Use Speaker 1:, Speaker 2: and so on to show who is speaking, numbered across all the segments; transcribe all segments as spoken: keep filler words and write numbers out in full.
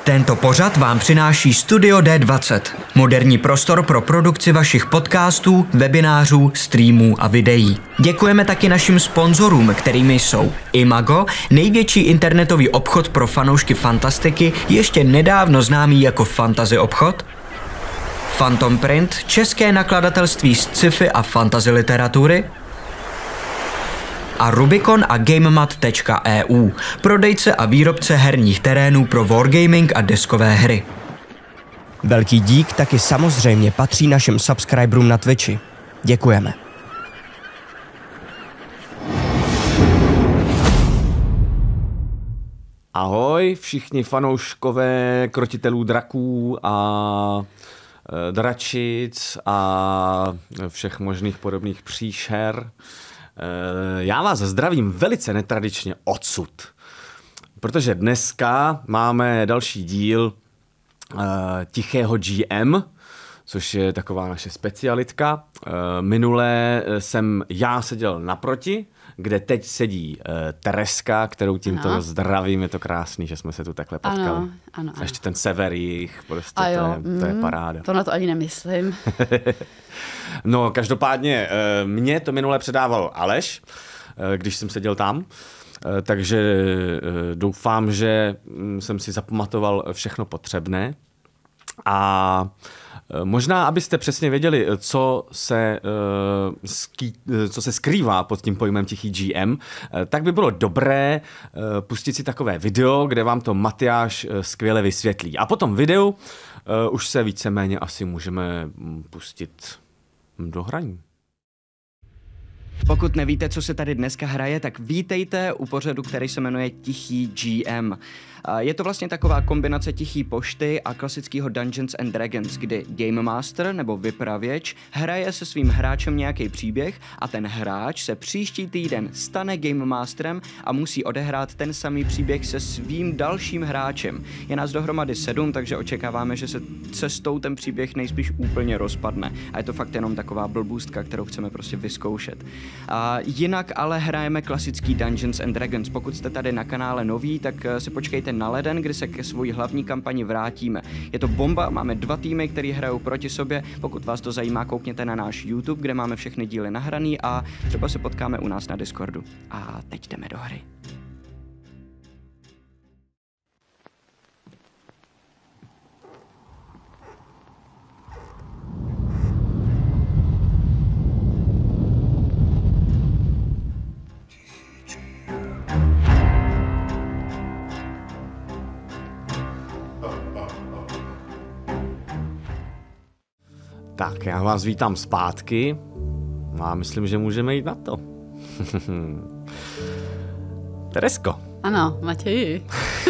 Speaker 1: Tento pořad vám přináší Studio D dvacet, moderní prostor pro produkci vašich podcastů, webinářů, streamů a videí. Děkujeme taky našim sponzorům, kterými jsou Imago, největší internetový obchod pro fanoušky fantastiky, ještě nedávno známý jako Fantasy obchod, Phantom Print, české nakladatelství z sci-fi a fantasy literatury, a Rubicon a GameMat tečka E U, prodejce a výrobce herních terénů pro wargaming a deskové hry. Velký dík taky samozřejmě patří našim subscriberům na Twitchi. Děkujeme.
Speaker 2: Ahoj všichni fanouškové krotitelů draků a e, dračic a všech možných podobných příšer. Já vás zdravím velice netradičně odsud, protože dneska máme další díl uh, Tichého G M, což je taková naše specialitka. Uh, minule jsem já seděl naproti, kde teď sedí uh, Tereska, kterou tímto ano. zdravím, je to krásný, že jsme se tu takhle potkali.
Speaker 3: Ano, ano, ano.
Speaker 2: A ještě ten sever jich, prostě
Speaker 3: A jo,
Speaker 2: to, je, to je paráda.
Speaker 3: To na to ani nemyslím.
Speaker 2: No, každopádně mě to minule předával Aleš, když jsem seděl tam, takže doufám, že jsem si zapamatoval všechno potřebné. A možná, abyste přesně věděli, co se, co se skrývá pod tím pojmem Tichý G M, tak by bylo dobré pustit si takové video, kde vám to Matyáš skvěle vysvětlí. A po tom videu už se víceméně asi můžeme pustit do hraní.
Speaker 1: Pokud nevíte, co se tady dneska hraje, tak vítejte u pořadu, který se jmenuje Tichý G M. Je to vlastně taková kombinace Tichý pošty a klasického Dungeons and Dragons, kdy Game Master nebo vypravěč hraje se svým hráčem nějaký příběh a ten hráč se příští týden stane Game Masterem a musí odehrát ten samý příběh se svým dalším hráčem. Je nás dohromady sedm, takže očekáváme, že se cestou ten příběh nejspíš úplně rozpadne. A je to fakt jenom taková blbůstka, kterou chceme prostě vyzkoušet. A jinak ale hrajeme klasický Dungeons and Dragons. Pokud jste tady na kanále noví, tak si počkejte na leden, kdy se ke svojí hlavní kampani vrátíme. Je to bomba, máme dva týmy, který hrajou proti sobě. Pokud vás to zajímá, koukněte na náš YouTube, kde máme všechny díly nahraný a třeba se potkáme u nás na Discordu. A teď jdeme do hry.
Speaker 2: Tak, já vás vítám zpátky a myslím, že můžeme jít na to. Teresko.
Speaker 3: Ano, Matěji.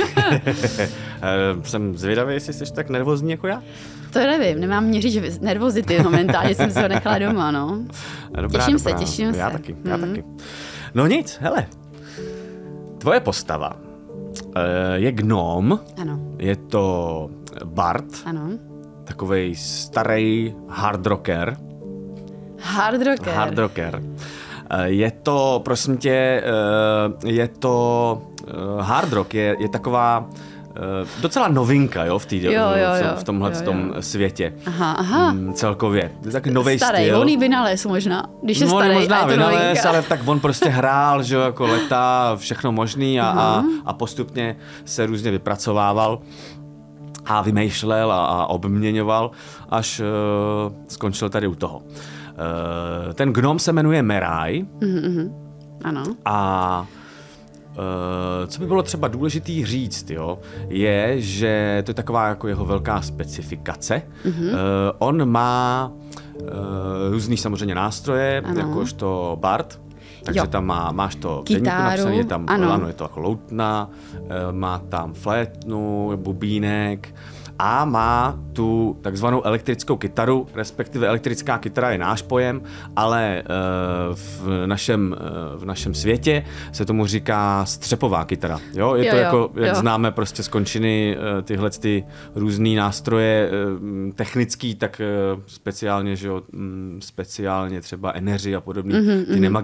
Speaker 2: Jsem zvědavý, jestli jsi tak nervózní jako já.
Speaker 3: To nevím, nemám mě říct, že nervozity momentálně jsem se ho nechala doma, no.
Speaker 2: Dobrá,
Speaker 3: těším
Speaker 2: dobrá.
Speaker 3: se, těším
Speaker 2: já
Speaker 3: se.
Speaker 2: Já taky, já
Speaker 3: mm.
Speaker 2: taky. No nic, hele. Tvoje postava je gnom.
Speaker 3: Ano.
Speaker 2: Je to bard.
Speaker 3: Ano.
Speaker 2: Takovej starý hard rocker.
Speaker 3: Hard rocker.
Speaker 2: Hard rocker. Je to, prosím tě, je to hard rock, je, je taková docela novinka, jo, v, tý,
Speaker 3: jo, jo, jo.
Speaker 2: v tomhle
Speaker 3: jo, jo.
Speaker 2: tom světě.
Speaker 3: Aha, aha.
Speaker 2: Celkově. To je taky novej
Speaker 3: starý,
Speaker 2: styl.
Speaker 3: volný vynález možná, když je
Speaker 2: no,
Speaker 3: starý,
Speaker 2: možná
Speaker 3: a je to
Speaker 2: vynález,
Speaker 3: novinka.
Speaker 2: ale tak on prostě hrál, že jo, jako leta, všechno možný a, a, a postupně se různě vypracovával a vymýšlel a, a obměňoval, až uh, skončil tady u toho. Uh, ten gnom se jmenuje Meraj.
Speaker 3: Mm-hmm. Ano.
Speaker 2: A uh, co by bylo třeba důležitý říct, jo, je, že to je taková jako jeho velká specifikace. Mm-hmm. Uh, on má uh, různý samozřejmě nástroje, ano. jakožto bard. Takže jo. tam má, máš to
Speaker 3: kytáru,
Speaker 2: napsané, je tam,
Speaker 3: ano.
Speaker 2: ano, je to jako loutna, má tam flétnu, bubínek a má tu takzvanou elektrickou kytaru, respektive elektrická kytara je náš pojem, ale v našem, v našem světě se tomu říká střepová kytara. Jo? Je
Speaker 3: jo,
Speaker 2: to
Speaker 3: jo,
Speaker 2: jako, jak
Speaker 3: jo.
Speaker 2: známe prostě z končiny tyhle ty různý nástroje technický, tak speciálně, že jo, speciálně třeba Energy a podobný, mm-hmm, ty nemagický,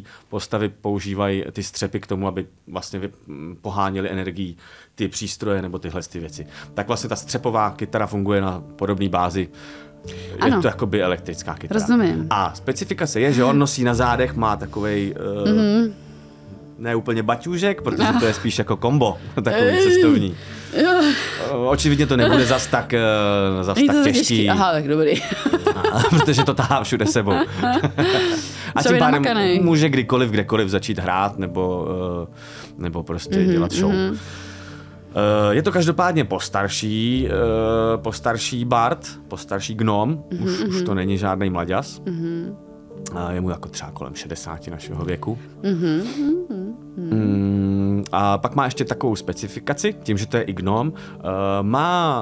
Speaker 2: postavy používají ty střepy k tomu, aby vlastně poháněly energií ty přístroje nebo tyhle ty věci. Tak vlastně ta střepová kytara funguje na podobné bázi. Je
Speaker 3: ano.
Speaker 2: to jakoby elektrická kytara.
Speaker 3: Rozumím.
Speaker 2: A specifikace je, že on nosí na zádech, má takovej... Uh, mm-hmm. Ne úplně baťůžek, protože to je spíš jako kombo, takový cestovní. Očividně to nebude zas tak, zas tak těžký. těžký.
Speaker 3: Aha, tak dobrý.
Speaker 2: Protože to tahá všude sebou. A tím pádem může kdykoliv, kdekoliv začít hrát nebo, nebo prostě mm-hmm, dělat show. Mm-hmm. Je to každopádně postarší, postarší bard, postarší gnom, mm-hmm, už, mm-hmm. už to není žádný mlaďas. Mm-hmm. Je mu jako třeba kolem šedesáti našeho věku. Mm-hmm. Mm, a pak má ještě takovou specifikaci, tím, že to je i gnom, uh, má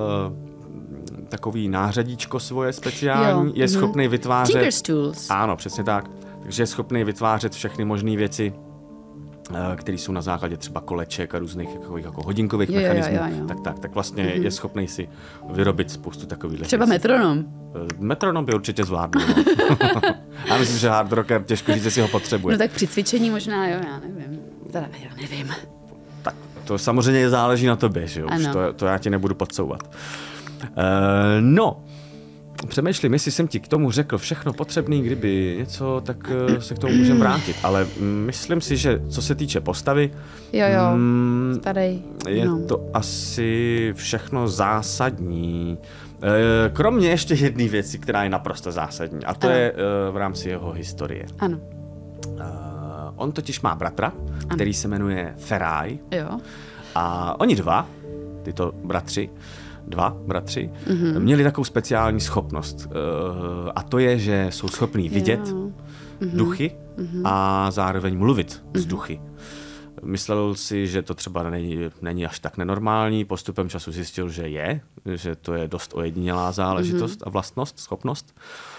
Speaker 2: uh, takový nářadíčko svoje speciální, jo. je mm-hmm. schopný vytvářet...
Speaker 3: Tinker's Tools.
Speaker 2: Ano, přesně tak. Takže je schopný vytvářet všechny možné věci, které jsou na základě třeba koleček a různých jako, jako hodinkových jo, mechanismů. Jo, jo, jo. Tak, tak, tak vlastně mm-hmm. je schopný si vyrobit spoustu takových věcí.
Speaker 3: Třeba metronom.
Speaker 2: Metronom by určitě zvládl. No. Já myslím, že hard rocker těžko říct, jestli ho potřebuje.
Speaker 3: No tak při cvičení možná, jo, já nevím. Teda já nevím.
Speaker 2: Tak to samozřejmě záleží na tobě, že jo? Už to, to já ti nebudu podsouvat. Uh, no, přemýšlím, jestli jsem ti k tomu řekl všechno potřebné, kdyby něco, tak uh, se k tomu můžeme vrátit. Ale myslím si, že co se týče postavy,
Speaker 3: jo, jo.
Speaker 2: Mm,
Speaker 3: Starý.
Speaker 2: je
Speaker 3: no.
Speaker 2: to asi všechno zásadní. Kromě ještě jedné věci, která je naprosto zásadní, a to ano. je uh, v rámci jeho historie.
Speaker 3: Ano.
Speaker 2: Uh, on totiž má bratra, ano. který se jmenuje Feraj.
Speaker 3: Jo.
Speaker 2: A oni dva, tyto bratři, dva bratři, mm-hmm. měli takovou speciální schopnost. Uh, a to je, že jsou schopní vidět mm-hmm. duchy mm-hmm. a zároveň mluvit mm-hmm. s duchy. Myslel si, že to třeba není, není až tak nenormální, postupem času zjistil, že je, že to je dost ojedinělá záležitost mm-hmm. a vlastnost, schopnost.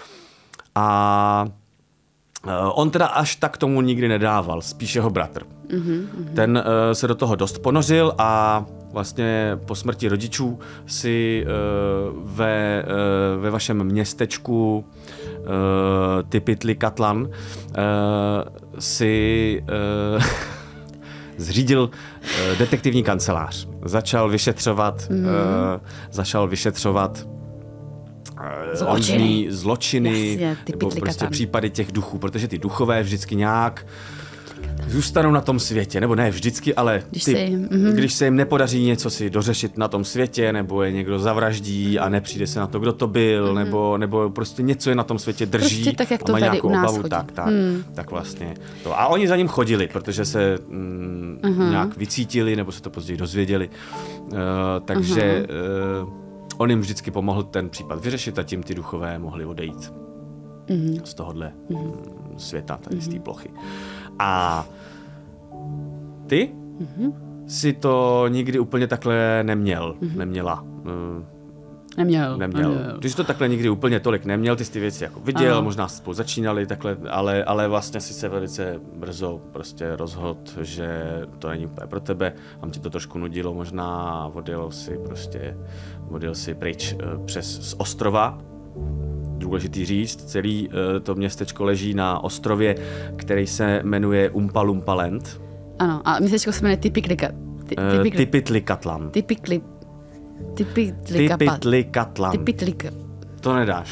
Speaker 2: A on teda až tak tomu nikdy nedával, spíš jeho bratr. Mm-hmm. Ten uh, se do toho dost ponořil a vlastně po smrti rodičů si uh, ve, uh, ve vašem městečku uh, Tipitlikatlan uh, si... Uh, zřídil uh, detektivní kancelář. Začal vyšetřovat, mm. uh, začal vyšetřovat uh, zločiny, zločiny Jasně, nebo prostě případy těch duchů, protože ty duchové vždycky nějak zůstanou na tom světě, nebo ne vždycky, ale
Speaker 3: když,
Speaker 2: ty,
Speaker 3: se jim, mm-hmm.
Speaker 2: když se jim nepodaří něco si dořešit na tom světě, nebo je někdo zavraždí a nepřijde se na to, kdo to byl, mm-hmm. nebo, nebo prostě něco je na tom světě drží
Speaker 3: prostě tak, jak
Speaker 2: a
Speaker 3: to
Speaker 2: má
Speaker 3: tady
Speaker 2: nějakou
Speaker 3: u nás
Speaker 2: obavu,
Speaker 3: chodí.
Speaker 2: tak, tak,
Speaker 3: mm.
Speaker 2: tak vlastně to. A oni za ním chodili, protože se mm, mm-hmm. nějak vycítili, nebo se to později dozvěděli, uh, takže mm-hmm. uh, on jim vždycky pomohl ten případ vyřešit a tím ty duchové mohli odejít mm-hmm. z tohohle mm-hmm. světa, tady mm-hmm. z té plochy. A ty mm-hmm. si to nikdy úplně takhle neměl, mm-hmm. neměla. Uh,
Speaker 3: neměl.
Speaker 2: Neměl.
Speaker 3: neměl.
Speaker 2: Ty jsi to takhle nikdy úplně tolik neměl, ty jsi ty věci jako viděl, ano. možná spolu začínali takhle, ale, ale vlastně si se velice brzo prostě rozhodl, že to není úplně pro tebe, tam ti to trošku nudilo možná a odjel si prostě, odjel si pryč uh, přes z ostrova. Důležitý říct, celý uh, to městečko leží na ostrově, který se jmenuje Umpa Lumpa Land.
Speaker 3: Ano, a městečko se jmenuje Tipiklika.
Speaker 2: Tipitlikatlan.
Speaker 3: Tipikli... Tipitlikatlan.
Speaker 2: Tipitlikatlan.
Speaker 3: Tipitlika.
Speaker 2: To nedáš.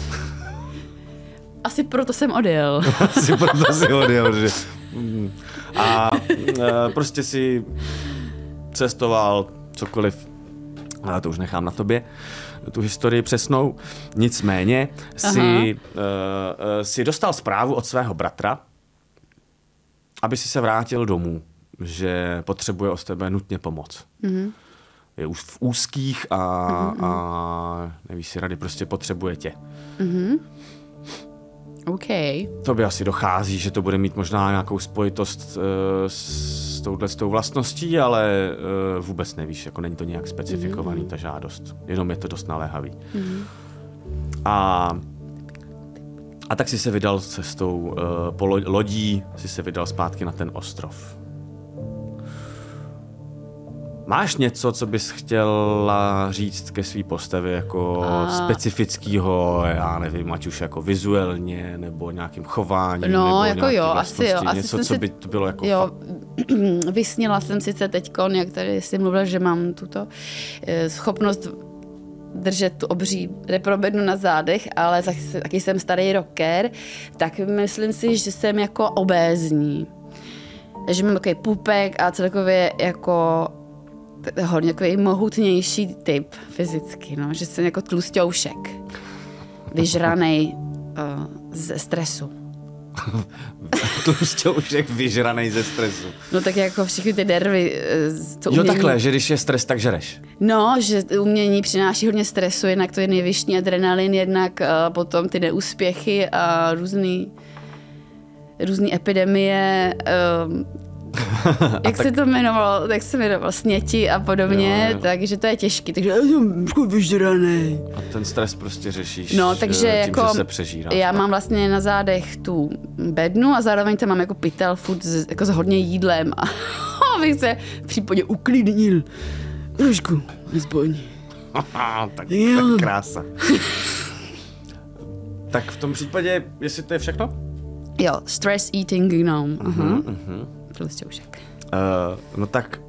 Speaker 3: Asi proto jsem odjel.
Speaker 2: Asi proto jsi odjel, že... A e, prostě si cestoval cokoliv, ale to už nechám na tobě, tu historii přesnou. Nicméně si, e, e, si dostal zprávu od svého bratra, aby si se vrátil domů, že potřebuje od tebe nutně pomoc. Mm-hmm. Je už v úzkých a, mm-hmm. a nevíš si rady, prostě potřebuje tě. Mm-hmm.
Speaker 3: OK.
Speaker 2: Tobě asi dochází, že to bude mít možná nějakou spojitost uh, s touhle s tou vlastností, ale uh, vůbec nevíš, jako není to nějak specifikovaný, mm-hmm. ta žádost. Jenom je to dost naléhavý. Mm-hmm. A A tak si se vydal cestou uh, po lodí, si se vydal zpátky na ten ostrov. Máš něco, co bys chtěla říct ke své postavě jako
Speaker 3: A...
Speaker 2: specifického, já nevím, ať už jako vizuálně, nebo nějakým chováním,
Speaker 3: No,
Speaker 2: nebo
Speaker 3: jako jo, asi jo. Asi
Speaker 2: něco,
Speaker 3: jsem
Speaker 2: co
Speaker 3: si...
Speaker 2: by to bylo jako
Speaker 3: jo,
Speaker 2: fakt.
Speaker 3: Vysněla jsem sice teďkon, jak tady jsi mluvila, že mám tuto eh, schopnost držet tu obří reprobednu na zádech, ale taky jsem starý rocker, tak myslím si, že jsem jako obézní. Že mám takový pupek a celkově jako hodně takový mohutnější typ fyzicky, no, že jsem jako tlusťoušek, vyžranej uh, ze stresu.
Speaker 2: Tlusťoušek vyžranej ze stresu.
Speaker 3: No tak jako všechny ty nervy, co umění...
Speaker 2: Jo takhle, že když je stres, tak žereš.
Speaker 3: No, že umění přináší hodně stresu, jednak to je nejvyšší adrenalin, jednak uh, potom ty neúspěchy a různý, různý epidemie, um, jak tak... se to jmenovalo, tak se jmenovalo sněti a podobně, jo, jo. Takže to je těžký, takže já jsem vyžranej.
Speaker 2: A ten stres prostě řešíš
Speaker 3: no, takže
Speaker 2: tím,
Speaker 3: jako,
Speaker 2: že se přežíráš.
Speaker 3: Já mám vlastně na zádech tu bednu a zároveň tam mám jako pytel furt s, jako s hodně jídlem a abych se v případě uklidnil. Trošku, aspoň.
Speaker 2: tak, tak krása. Tak v tom případě, jestli to je všechno?
Speaker 3: Jo, stress eating gnome. Uh-huh.
Speaker 2: Uh-huh, uh-huh.
Speaker 3: Tlusťoušek.
Speaker 2: Uh, no tak,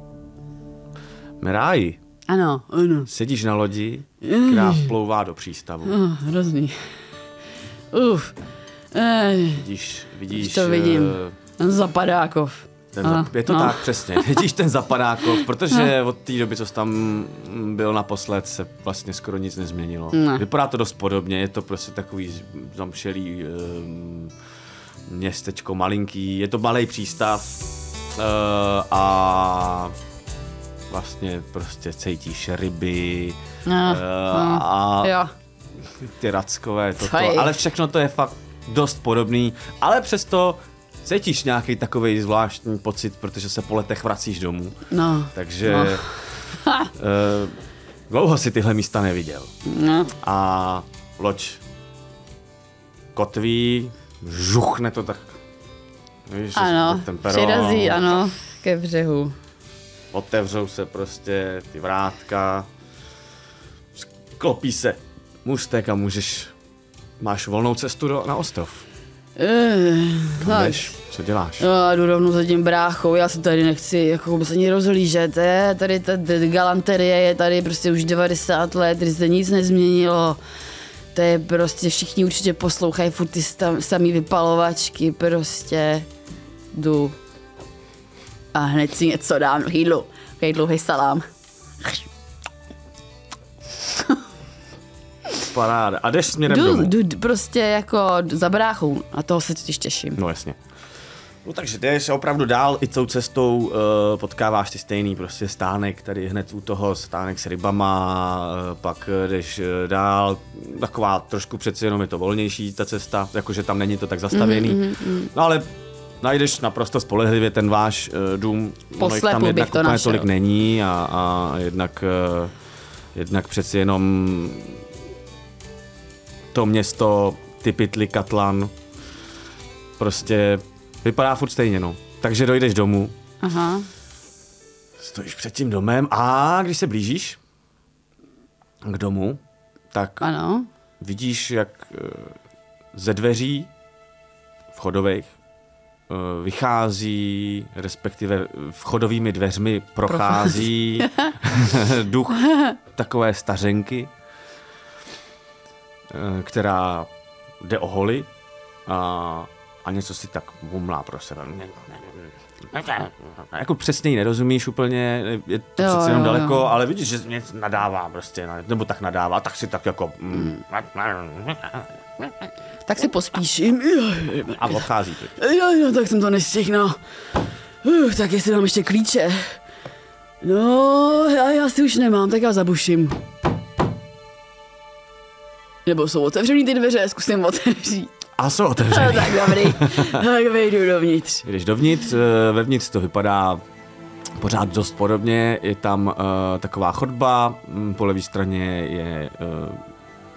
Speaker 2: Miráji.
Speaker 3: Ano, ano.
Speaker 2: Sedíš na lodi, která vplouvá do přístavu.
Speaker 3: Oh, hrozný. Uf.
Speaker 2: Vidíš, vidíš...
Speaker 3: to vidím. Uh, Zapadákov.
Speaker 2: Ten uh, zap, je to no. tak, přesně. Vidíš ten Zapadákov, protože no. od té doby, co jsi tam byl naposled, se vlastně skoro nic nezměnilo. Ne. Vypadá to dost podobně, je to prostě takový zamšelý um, městečko malinký, je to malej přístav uh, a vlastně prostě cítíš ryby no. uh, no. a
Speaker 3: jo.
Speaker 2: ty rackové, toto, ale všechno to je fakt dost podobný, ale přesto cítíš nějaký takovej zvláštní pocit, protože se po letech vracíš domů. No. Takže no. uh, dlouho si tyhle místa neviděl. No. A loď kotví, žuchne to tak. Víš,
Speaker 3: ano, přirazí, ano, ke břehu.
Speaker 2: Otevřou se prostě ty vrátka, sklopí se můstek a můžeš, máš volnou cestu do, na ostrov. Kam jdeš? Co děláš?
Speaker 3: No, jdu rovnou za tím bráchou, já se tady nechci jako se ani rozhlížet, je, tady ta galanterie je tady prostě už devadesát let, tady se nic nezměnilo. To je prostě, všichni určitě poslouchají furt ty samý vypalovačky, prostě jdu a hned si něco dám do jídlu, takový dlouhý salám.
Speaker 2: Paráda. A jdeš směrem
Speaker 3: jdu,
Speaker 2: domů?
Speaker 3: Jdu prostě jako za bráchou a toho se totiž těším.
Speaker 2: No jasně. No takže jdeš opravdu dál i tou cestou uh, potkáváš ty stejný prostě stánek, tady hned u toho stánek s rybama, uh, pak jdeš uh, dál, taková trošku přeci jenom je to volnější ta cesta, jakože tam není to tak zastavěný, mm, mm, mm. No ale najdeš naprosto spolehlivě ten váš uh, dům, ono jich tam jednak úplně našel. Tolik není a, a jednak, uh, jednak přeci jenom to město Typitli Katlan prostě vypadá furt stejně, no. Takže dojdeš domů, aha. Stojíš před tím domem a když se blížíš k domu, tak ano. Vidíš, jak ze dveří vchodových vychází, respektive vchodovými dveřmi prochází duch takové stařenky, která jde o holi a A něco si tak mumlá pro sebe. Jako přesně ji nerozumíš úplně, je to jo, přece jenom jo, daleko, jo. Ale vidíš, že mě nadává prostě, nebo tak nadává, tak si tak jako... Mm.
Speaker 3: Tak si pospíším.
Speaker 2: A odchází.
Speaker 3: Jo, jo, tak jsem to nestihnul. Uh, tak jestli dám ještě klíče. No, já, já si už nemám, tak já zabuším. Nebo jsou otevřený ty dveře, zkusím otevřít.
Speaker 2: A jsou otevřený.
Speaker 3: No, tak dobrý, tak vejdu dovnitř.
Speaker 2: Když dovnitř, vevnitř to vypadá pořád dost podobně, je tam uh, taková chodba, po levé straně je uh,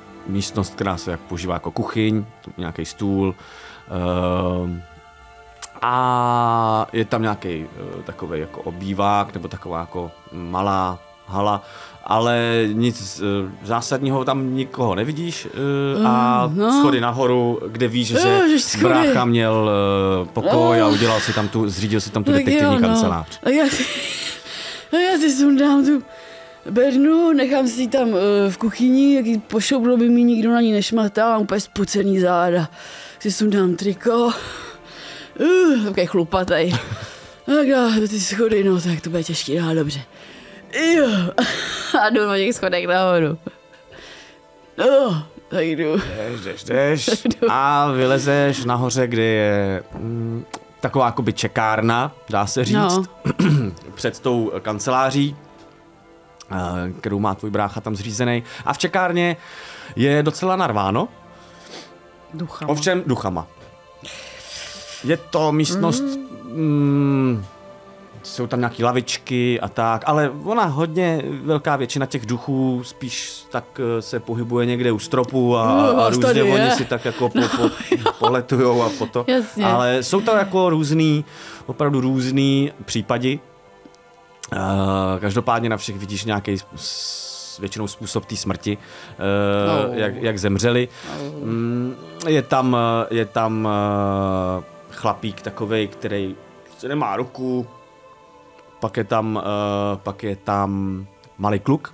Speaker 2: místnost, která se jak používá jako kuchyň, nějaký stůl, uh, a je tam nějaký uh, takový jako obývák nebo taková jako malá hala, ale nic uh, zásadního tam nikoho nevidíš uh, a uh, no. schody nahoru, kde víš, že uh, brácha měl uh, pokoj uh. a udělal si tam tu, zřídil si tam tu tak detektivní jo, kancelář.
Speaker 3: No. A já, si, a já si sundám tu bednu, nechám si tam uh, v kuchyni, jaký pošoublo by mi nikdo na ní nešmatal, mám úplně spucený záda. Si sundám triko, uh, takový chlupatej. Tak já ty schody, no tak to bude těžký, no dobře. Jo. A jdu na těch schodech nahoru. No, tak jdu.
Speaker 2: Jdeš, jdeš, jdeš a vylezeš nahoře, kde je mm, taková jakoby čekárna, dá se říct, no. před tou kanceláří, kterou má tvůj brácha tam zřízený. A v čekárně je docela narváno.
Speaker 3: Duchama.
Speaker 2: Ovšem duchama. Je to místnost... Mm. Mm, jsou tam nějaký lavičky a tak, ale ona hodně velká většina těch duchů spíš tak se pohybuje někde u stropu a, no, a různě oni je. si tak jako po, po, poletujou a po to.
Speaker 3: Jasně.
Speaker 2: Ale jsou to jako různý, opravdu různý případy. Uh, každopádně na všech vidíš nějaký většinou způsob té smrti, uh, no. jak, jak zemřeli. Um, je tam, je tam uh, chlapík takovej, který nemá ruku. Pak je tam, uh, pak je tam malý kluk,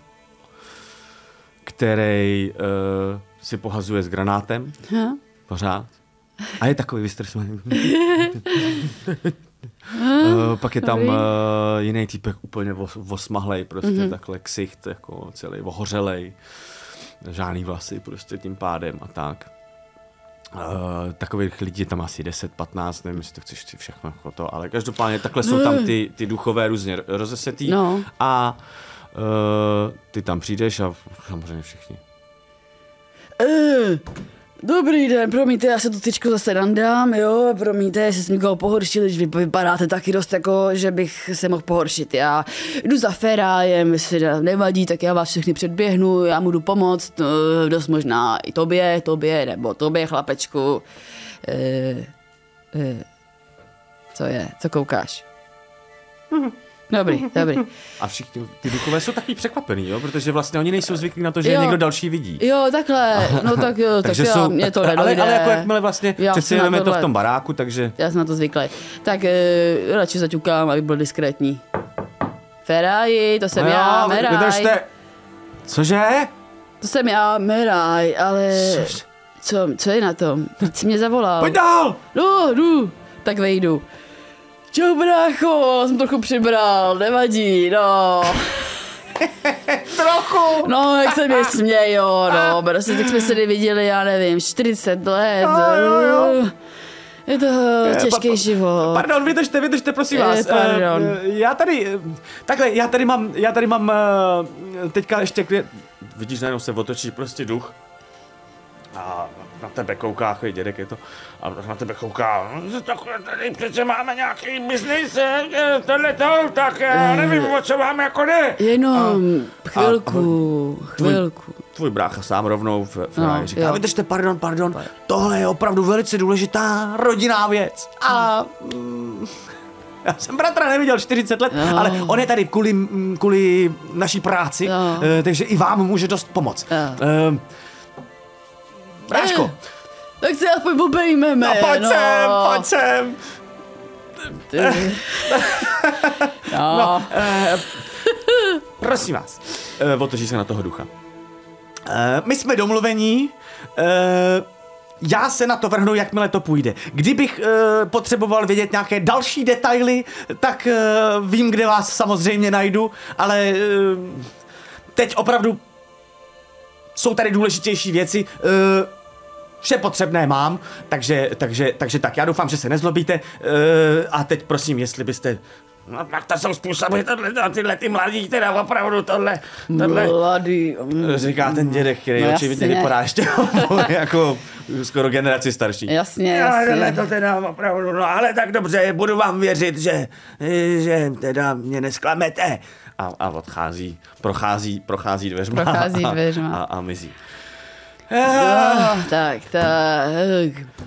Speaker 2: který uh, si pohazuje s granátem. Ha? Pořád. A je takový vystresovaný. uh, pak je tam uh, jiný týpek úplně osmahlej, prostě mm-hmm. takhle ksicht, jako celý ohořelej. Žádný vlasy prostě tím pádem a tak. Uh, takových lidí je tam asi deset patnáct, nevím, jestli to chceš si všechno jako to, ale každopádně takhle jsou tam ty, ty duchové různě rozesetý no. a uh, ty tam přijdeš a samozřejmě všichni.
Speaker 3: Uh, dobrý den, promiňte, já se tu tyčku zase nandám, jo, promiňte, jestli jsi někoho pohoršili, že vy vypadáte taky dost jako, že bych se mohl pohoršit. Já jdu za Ferajem, jestli nevadí, tak já vás všechny předběhnu, já mu jdu pomoct, no, dost možná i tobě, tobě, nebo tobě, chlapečku. E, e, co je, co koukáš? Dobrý, dobrý.
Speaker 2: A všichni ty duchové jsou taky překvapený, jo? Protože vlastně oni nejsou zvyklí na to, že jo. někdo další vidí.
Speaker 3: Jo, takhle, no tak jo, tak jo, jsou, mě to nedojde.
Speaker 2: Ale, ale jako jakmile vlastně, přeci jenom to v tom baráku, takže...
Speaker 3: Já jsem na to zvyklý. Tak uh, radši zaťukám, abych byl diskrétní. Feraji, to jsem no já, jo, Meraj.
Speaker 2: Vydržte. Cože?
Speaker 3: To jsem já, Meraj, ale... Co, co je na tom? Teď jsi mě zavolal.
Speaker 2: Pojď dál!
Speaker 3: No, jdu. Tak vejdu. Čau, brácho, jsem trochu přibral, nevadí, no.
Speaker 2: Trochu.
Speaker 3: No, jak se mi smějo, no, prostě tak jsme se neviděli, já nevím, čtyřicet let.
Speaker 2: No, jo, jo.
Speaker 3: Je to těžký pa, život.
Speaker 2: Pardon, vydržte, vydržte, prosím vás.
Speaker 3: Pardon.
Speaker 2: Já tady, takhle, já tady mám, já tady mám teďka ještě, vidíš, najednou se otočí prostě duch. A na tebe kouká, takový dědek je to, a na tebe kouká, takhle tady přece máme nějaký biznis, tohle to, tak já nevím, o co vám jako jde.
Speaker 3: Jenom a, chvilku, a, chvilku.
Speaker 2: Tvůj, tvůj brácha sám rovnou v, v no, říká, jo. vydržte, pardon, pardon, tohle je opravdu velice důležitá rodinná věc. A mm, já jsem bratra neviděl čtyřicet let, no. ale on je tady kvůli, kvůli naší práci, no. takže i vám může dost pomoct. No. Uh, Bráško.
Speaker 3: Tak se aspoň obejmeme,
Speaker 2: no. Pojď
Speaker 3: no.
Speaker 2: sem, pojď sem.
Speaker 3: No.
Speaker 2: no eh, prosím vás, eh, otočí se na toho ducha. Eh, my jsme domluvení, eh, já se na to vrhnu, jakmile to půjde. Kdybych eh, potřeboval vědět nějaké další detaily, tak eh, vím, kde vás samozřejmě najdu, ale eh, teď opravdu jsou tady důležitější věci, uh, vše potřebné mám, takže, takže, takže tak, já doufám, že se nezlobíte uh, a teď prosím, jestli byste... No tak to jsou způsoby, tohle, tyhle ty mladí, teda opravdu tohle, tohle...
Speaker 3: Mladý...
Speaker 2: Říká ten dědek, který no, očividně vypadá ještě jako skoro generaci starší.
Speaker 3: Jasně, jasně.
Speaker 2: Tohle to teda opravdu, no ale tak dobře, budu vám věřit, že, že teda mě nesklamete. A, a odchází, prochází, prochází dveřma,
Speaker 3: prochází dveřma.
Speaker 2: A, a, a mizí.
Speaker 3: No, tak, tak.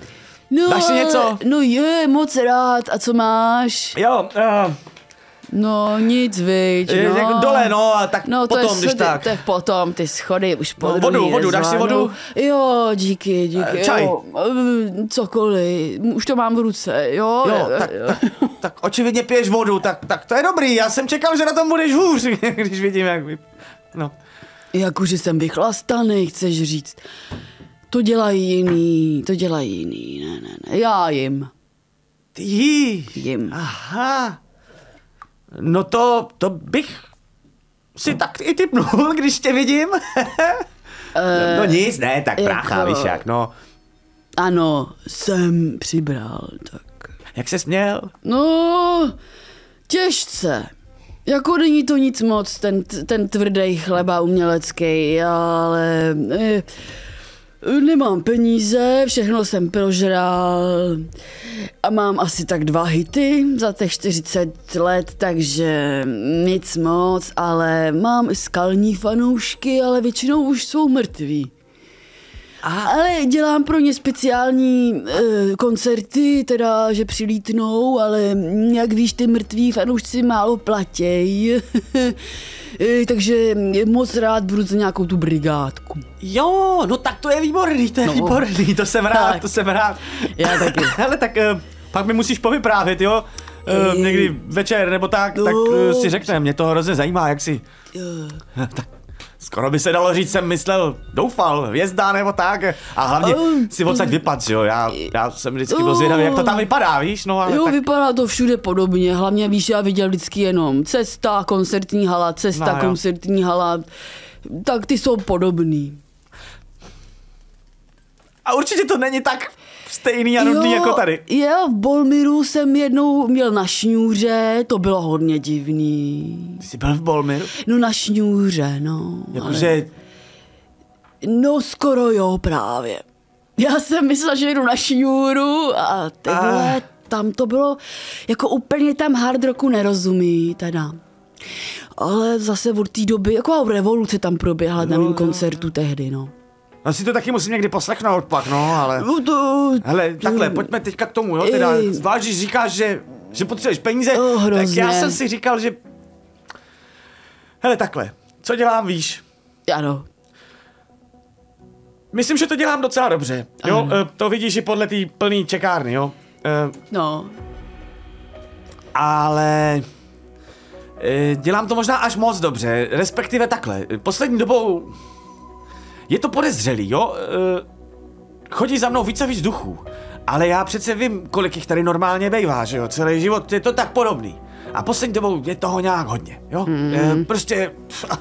Speaker 3: No,
Speaker 2: Dáš si něco?
Speaker 3: No je, moc rád. A co máš?
Speaker 2: Jo, uh,
Speaker 3: No nic, viď,
Speaker 2: je,
Speaker 3: no.
Speaker 2: jako dole, no, a tak
Speaker 3: No, to
Speaker 2: potom,
Speaker 3: je
Speaker 2: když
Speaker 3: schody,
Speaker 2: tak.
Speaker 3: To je potom, ty schody už po
Speaker 2: No,
Speaker 3: druhý
Speaker 2: vodu, vodu, dáš si
Speaker 3: nezvládnu.
Speaker 2: vodu?
Speaker 3: Jo, díky, díky.
Speaker 2: Eh, čaj?
Speaker 3: Jo, eh, cokoliv, už to mám v ruce, jo.
Speaker 2: Jo, tak, tak, tak očividně piješ vodu, tak, tak to je dobrý, já jsem čekal, že na tom budeš hůř, když vidím, jak vy... No.
Speaker 3: Jakože jsem vychlastaný, chceš říct. To dělají jiný, to dělají jiný, ne, ne, ne, já jim.
Speaker 2: Ty jí.
Speaker 3: Jim.
Speaker 2: Aha. No to, to bych si tak i tipnul, když tě vidím.
Speaker 3: Eh,
Speaker 2: no nic, ne, tak prácha,
Speaker 3: jako-
Speaker 2: víš jak, no.
Speaker 3: Ano, jsem přibral, tak.
Speaker 2: Jak ses měl?
Speaker 3: No, těžce. Jako není to nic moc, ten, ten tvrdý chleba umělecký, ale eh, nemám peníze, všechno jsem prožral a mám asi tak dva hity za těch čtyřicet let, takže nic moc, ale mám i skalní fanoušky, ale většinou už jsou mrtví. Ale dělám pro ně speciální e, koncerty, teda, že přilítnou, ale jak víš, ty mrtví fanoušci málo platěj. e, takže moc rád budu za nějakou tu brigádku.
Speaker 2: Jo, no tak to je výborný, to je
Speaker 3: No.
Speaker 2: výborný, to jsem rád,
Speaker 3: Tak.
Speaker 2: to jsem rád.
Speaker 3: Já taky.
Speaker 2: Hele, tak uh, pak mi musíš povyprávět, jo? Uh,
Speaker 3: Ej.
Speaker 2: někdy večer nebo tak,
Speaker 3: No.
Speaker 2: tak uh, si řekne, mě to hrozně zajímá, jak si...
Speaker 3: Jo.
Speaker 2: tak skoro by se dalo říct, jsem myslel, doufal, hvězda nebo tak. A hlavně
Speaker 3: Um,
Speaker 2: si odsaď vypad, jo? Já, já jsem vždycky byl
Speaker 3: Jo.
Speaker 2: zvědavý, jak to tam vypadá, víš? No, ale
Speaker 3: Jo,
Speaker 2: tak...
Speaker 3: vypadá to všude podobně, hlavně víš, já viděl vždycky jenom cesta, koncertní hala, cesta,
Speaker 2: No, jo.
Speaker 3: koncertní hala, tak ty jsou podobný.
Speaker 2: A určitě to není tak stejný a nudný jako tady.
Speaker 3: Jo, v Bolmíru jsem jednou měl na šňůře, to bylo hodně divný.
Speaker 2: Ty jsi byl v Bolmíru?
Speaker 3: No na šňůře, no.
Speaker 2: Jakože...
Speaker 3: ale- No skoro jo, právě. Já jsem myslela, že jdu na šňůru a tyhle,
Speaker 2: Ah.
Speaker 3: tam to bylo, jako úplně tam hard rocku nerozumí, teda. Ale zase od té doby, jako revoluce tam proběhla na
Speaker 2: Jo,
Speaker 3: mém
Speaker 2: jo,
Speaker 3: koncertu tehdy, no.
Speaker 2: No si to taky musím někdy poslechnout pak, no, ale...
Speaker 3: No to...
Speaker 2: Hele, takhle, pojďme teďka k tomu, jo, teda,
Speaker 3: Ej.
Speaker 2: zvlášť, když říkáš, že, že potřebuješ peníze,
Speaker 3: Oh,
Speaker 2: tak
Speaker 3: hrozně.
Speaker 2: já jsem si říkal, že... Hele, takhle, co dělám, víš?
Speaker 3: Ano.
Speaker 2: Myslím, že to dělám docela dobře, jo,
Speaker 3: Ano.
Speaker 2: eh, to vidíš i podle té plný čekárny, jo, Eh,
Speaker 3: No.
Speaker 2: ale... eh, Dělám to možná až moc dobře, respektive takhle, poslední dobou... Je to podezřelý, jo, Eh, chodí za mnou více víc duchů, ale já přece vím, kolik jich tady normálně bejvá, že jo, celý život je to tak podobný. A poslední dobou je toho nějak hodně, jo,
Speaker 3: Hmm.
Speaker 2: mm. prostě...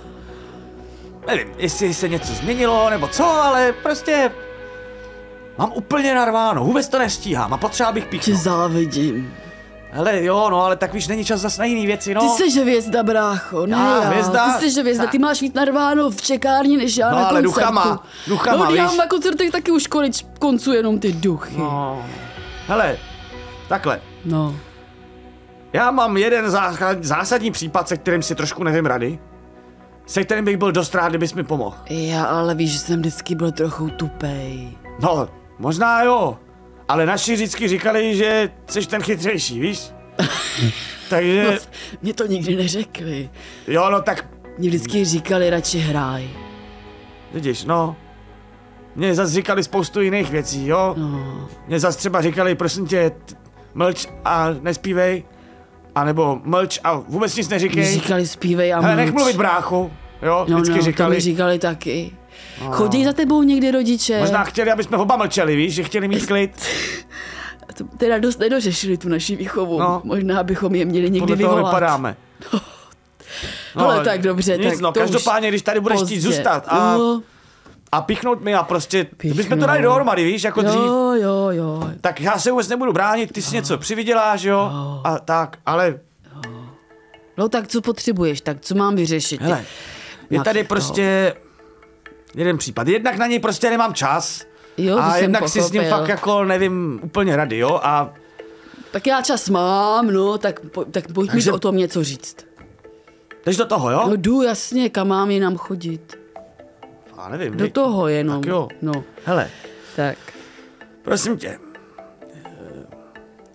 Speaker 2: Nevím, jestli se něco změnilo, nebo co, ale prostě... Mám úplně narváno, vůbec to nestíhám a potřeba bych
Speaker 3: Tě
Speaker 2: píchnul.
Speaker 3: závidím.
Speaker 2: Hele, jo, no, ale tak víš, není čas zas na jiný věci, no.
Speaker 3: Ty jsi hvězda, brácho, ne
Speaker 2: Já,
Speaker 3: já.
Speaker 2: hvězda?
Speaker 3: Ty jsi hvězda, ty máš víc narváno v čekárně, než já
Speaker 2: No,
Speaker 3: na
Speaker 2: ale
Speaker 3: koncertu.
Speaker 2: duchama, duchama,
Speaker 3: no, já
Speaker 2: víš.
Speaker 3: mám na koncertech taky už konec konců jenom ty duchy. No.
Speaker 2: No. Hele, takhle.
Speaker 3: no.
Speaker 2: Já mám jeden zá- zásadní případ, se kterým si trošku nevím rady. Se kterým bych byl dost rád, kdybys mi pomohl.
Speaker 3: Já ale víš, že jsem vždycky byl trochu tupej.
Speaker 2: No, možná jo. Ale naši vždycky říkali, že jsi ten chytřejší, víš? Takže,
Speaker 3: No, mě to nikdy neřekli.
Speaker 2: jo, no tak,
Speaker 3: Mě vždycky říkali, radši hraj.
Speaker 2: vidíš, no. Mně zase říkali spoustu jiných věcí, jo?
Speaker 3: No.
Speaker 2: Mně zase třeba říkali, prosím tě, t- mlč a nespívej. A nebo mlč a vůbec nic
Speaker 3: Mě
Speaker 2: neříkej.
Speaker 3: říkali, zpívej a
Speaker 2: Hele, nech
Speaker 3: mlč.
Speaker 2: mluvit bráchu, jo?
Speaker 3: No,
Speaker 2: Vždycky
Speaker 3: no, to
Speaker 2: říkali.
Speaker 3: mi říkali taky. No. Chodí za tebou někdy rodiče?
Speaker 2: Možná chtěli, aby jsme oba mlčeli, víš, že chtěli mít klid.
Speaker 3: To teda dost nedořešili tu naši výchovu.
Speaker 2: No.
Speaker 3: Možná bychom je měli někdy
Speaker 2: Podle toho
Speaker 3: vyvolat.
Speaker 2: vypadáme.
Speaker 3: Ale tak dobře,
Speaker 2: nic,
Speaker 3: tak
Speaker 2: no,
Speaker 3: to už
Speaker 2: každopádně, když tady budeš chtít
Speaker 3: pozdě.
Speaker 2: zůstat a,
Speaker 3: No,
Speaker 2: a píchnout mi a prostě, kdybychom to
Speaker 3: Píchnout.
Speaker 2: dali dohromady, víš, jako dřív,
Speaker 3: jo, jo, jo.
Speaker 2: tak já se vůbec nebudu bránit, ty si něco přivyděláš, jo, a tak, ale,
Speaker 3: No tak co potřebuješ, tak co mám vyřešit?
Speaker 2: hele, je
Speaker 3: Jak
Speaker 2: tady
Speaker 3: to?
Speaker 2: prostě jeden případ, jednak na něj prostě nemám čas,
Speaker 3: Jo, to
Speaker 2: a
Speaker 3: jsem
Speaker 2: jednak si s ním
Speaker 3: pochopil.
Speaker 2: fakt jako nevím úplně rady, jo, a
Speaker 3: Tak já čas mám, no, tak, po, tak pojď
Speaker 2: Takže-
Speaker 3: mi o tom něco říct.
Speaker 2: jdeš do toho, jo?
Speaker 3: No jdu, jasně, kam mám jinam chodit.
Speaker 2: Já nevím,
Speaker 3: Do
Speaker 2: vy-
Speaker 3: toho jenom.
Speaker 2: Tak jo.
Speaker 3: No,
Speaker 2: Hele,
Speaker 3: tak.
Speaker 2: prosím tě,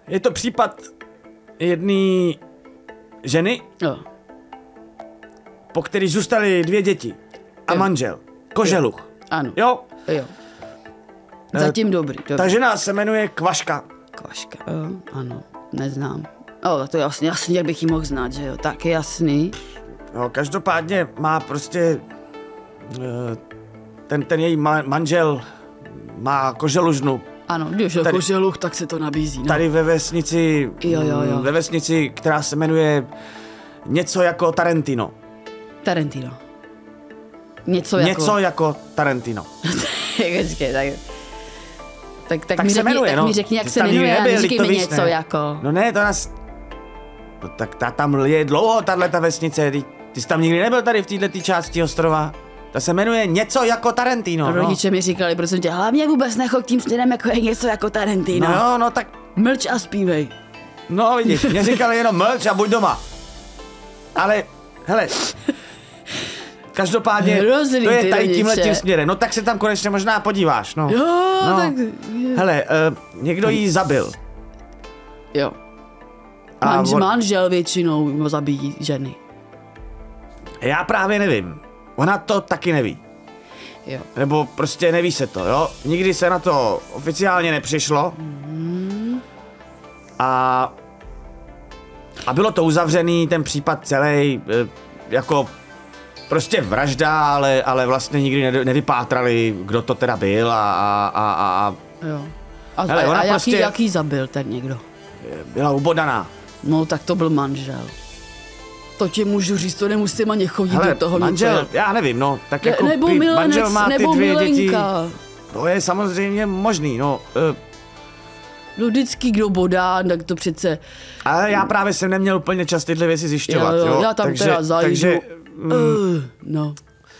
Speaker 2: je to případ jedné ženy,
Speaker 3: Jo.
Speaker 2: po který zůstaly dvě děti a
Speaker 3: Jo.
Speaker 2: manžel, koželuch.
Speaker 3: Ano.
Speaker 2: Jo?
Speaker 3: Jo. Zatím dobrý. dobrý.
Speaker 2: Ta žena se jmenuje Kvaška.
Speaker 3: Kvaška, jo, ano, neznám. O, to je jasný, jasný, jak bych ji mohl znát, že jo, tak je jasný.
Speaker 2: Jo, každopádně má prostě eh, ten, ten její ma- manžel má koželužnu.
Speaker 3: Ano, když je
Speaker 2: Tady-
Speaker 3: koželuch, tak se to nabízí, no.
Speaker 2: Tady ve vesnici,
Speaker 3: Jo, jo, jo.
Speaker 2: ve vesnici, která se jmenuje něco jako Tarantino.
Speaker 3: Tarantino. Něco jako...
Speaker 2: Něco jako Tarantino.
Speaker 3: Počkej, tak... Tak, tak,
Speaker 2: Tak
Speaker 3: mi
Speaker 2: se
Speaker 3: řekni,
Speaker 2: jmenuje,
Speaker 3: tak
Speaker 2: no.
Speaker 3: mi řekni, jak
Speaker 2: Ty
Speaker 3: se
Speaker 2: tam nikdy
Speaker 3: jmenuje, a
Speaker 2: nebyl,
Speaker 3: neříkej
Speaker 2: to
Speaker 3: mi
Speaker 2: víš,
Speaker 3: něco
Speaker 2: ne?
Speaker 3: jako...
Speaker 2: No ne, to nás... No tak ta tam je dlouho, tato vesnice. Ty, ty jsi tam nikdy nebyl tady v této části ostrova. Ta se jmenuje něco jako Tarantino. No.
Speaker 3: Rodiče mi říkali, prosím tě, hlavně vůbec nechoď tím směrem, jako je něco jako Tarantino.
Speaker 2: No jo, no tak...
Speaker 3: Mlč a zpívej.
Speaker 2: No vidíš, mě říkali jenom mlč a buď doma. Ale, hele... Každopádně,
Speaker 3: Hrozný
Speaker 2: to je
Speaker 3: ty
Speaker 2: tady
Speaker 3: rodiče.
Speaker 2: tímhle tím směrem. No tak se tam konečně možná podíváš, no.
Speaker 3: Jo,
Speaker 2: no.
Speaker 3: tak...
Speaker 2: Hele, uh, někdo jí zabil.
Speaker 3: Jo.
Speaker 2: A
Speaker 3: Manž,
Speaker 2: on-
Speaker 3: manžel většinou zabíjí ženy.
Speaker 2: Já právě nevím. Ona to taky neví.
Speaker 3: Jo.
Speaker 2: Nebo prostě neví se to, jo? Nikdy se na to oficiálně nepřišlo. A... A bylo to uzavřený, ten případ celý jako prostě vražda, ale, ale vlastně nikdy ne, nevypátrali, kdo to teda byl a... a, a, a
Speaker 3: Jo. A,
Speaker 2: Hele,
Speaker 3: a,
Speaker 2: ona
Speaker 3: a jaký,
Speaker 2: prostě-
Speaker 3: jaký zabil ten někdo?
Speaker 2: byla ubodaná.
Speaker 3: No, tak to byl manžel. To ti můžu říct, to nemusím ani chodit
Speaker 2: Hele,
Speaker 3: do toho
Speaker 2: manžel,
Speaker 3: něco.
Speaker 2: já nevím, no, tak
Speaker 3: Ne,
Speaker 2: jako
Speaker 3: nebo
Speaker 2: prý
Speaker 3: milenec,
Speaker 2: manžel má ty
Speaker 3: nebo
Speaker 2: dvě děti.
Speaker 3: milenka.
Speaker 2: To je samozřejmě možný, no. Uh,
Speaker 3: No vždycky kdo bodá, tak to přece...
Speaker 2: ale já právě jsem neměl úplně čas tyhle věci zjišťovat,
Speaker 3: Jo,
Speaker 2: jo.
Speaker 3: jo, já tam
Speaker 2: takže,
Speaker 3: teda zajdu.
Speaker 2: takže, mm,
Speaker 3: Uh, no.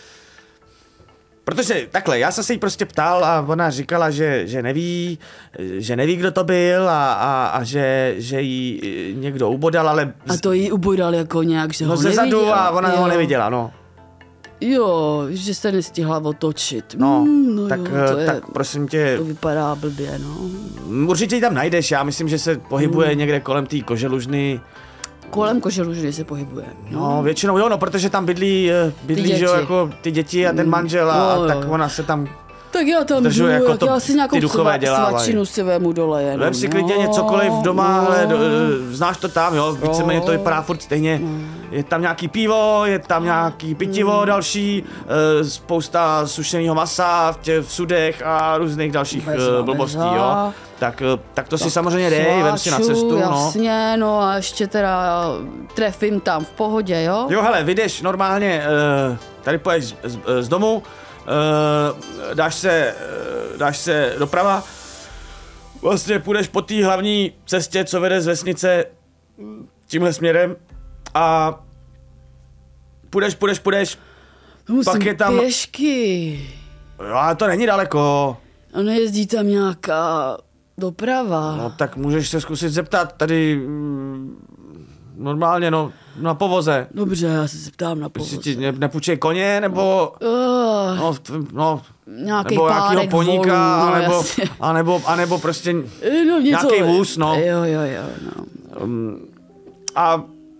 Speaker 2: protože takhle, já jsem se jí prostě ptal a ona říkala, že, že neví, že neví, kdo to byl a, a, a že, že jí někdo ubodal, ale
Speaker 3: A to jí ubodal jako nějak, že
Speaker 2: no
Speaker 3: ho
Speaker 2: zezadu
Speaker 3: neviděl.
Speaker 2: a ona
Speaker 3: jo.
Speaker 2: ho neviděla, no.
Speaker 3: Jo, že se nestihla otočit.
Speaker 2: No,
Speaker 3: mm, no
Speaker 2: tak,
Speaker 3: jo, to, je,
Speaker 2: tak prosím tě,
Speaker 3: to vypadá blbě, no.
Speaker 2: určitě ji tam najdeš, já myslím, že se pohybuje
Speaker 3: Hmm.
Speaker 2: někde kolem té koželužny.
Speaker 3: Kolem koželužny se pohybuje.
Speaker 2: No, většinou jo, no, protože tam bydlí, eh, bydlí
Speaker 3: Ty
Speaker 2: že jo,
Speaker 3: děti.
Speaker 2: jako ty děti a ten manžel a
Speaker 3: Jo, jo.
Speaker 2: tak ona se tam...
Speaker 3: Tak já tam
Speaker 2: Zdržuje,
Speaker 3: jdu,
Speaker 2: jako
Speaker 3: jak
Speaker 2: to
Speaker 3: já si nějakou
Speaker 2: ty duchové
Speaker 3: sva,
Speaker 2: dělávají.
Speaker 3: svačinu si vemu dole jenom.
Speaker 2: Vem si klidně ně cokoliv doma,
Speaker 3: no.
Speaker 2: hele, do, eh, znáš to tam, jo, víceméně to vypadá furt stejně. Je tam nějaký pivo, je tam nějaký pitivo
Speaker 3: Mm.
Speaker 2: další, eh, spousta sušeného masa v, tě, v sudech a různých dalších
Speaker 3: Bez
Speaker 2: eh, blbostí,
Speaker 3: babeza.
Speaker 2: jo. Tak, eh, tak to si samozřejmě dej, vem si na
Speaker 3: Svaču,
Speaker 2: cestu, no.
Speaker 3: jasně, no a ještě teda trefím tam v pohodě, jo?
Speaker 2: Jo, hele, vyjdeš normálně, uh, tady poješ z, z, z domu, uh, dáš se, uh, dáš se doprava, vlastně půjdeš po té hlavní cestě, co vede z vesnice tímhle směrem a půjdeš, půjdeš, půjdeš,
Speaker 3: Musím
Speaker 2: pak je tam-
Speaker 3: pěšky.
Speaker 2: jo, ale to není daleko,
Speaker 3: A nejezdí tam nějaká doprava.
Speaker 2: no tak můžeš se zkusit zeptat tady mm, normálně, no, na povoze.
Speaker 3: Dobře, já se zeptám na
Speaker 2: Si
Speaker 3: povoz.
Speaker 2: ti ne, nepůjčej koně, nebo,
Speaker 3: Uh,
Speaker 2: no, t- no,
Speaker 3: nějaký
Speaker 2: nebo nějakýho
Speaker 3: párek
Speaker 2: poníka,
Speaker 3: volů, no,
Speaker 2: anebo,
Speaker 3: jasně.
Speaker 2: anebo, anebo prostě
Speaker 3: No, něco,
Speaker 2: nějaký vůz, no.
Speaker 3: Jo, jo, jo, no.
Speaker 2: Um, a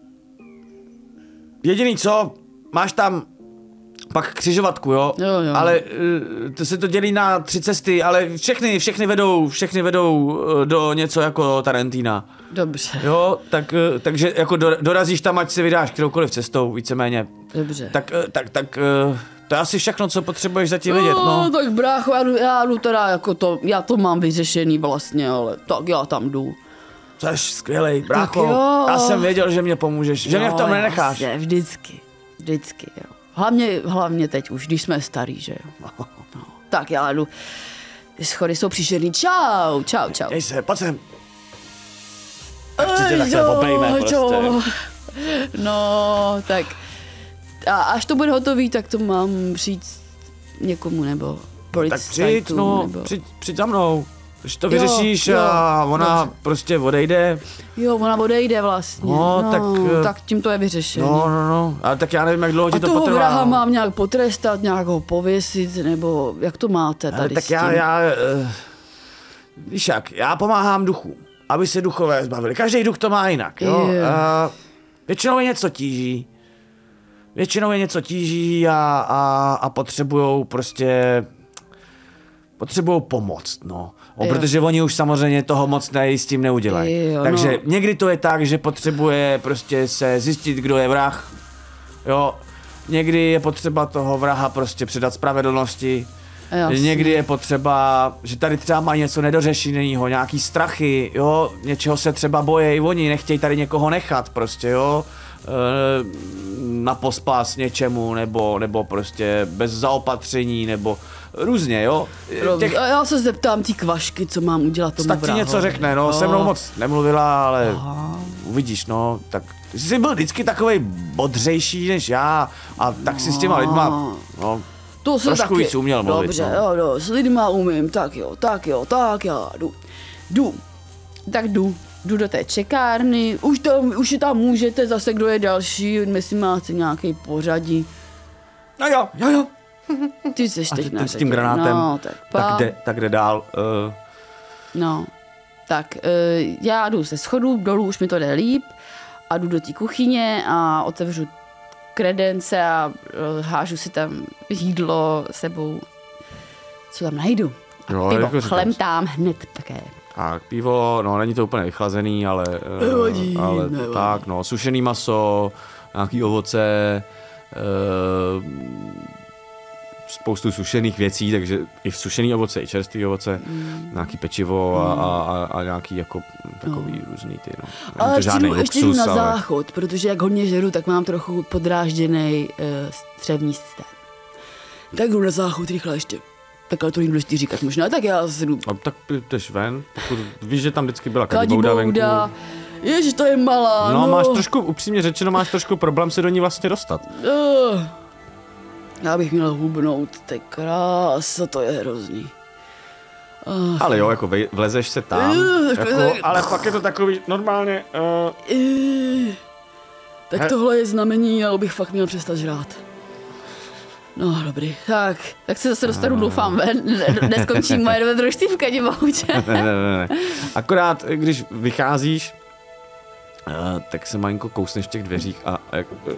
Speaker 2: jediný co, máš tam pak křižovatku, jo,
Speaker 3: Jo, jo.
Speaker 2: ale uh, to se to dělí na tři cesty, ale všechny, všechny vedou, všechny vedou uh, do něco jako Tarantina.
Speaker 3: Dobře,
Speaker 2: Jo, tak, uh, takže jako do, dorazíš tam, ať se vydáš kteroukoliv cestou, víceméně.
Speaker 3: dobře.
Speaker 2: Tak, uh, tak, tak, uh, to je asi všechno, co potřebuješ zatím vědět, no.
Speaker 3: tak brácho, já jdu, já jdu teda jako to, já to mám vyřešený vlastně, ale tak já tam jdu.
Speaker 2: To je skvělej, brácho.
Speaker 3: jo.
Speaker 2: Já jsem věděl, že mě pomůžeš, že mě v tom
Speaker 3: Jo,
Speaker 2: nenecháš.
Speaker 3: jasně, vždycky, vždycky, jo. Hlavně, hlavně teď už, když jsme starý, že jo. No. Tak já jdu. Ty schody jsou příšerný. Čau, čau, čau.
Speaker 2: Dej se, pojď sem. Ještě tě takhle obejme prostě.
Speaker 3: jo. No, tak. A až to bude hotový, tak to mám přijít někomu, nebo
Speaker 2: Tak
Speaker 3: policajtům,
Speaker 2: přijď, no,
Speaker 3: nebo...
Speaker 2: přijď, přijď za mnou. Když to
Speaker 3: Jo,
Speaker 2: vyřešíš
Speaker 3: jo,
Speaker 2: a ona
Speaker 3: dobře.
Speaker 2: prostě odejde.
Speaker 3: Jo, ona odejde vlastně.
Speaker 2: No,
Speaker 3: No,
Speaker 2: tak, eh,
Speaker 3: tak tím to je vyřešené.
Speaker 2: No, no, no. Ale tak já nevím, jak dlouho
Speaker 3: A
Speaker 2: ti to
Speaker 3: toho
Speaker 2: potrvá.
Speaker 3: vraha
Speaker 2: no.
Speaker 3: mám nějak potrestat, nějak ho pověsit, nebo jak to máte
Speaker 2: Ale
Speaker 3: tady
Speaker 2: tak
Speaker 3: s
Speaker 2: já,
Speaker 3: tím?
Speaker 2: já, uh, víš jak, já pomáhám duchům. aby se duchové zbavili. Každý duch to má jinak, jo.
Speaker 3: Yeah.
Speaker 2: A většinou je něco tíží. Většinou je něco tíží a, a, a potřebujou prostě... Potřebujou pomoc, no. O, protože oni už samozřejmě toho moc ne, s tím neudělají.
Speaker 3: Jo,
Speaker 2: Takže
Speaker 3: no.
Speaker 2: někdy to je tak, že potřebuje prostě se zjistit, kdo je vrah. Jo. Někdy je potřeba toho vraha prostě předat spravedlnosti.
Speaker 3: Jasně.
Speaker 2: Někdy je potřeba, že tady třeba mají něco nedořešeného, nějaký strachy, jo, něčeho se třeba bojí oni, nechtějí tady někoho nechat prostě, jo, e, na pospas něčemu, nebo, nebo prostě bez zaopatření, nebo různě, jo.
Speaker 3: Těch... A já se zeptám té kvašky, co mám udělat tomu
Speaker 2: tak ti
Speaker 3: vrahovi.
Speaker 2: něco řekne, no,
Speaker 3: no.
Speaker 2: se mnou moc nemluvila, ale
Speaker 3: Aha.
Speaker 2: uvidíš, no, tak jsi byl vždycky takovej bodřejší než já a tak si s těma lidma, no,
Speaker 3: To se
Speaker 2: trošku
Speaker 3: taky.
Speaker 2: víc uměl mluvit,
Speaker 3: Dobře,
Speaker 2: no.
Speaker 3: jo, jo, s lidma umím, tak jo, tak jo, tak já jdu. Jdu. Tak jdu. Jdu do té čekárny, už tam, už je tam můžete zase, kdo je další, myslím, máte nějaký pořadí.
Speaker 2: No jo, jo, jo.
Speaker 3: Ty seš
Speaker 2: A
Speaker 3: teď
Speaker 2: teď
Speaker 3: na
Speaker 2: s tím
Speaker 3: řadě.
Speaker 2: granátem,
Speaker 3: No, tak,
Speaker 2: tak,
Speaker 3: pa.
Speaker 2: jde, tak jde dál. Uh,
Speaker 3: No, tak uh, já jdu ze schodů dolů, už mi to jde líp a jdu do té kuchyně a otevřu kredence a uh, hážu si tam jídlo sebou, co tam najdu. A
Speaker 2: Jo,
Speaker 3: pivo
Speaker 2: jako říkáš.
Speaker 3: chlemtám hned také.
Speaker 2: tak pivo, no není to úplně vychlazený, ale, uh,
Speaker 3: Nevadí,
Speaker 2: ale
Speaker 3: nevadí.
Speaker 2: tak, no, sušený maso, nějaký ovoce, uh, spoustu sušených věcí, takže i sušený ovoce, i čerstvý ovoce, mm. nějaký pečivo a, a, a, a nějaký jako takový no. různý ty, no. Není
Speaker 3: Ale
Speaker 2: to
Speaker 3: ještě
Speaker 2: žádný
Speaker 3: jdu, ještě jdu
Speaker 2: luxus,
Speaker 3: na
Speaker 2: ale...
Speaker 3: záchod, protože jak hodně žeru, tak mám trochu podrážděný uh, střevní systém. Tak jdu na záchod rychle ještě. Tak ale to není důležitý říkat možná, tak já se jdu.
Speaker 2: A tak jdeš ven, pokud víš, že tam vždycky byla kadibouda venku.
Speaker 3: Ježiš, to je malá,
Speaker 2: No,
Speaker 3: no.
Speaker 2: máš trošku, upřímně řečeno, máš trošku problém se do ní vlastně dostat.
Speaker 3: Uh, já bych měl hubnout, to je krása, to je hrozný. Uh,
Speaker 2: Ale jo, jako vej, vlezeš se tam,
Speaker 3: Uh,
Speaker 2: jako,
Speaker 3: tak-
Speaker 2: ale pak je to takový normálně... Uh,
Speaker 3: uh, tak
Speaker 2: He-
Speaker 3: tohle je znamení, já bych fakt měl přestat žrát. No, dobrý. Tak, tak se zase dostanu, doufám, ven. Ne- Neskončí moje dobrodružství v kadiboutě.
Speaker 2: ne, ne, ne, ne. Akorát, když vycházíš, uh, tak se malinko kousneš v těch dveřích a, a jako, uh,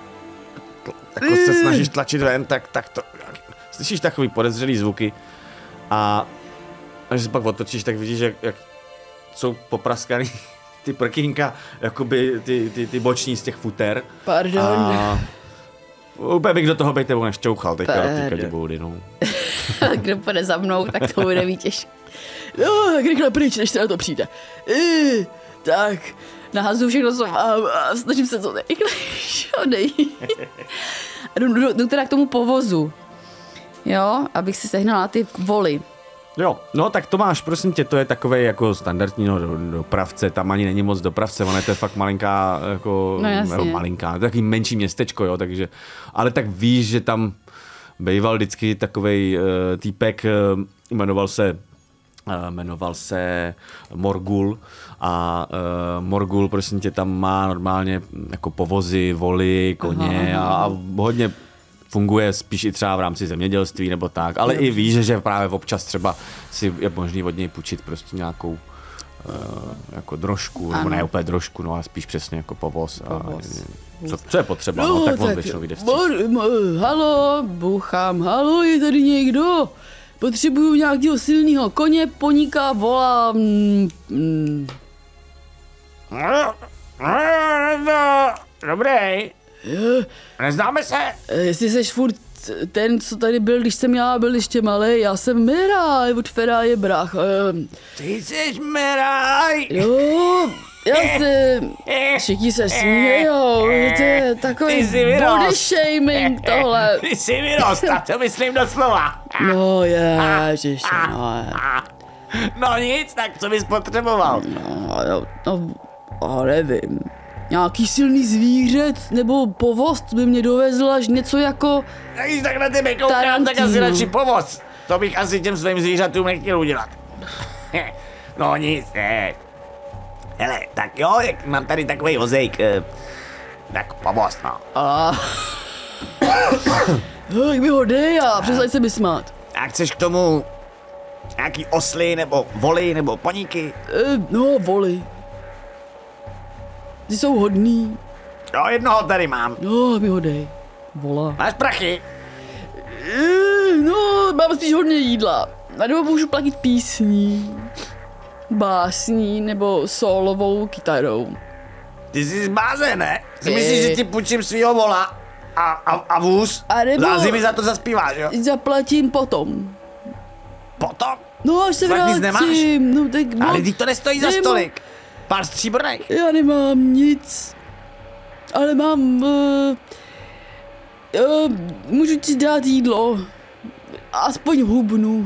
Speaker 2: jako se snažíš tlačit ven, tak, tak to... Slyšíš takový podezřelý zvuky a až se pak otočíš, tak vidíš, jak, jak jsou popraskaný ty prkínka, jakoby ty, ty, ty boční z těch futer.
Speaker 3: Pardon.
Speaker 2: A úplně bych do toho být tebou nešťouchal teďka do té
Speaker 3: Pardon.
Speaker 2: kadiboudy, no.
Speaker 3: Kdo půjde za mnou, tak to bude mít těžké. No, tak rychle pryč, než se na to přijde. I, tak, nahazuju všechno, co mám a snažím se to nejrychlejší odejít. A jdu, jdu, jdu teda k tomu povozu. Jo, abych si sehnala ty voly.
Speaker 2: Jo, no tak to máš, prosím tě, to je takovej jako standardní no, do, dopravce, tam ani není moc dopravce, ona je to fakt malinká, jako,
Speaker 3: No jasně.
Speaker 2: nebo malinká, to je takový menší městečko, jo, takže, ale tak víš, že tam býval vždycky takovej uh, týpek, uh, jmenoval se Uh, jmenoval se Morgul a uh, Morgul, prosím tě, tam má normálně jako povozy, voly, koně
Speaker 3: Aha,
Speaker 2: a, a hodně funguje spíš i třeba v rámci zemědělství nebo tak, ale i víš, že právě občas třeba si je možný od něj půjčit prostě nějakou uh, jako drožku, nebo ne úplně drožku, no a spíš přesně jako povoz.
Speaker 3: Povoz.
Speaker 2: A, co, co je potřeba, no, no tak on většinou vyjde vstříc.
Speaker 3: mor, mor, halo, bouchám, halo, je tady někdo? Potřebuju nějakého silného koně, poníka, volám. Mm,
Speaker 2: Dobrý,
Speaker 3: je,
Speaker 2: neznáme se?
Speaker 3: eh, jestli seš furt ten, co tady byl, když jsem já byl ještě malý, já jsem Miraj, od Fera je brach. Eh,
Speaker 2: Ty jsi Miraj.
Speaker 3: jo, já jsem, všichni se smějou, to je takový
Speaker 2: Ty jsi vyrost.
Speaker 3: body shaming tohle.
Speaker 2: Ty jsi vyrost, a to myslím doslova.
Speaker 3: No ježiš, no je.
Speaker 2: No nic, tak co bys potřeboval?
Speaker 3: No, jo, no, a nevím. Nějaký silný zvířec nebo povoz by mě dovezl až něco jako...
Speaker 2: Když tak na tebe koukám, tak
Speaker 3: Tarantino.
Speaker 2: asi radši povoz. To bych asi těm svým zvířatům nechtěl udělat. No nic, ne. Hele, tak jo, jak mám tady takový vozejk, eh, tak povoz, no.
Speaker 3: A... Jak mi ho dej a přestaň se mi smát.
Speaker 2: A chceš k tomu Nějaký osly, nebo voly, nebo poníky?
Speaker 3: E, no, voly. Ty jsou hodný.
Speaker 2: Jo, jednoho tady mám.
Speaker 3: No, mi ho dej. Vola.
Speaker 2: Máš prachy?
Speaker 3: E, no, mám spíš hodně jídla. A nebo můžu platit písní, básní nebo solovou kytarou.
Speaker 2: Ty jsi zbázen, ne? Ty
Speaker 3: Je.
Speaker 2: myslíš, že ti půjčím svýho vola a, a, a vůz?
Speaker 3: A nebo-
Speaker 2: A zimy za to zaspíváš, jo?
Speaker 3: Zaplatím potom.
Speaker 2: Potom?
Speaker 3: No, až se
Speaker 2: Fakt nic
Speaker 3: vrátím. No, tak no,
Speaker 2: Ale teď to nestojí za
Speaker 3: Nebo-
Speaker 2: stolik. Pár stříbrnek.
Speaker 3: já nemám nic. Ale mám... Uh, uh, můžu ti dát jídlo. Aspoň hubnu.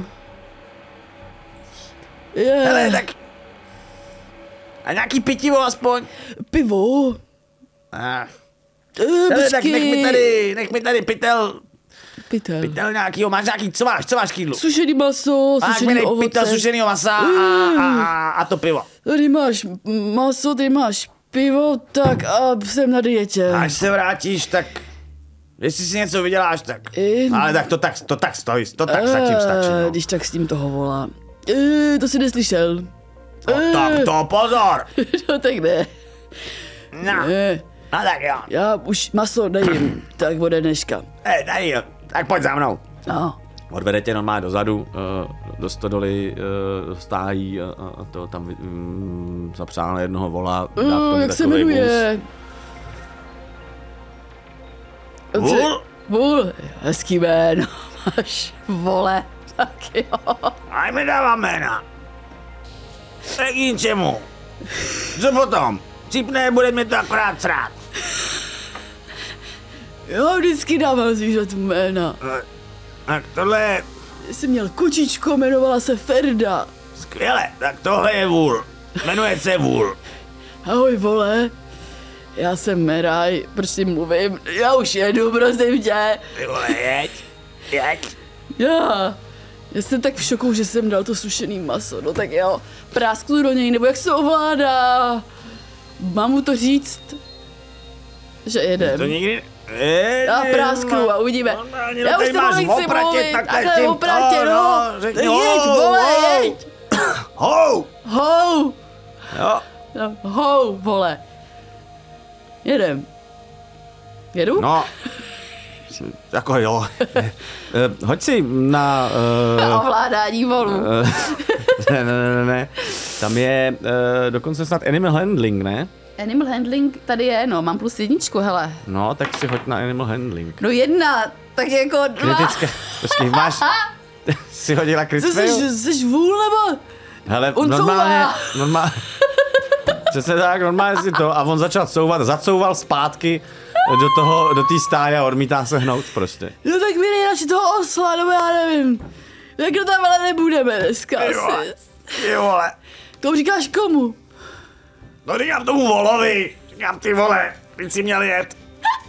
Speaker 3: Je.
Speaker 2: Hele, tak... A nějaký pitivo aspoň.
Speaker 3: Pivo.
Speaker 2: Ah.
Speaker 3: Uh,
Speaker 2: Hele, tak nech mi tady, nech mi tady pytel,
Speaker 3: Pytel.
Speaker 2: pytel nějakýho, máš nějaký, co máš, co máš k jídlu?
Speaker 3: Sušený maso,
Speaker 2: Máš mi
Speaker 3: sušený
Speaker 2: dej
Speaker 3: ovoce.
Speaker 2: pytel sušenýho masa a, a, a to pivo.
Speaker 3: Tady máš maso, tady máš pivo, tak a jsem na dietě.
Speaker 2: Až se vrátíš, tak jestli si něco vyděláš, tak...
Speaker 3: I-
Speaker 2: Ale tak to tak, to tak stojí, to tak zatím stačí,
Speaker 3: Eh,
Speaker 2: no.
Speaker 3: Když tak s tím toho volá. E, to si neslyšel.
Speaker 2: No tak to pozor.
Speaker 3: No tak ne.
Speaker 2: No,
Speaker 3: ne.
Speaker 2: no tak jo.
Speaker 3: Já už maso nejím, tak ode dneška.
Speaker 2: Hej, tady jo, tak pojď za mnou.
Speaker 3: No.
Speaker 2: Odvede tě normálně dozadu, uh, do stodoly, uh, do stájí a, a to tam um, zapřál jednoho vola. dá k tomu
Speaker 3: Uh, jak se
Speaker 2: takovej
Speaker 3: jmenuje?
Speaker 2: vůz. Vůl?
Speaker 3: Vůl. Hezký jméno. Máš vole. Tak jo.
Speaker 2: Aj mi dává jména. Tak ničemu. Co potom? Cípne, bude mě to akorát srát.
Speaker 3: Jo, vždycky dávám zvířatům jména.
Speaker 2: Eh, Tak tohle je
Speaker 3: Jsem měl kočičko, jmenovala se Ferda.
Speaker 2: skvěle, tak tohle je vůl. Jmenuje se vůl.
Speaker 3: Ahoj, vole. Já jsem Meraj, proč si mluvím? Já už jedu, prosím tě.
Speaker 2: Ty vole, jeď, jeď.
Speaker 3: Já. Já jsem tak v šoku, že jsem dal to sušený maso. No tak jo, prásknu do něj, nebo jak se ovládá. Mám mu to říct, že jedem.
Speaker 2: To nikdy... Jeď,
Speaker 3: Já prásknu a uvidíme.
Speaker 2: normálně, no
Speaker 3: Já už
Speaker 2: tady
Speaker 3: se
Speaker 2: máš
Speaker 3: nechci
Speaker 2: opratě,
Speaker 3: mluvit.
Speaker 2: takhle
Speaker 3: Takhle
Speaker 2: tím,
Speaker 3: opratě,
Speaker 2: to,
Speaker 3: no.
Speaker 2: no, řekni,
Speaker 3: Tak jeď,
Speaker 2: hou,
Speaker 3: vole,
Speaker 2: hou.
Speaker 3: jeď.
Speaker 2: Hou!
Speaker 3: Hou.
Speaker 2: Jo.
Speaker 3: No, hou, vole. Jedem. Jedu?
Speaker 2: No, jako jo. Eh, Hoď si na...
Speaker 3: Na
Speaker 2: Uh,
Speaker 3: ovládání volů.
Speaker 2: ne, ne, ne, ne. Tam je uh, dokonce snad animal handling, ne?
Speaker 3: Animal handling tady je, no, mám plus jedničku, hele.
Speaker 2: No, tak si hoď na animal handling.
Speaker 3: No jedna, tak jako dva.
Speaker 2: Kritické. Počkej, máš... Jsi hodila
Speaker 3: Co
Speaker 2: kritické?
Speaker 3: jsi, jsi vůl nebo?
Speaker 2: Hele,
Speaker 3: On
Speaker 2: normálně...
Speaker 3: couvá.
Speaker 2: Normálně... Přesně tak, normálně si to. A on začal couvat, zacouval zpátky do toho, do té stáje a odmítá se hnout prostě.
Speaker 3: No tak mi nejradši toho osla, nebo já nevím. Jak to tam ale nebudeme dneska
Speaker 2: Ty vole.
Speaker 3: asi.
Speaker 2: Ty vole.
Speaker 3: To říkáš komu?
Speaker 2: No říkám tomu volovi. Říkám ty vole, ty jsi měl jet.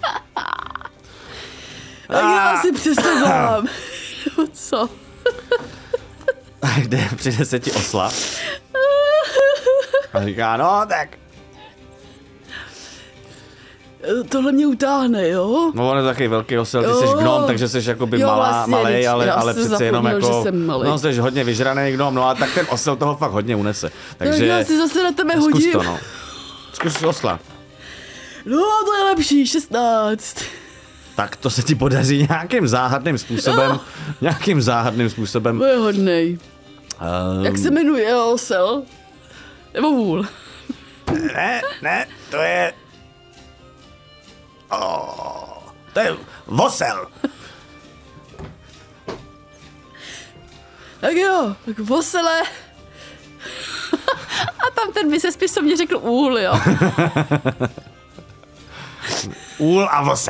Speaker 3: Tak já si přesedám. Nebo co?
Speaker 2: A kde přinese ti osla? A říká, no tak.
Speaker 3: Tohle mě utáhne, jo?
Speaker 2: No on je taky velký osel, ty
Speaker 3: Jo.
Speaker 2: jsi gnom, takže jsi jakoby
Speaker 3: Jo,
Speaker 2: malá,
Speaker 3: vlastně,
Speaker 2: malej,
Speaker 3: vždyť
Speaker 2: ale,
Speaker 3: já
Speaker 2: ale
Speaker 3: jsem
Speaker 2: přece jenom
Speaker 3: zapomněl,
Speaker 2: jako,
Speaker 3: že jsem malej.
Speaker 2: no jsi hodně vyžraný gnom, no a tak ten osel toho fakt hodně unese.
Speaker 3: Tak
Speaker 2: Takže
Speaker 3: já si zase na tebe
Speaker 2: zkus
Speaker 3: hodím.
Speaker 2: to, no. Zkus osla.
Speaker 3: No, to je lepší, šestnáct.
Speaker 2: Tak to se ti podaří nějakým záhadným způsobem,
Speaker 3: Jo.
Speaker 2: nějakým záhadným způsobem.
Speaker 3: To je hodnej.
Speaker 2: Um,
Speaker 3: Jak se jmenuje osel? Nebo vůl?
Speaker 2: Ne, ne, to je... Oh, to je vosel.
Speaker 3: Tak jo, tak vosele. A tam ten vysespis, co mě řekl úl, jo.
Speaker 2: Úl a vosel.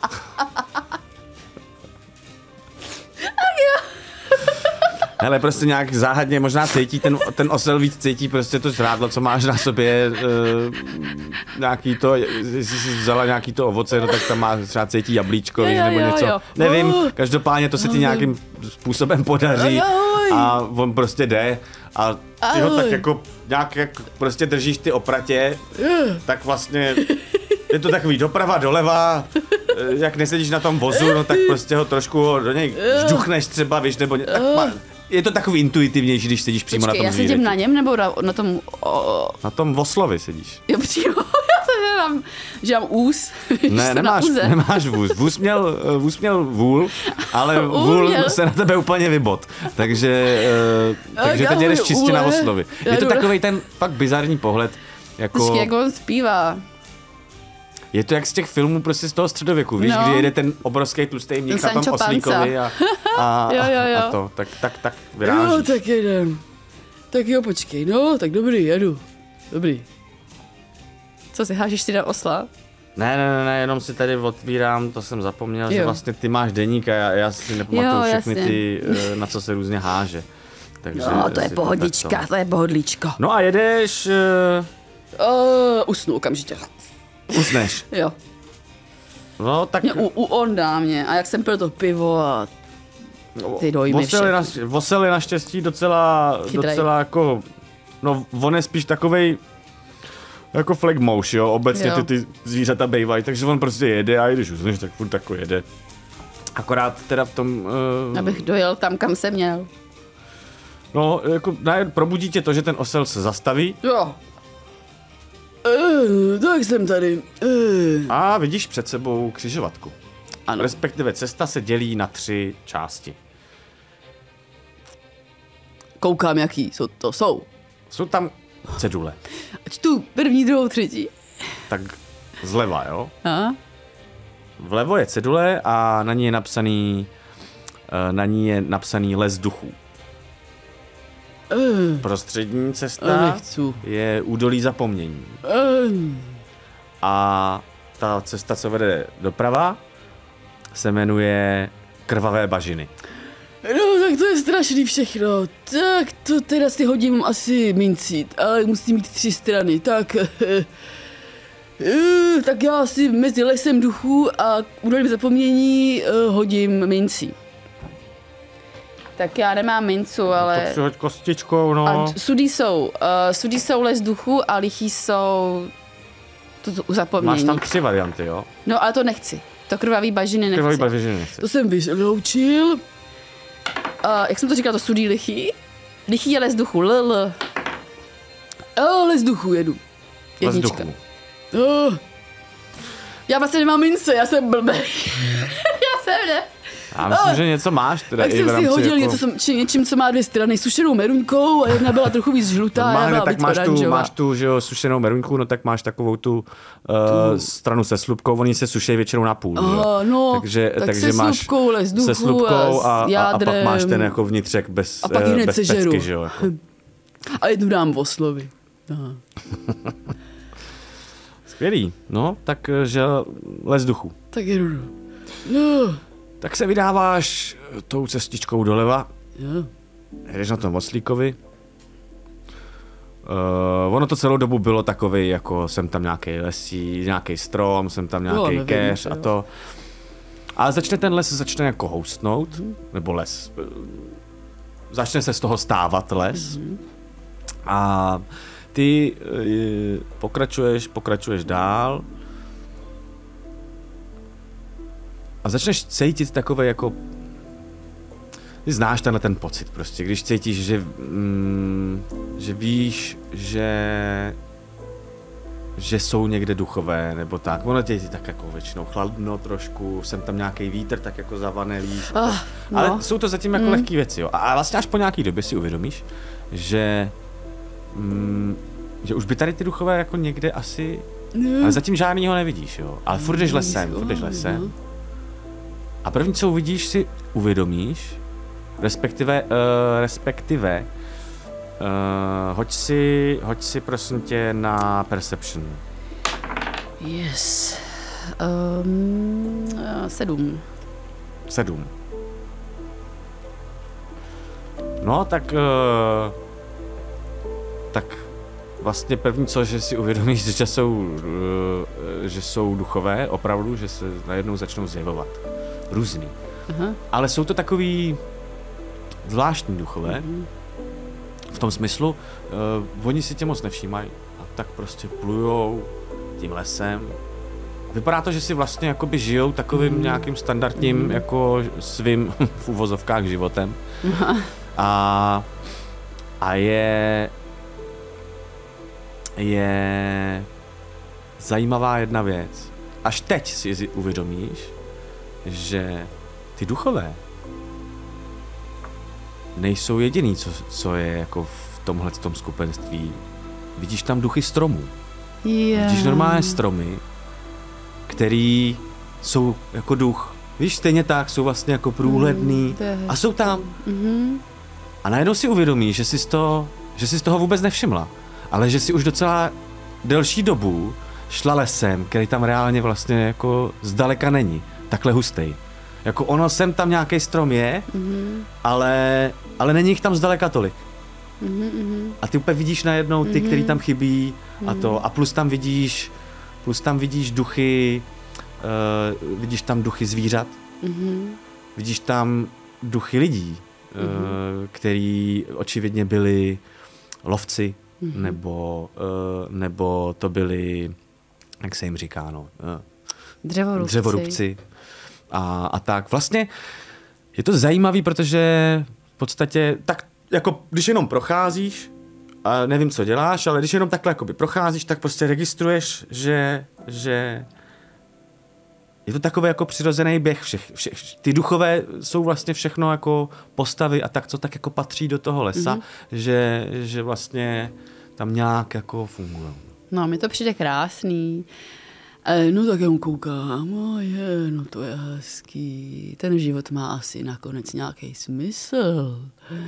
Speaker 2: Hele, prostě nějak záhadně možná cítí, ten, ten osel víc cítí prostě to žrádlo, co máš na sobě, uh, nějaký to, jestli jsi vzala nějaký to ovoce, no tak tam má třeba cítí jablíčko,
Speaker 3: Jo,
Speaker 2: víš,
Speaker 3: jo,
Speaker 2: nebo
Speaker 3: jo,
Speaker 2: něco,
Speaker 3: jo.
Speaker 2: nevím,
Speaker 3: Uh.
Speaker 2: každopádně to se ti nějakým způsobem podaří
Speaker 3: Ahoj.
Speaker 2: a on prostě jde a ty ho tak
Speaker 3: Ahoj.
Speaker 2: jako nějak jak prostě držíš ty opratě,
Speaker 3: Je.
Speaker 2: tak vlastně je to takový doprava, doleva, jak nesedíš na tom vozu, no tak prostě ho trošku do něj žduchneš třeba, víš, nebo ně, tak ma, je to takový intuitivnější, když sedíš přímo
Speaker 3: Počkej,
Speaker 2: na tom
Speaker 3: já
Speaker 2: zvířeti.
Speaker 3: sedím na něm nebo na, na tom... O...
Speaker 2: Na tom voslovi sedíš.
Speaker 3: Jo, přímo. Já jsem, že mám, že mám ús.
Speaker 2: Ne, nemáš, nemáš vůz. Vůz měl, vůz měl vůl, ale vůl
Speaker 3: měl.
Speaker 2: se na tebe úplně vybod. Takže, uh, takže teď jedeš čistě na voslovi. Je to takovej ten fakt bizarní pohled. Jako...
Speaker 3: Počkej, jak on zpívá.
Speaker 2: Je to jak z těch filmů prostě z toho středověku, víš,
Speaker 3: No.
Speaker 2: kdy jede ten obrovský tlustý mník na tom
Speaker 3: Sancho
Speaker 2: oslíkovi a, a,
Speaker 3: Jo, jo, jo.
Speaker 2: a to, tak, tak, tak vyráží.
Speaker 3: Jo, tak jedem. Tak jo, počkej, no, tak dobrý, jedu. Dobrý. Co si hážeš si na osla?
Speaker 2: Ne, ne, ne, ne, jenom si tady otvírám, to jsem zapomněl, jo. Že vlastně ty máš deník a já, já si nepamatuju
Speaker 3: Jo,
Speaker 2: všechny
Speaker 3: jasně.
Speaker 2: ty, eh, na co se různě háže. Takže
Speaker 3: No, to je
Speaker 2: si
Speaker 3: pohodička,
Speaker 2: takto.
Speaker 3: to je pohodlíčko.
Speaker 2: No a jedeš, uh,
Speaker 3: Uh, usnu okamžitě.
Speaker 2: usneš.
Speaker 3: Jo.
Speaker 2: No tak
Speaker 3: Mě, u, u on dá mě. A jak jsem pil to pivo a ty dojmy
Speaker 2: Vosel je,
Speaker 3: všechny.
Speaker 2: na, Vosel je naštěstí docela,
Speaker 3: Chytrej.
Speaker 2: docela jako, no on je spíš takovej jako flagmouš, jo, obecně
Speaker 3: Jo.
Speaker 2: ty, ty zvířata bejvají, takže on prostě jede a když uzneš, tak furt tako jede. Akorát teda v tom, uh,
Speaker 3: Abych dojel tam, kam jsem měl.
Speaker 2: no jako ne, probudí tě to, že ten osel se zastaví
Speaker 3: Jo. Uh, tak jsem tady. Uh.
Speaker 2: a vidíš před sebou křižovatku.
Speaker 3: Ano.
Speaker 2: Respektive cesta se dělí na tři části.
Speaker 3: Koukám, jaký jsou to jsou.
Speaker 2: Jsou tam cedule,
Speaker 3: Ať tu první, druhou, třetí.
Speaker 2: tak zleva, jo.
Speaker 3: A?
Speaker 2: Vlevo je cedule a na ní je napsaný, eh, na ní je napsaný les duchů.
Speaker 3: Uh.
Speaker 2: Prostřední
Speaker 3: A
Speaker 2: cesta
Speaker 3: nechci.
Speaker 2: je údolí zapomnění.
Speaker 3: Uh.
Speaker 2: A ta cesta, co vede doprava, se jmenuje Krvavé bažiny.
Speaker 3: No, tak to je strašný všechno. Tak to teda si hodím asi mincít, ale musím mít tři strany. Tak, eh, tak já si mezi lesem duchů a údolím zapomnění eh, hodím mincí. Tak já nemám mincu,
Speaker 2: To
Speaker 3: ale...
Speaker 2: přihoď kostičkou, no.
Speaker 3: A sudí jsou, uh, sudí jsou les duchů a lichý jsou to, to zapomnění.
Speaker 2: Máš tam tři varianty, jo?
Speaker 3: No, ale to nechci. To krvavý bažiny nechci.
Speaker 2: Krvavý bažiny nechci.
Speaker 3: To jsem vyloučil. Uh, jak jsem to říkal, to sudí lichý? Lichý je les duchu, l, l. Uh, les duchu jedu.
Speaker 2: Les
Speaker 3: Jednička.
Speaker 2: duchů.
Speaker 3: Uh. Já vlastně nemám mince, já jsem blbej. já jsem ne.
Speaker 2: Já myslím,
Speaker 3: Ah.
Speaker 2: že něco máš teda
Speaker 3: Tak
Speaker 2: i v
Speaker 3: jsem si
Speaker 2: rámci
Speaker 3: hodil
Speaker 2: jako...
Speaker 3: něco, jsem, či, něčím, co má dvě strany, sušenou meruňkou a jedna byla trochu víc žlutá a jedna
Speaker 2: Normálně,
Speaker 3: byla
Speaker 2: tak
Speaker 3: víc
Speaker 2: máš tu,
Speaker 3: oranžová.
Speaker 2: máš tu, že jo, sušenou meruňku, no tak máš takovou tu, uh, stranu se slupkou, oni se sušejí většinou na půl, že jo?
Speaker 3: Aha, no,
Speaker 2: takže,
Speaker 3: tak
Speaker 2: takže
Speaker 3: se
Speaker 2: máš
Speaker 3: slupkou, les duchů
Speaker 2: se slupkou
Speaker 3: a
Speaker 2: a,
Speaker 3: s
Speaker 2: a, a pak
Speaker 3: jádrem.
Speaker 2: máš ten jako vnitřek bez,
Speaker 3: A pak
Speaker 2: eh,
Speaker 3: hned
Speaker 2: bez
Speaker 3: sežeru.
Speaker 2: pecky, že jo? Jako.
Speaker 3: A jednu dám v oslovi. Aha.
Speaker 2: Skvělý, no, tak eh, že les duchů.
Speaker 3: Tak jedu. No,
Speaker 2: Tak se vydáváš tou cestičkou doleva,
Speaker 3: jo.
Speaker 2: jedeš na tom oslíkovi. Uh, ono to celou dobu bylo takový, jako jsem tam nějaký lesí, nějaký strom, jsem tam nějaký
Speaker 3: nevím,
Speaker 2: keř
Speaker 3: jo.
Speaker 2: a to. A začne ten les začne jako houstnout, nebo les. eh, Začne se z toho stávat les. Mm-hmm. A ty eh, pokračuješ, pokračuješ dál. A začneš cítit takový jako... Ty znáš tenhle ten pocit prostě, když cítíš, že, mm, že víš, že že jsou někde duchové, nebo tak. Ono tě je tak jako většinou chladno trošku, jsem tam nějaký vítr, tak jako zavané, víš.
Speaker 3: Ah, no.
Speaker 2: Ale jsou to zatím jako mm. lehký věci, jo. A vlastně až po nějaký době si uvědomíš, že mm, že už by tady ty duchové jako někde asi...
Speaker 3: No.
Speaker 2: Ale zatím žádnýho nevidíš, jo. Ale furt jdeš lesem, furt jdeš lesem. A první, co uvidíš, si uvědomíš, respektive, uh, respektive, uh, hoď si, hoď si prosím tě na Perception.
Speaker 3: Yes. Um, uh, sedm.
Speaker 2: Sedm. No, tak, uh, tak vlastně první co, že si uvědomíš, že jsou, uh, že jsou duchové, opravdu, že se najednou začnou zjevovat. Různý.
Speaker 3: Aha.
Speaker 2: Ale jsou to takový zvláštní duchové, mm-hmm. v tom smyslu, uh, oni si tě moc nevšímají a tak prostě plujou tím lesem. Vypadá to, že si vlastně jakoby žijou takovým mm. nějakým standardním mm. jako svým v uvozovkách životem. A, a je, je zajímavá jedna věc. Až teď si uvědomíš, že ty duchové nejsou jediný, co, co je jako v tomhle tom skupenství. Vidíš tam duchy stromů.
Speaker 3: Yeah.
Speaker 2: Vidíš normálně stromy, který jsou jako duch. Víš, stejně tak, jsou vlastně jako průhledný
Speaker 3: mm,
Speaker 2: a jsou tam.
Speaker 3: Mm-hmm.
Speaker 2: A najednou si uvědomíš, že jsi z toho, že jsi z toho vůbec nevšimla, ale že si už docela delší dobu šla lesem, který tam reálně vlastně jako zdaleka není, takhle hustej. Jako ono, sem tam nějaký strom je, mm-hmm. ale, ale není jich tam zdaleka tolik. Mm-hmm. A ty úplně vidíš najednou ty, mm-hmm. který tam chybí a to, a plus tam vidíš, plus tam vidíš duchy, uh, vidíš tam duchy zvířat, mm-hmm. vidíš tam duchy lidí, mm-hmm. uh, který očividně byli lovci, mm-hmm. nebo, uh, nebo to byli, jak se jim říká, no, uh,
Speaker 3: dřevorubci.
Speaker 2: dřevorubci. A, a tak. Vlastně je to zajímavý, protože v podstatě tak jako když jenom procházíš a nevím, co děláš, ale když jenom takhle jakoby procházíš, tak prostě registruješ, že, že je to takový jako přirozený běh všech, všech. Ty duchové jsou vlastně všechno jako postavy a tak, co tak jako patří do toho lesa, mm-hmm. že, že vlastně tam nějak jako fungují.
Speaker 3: No, mi to přijde krásný. No tak já koukám, no je, no to je hezký. Ten život má asi nakonec nějaký smysl.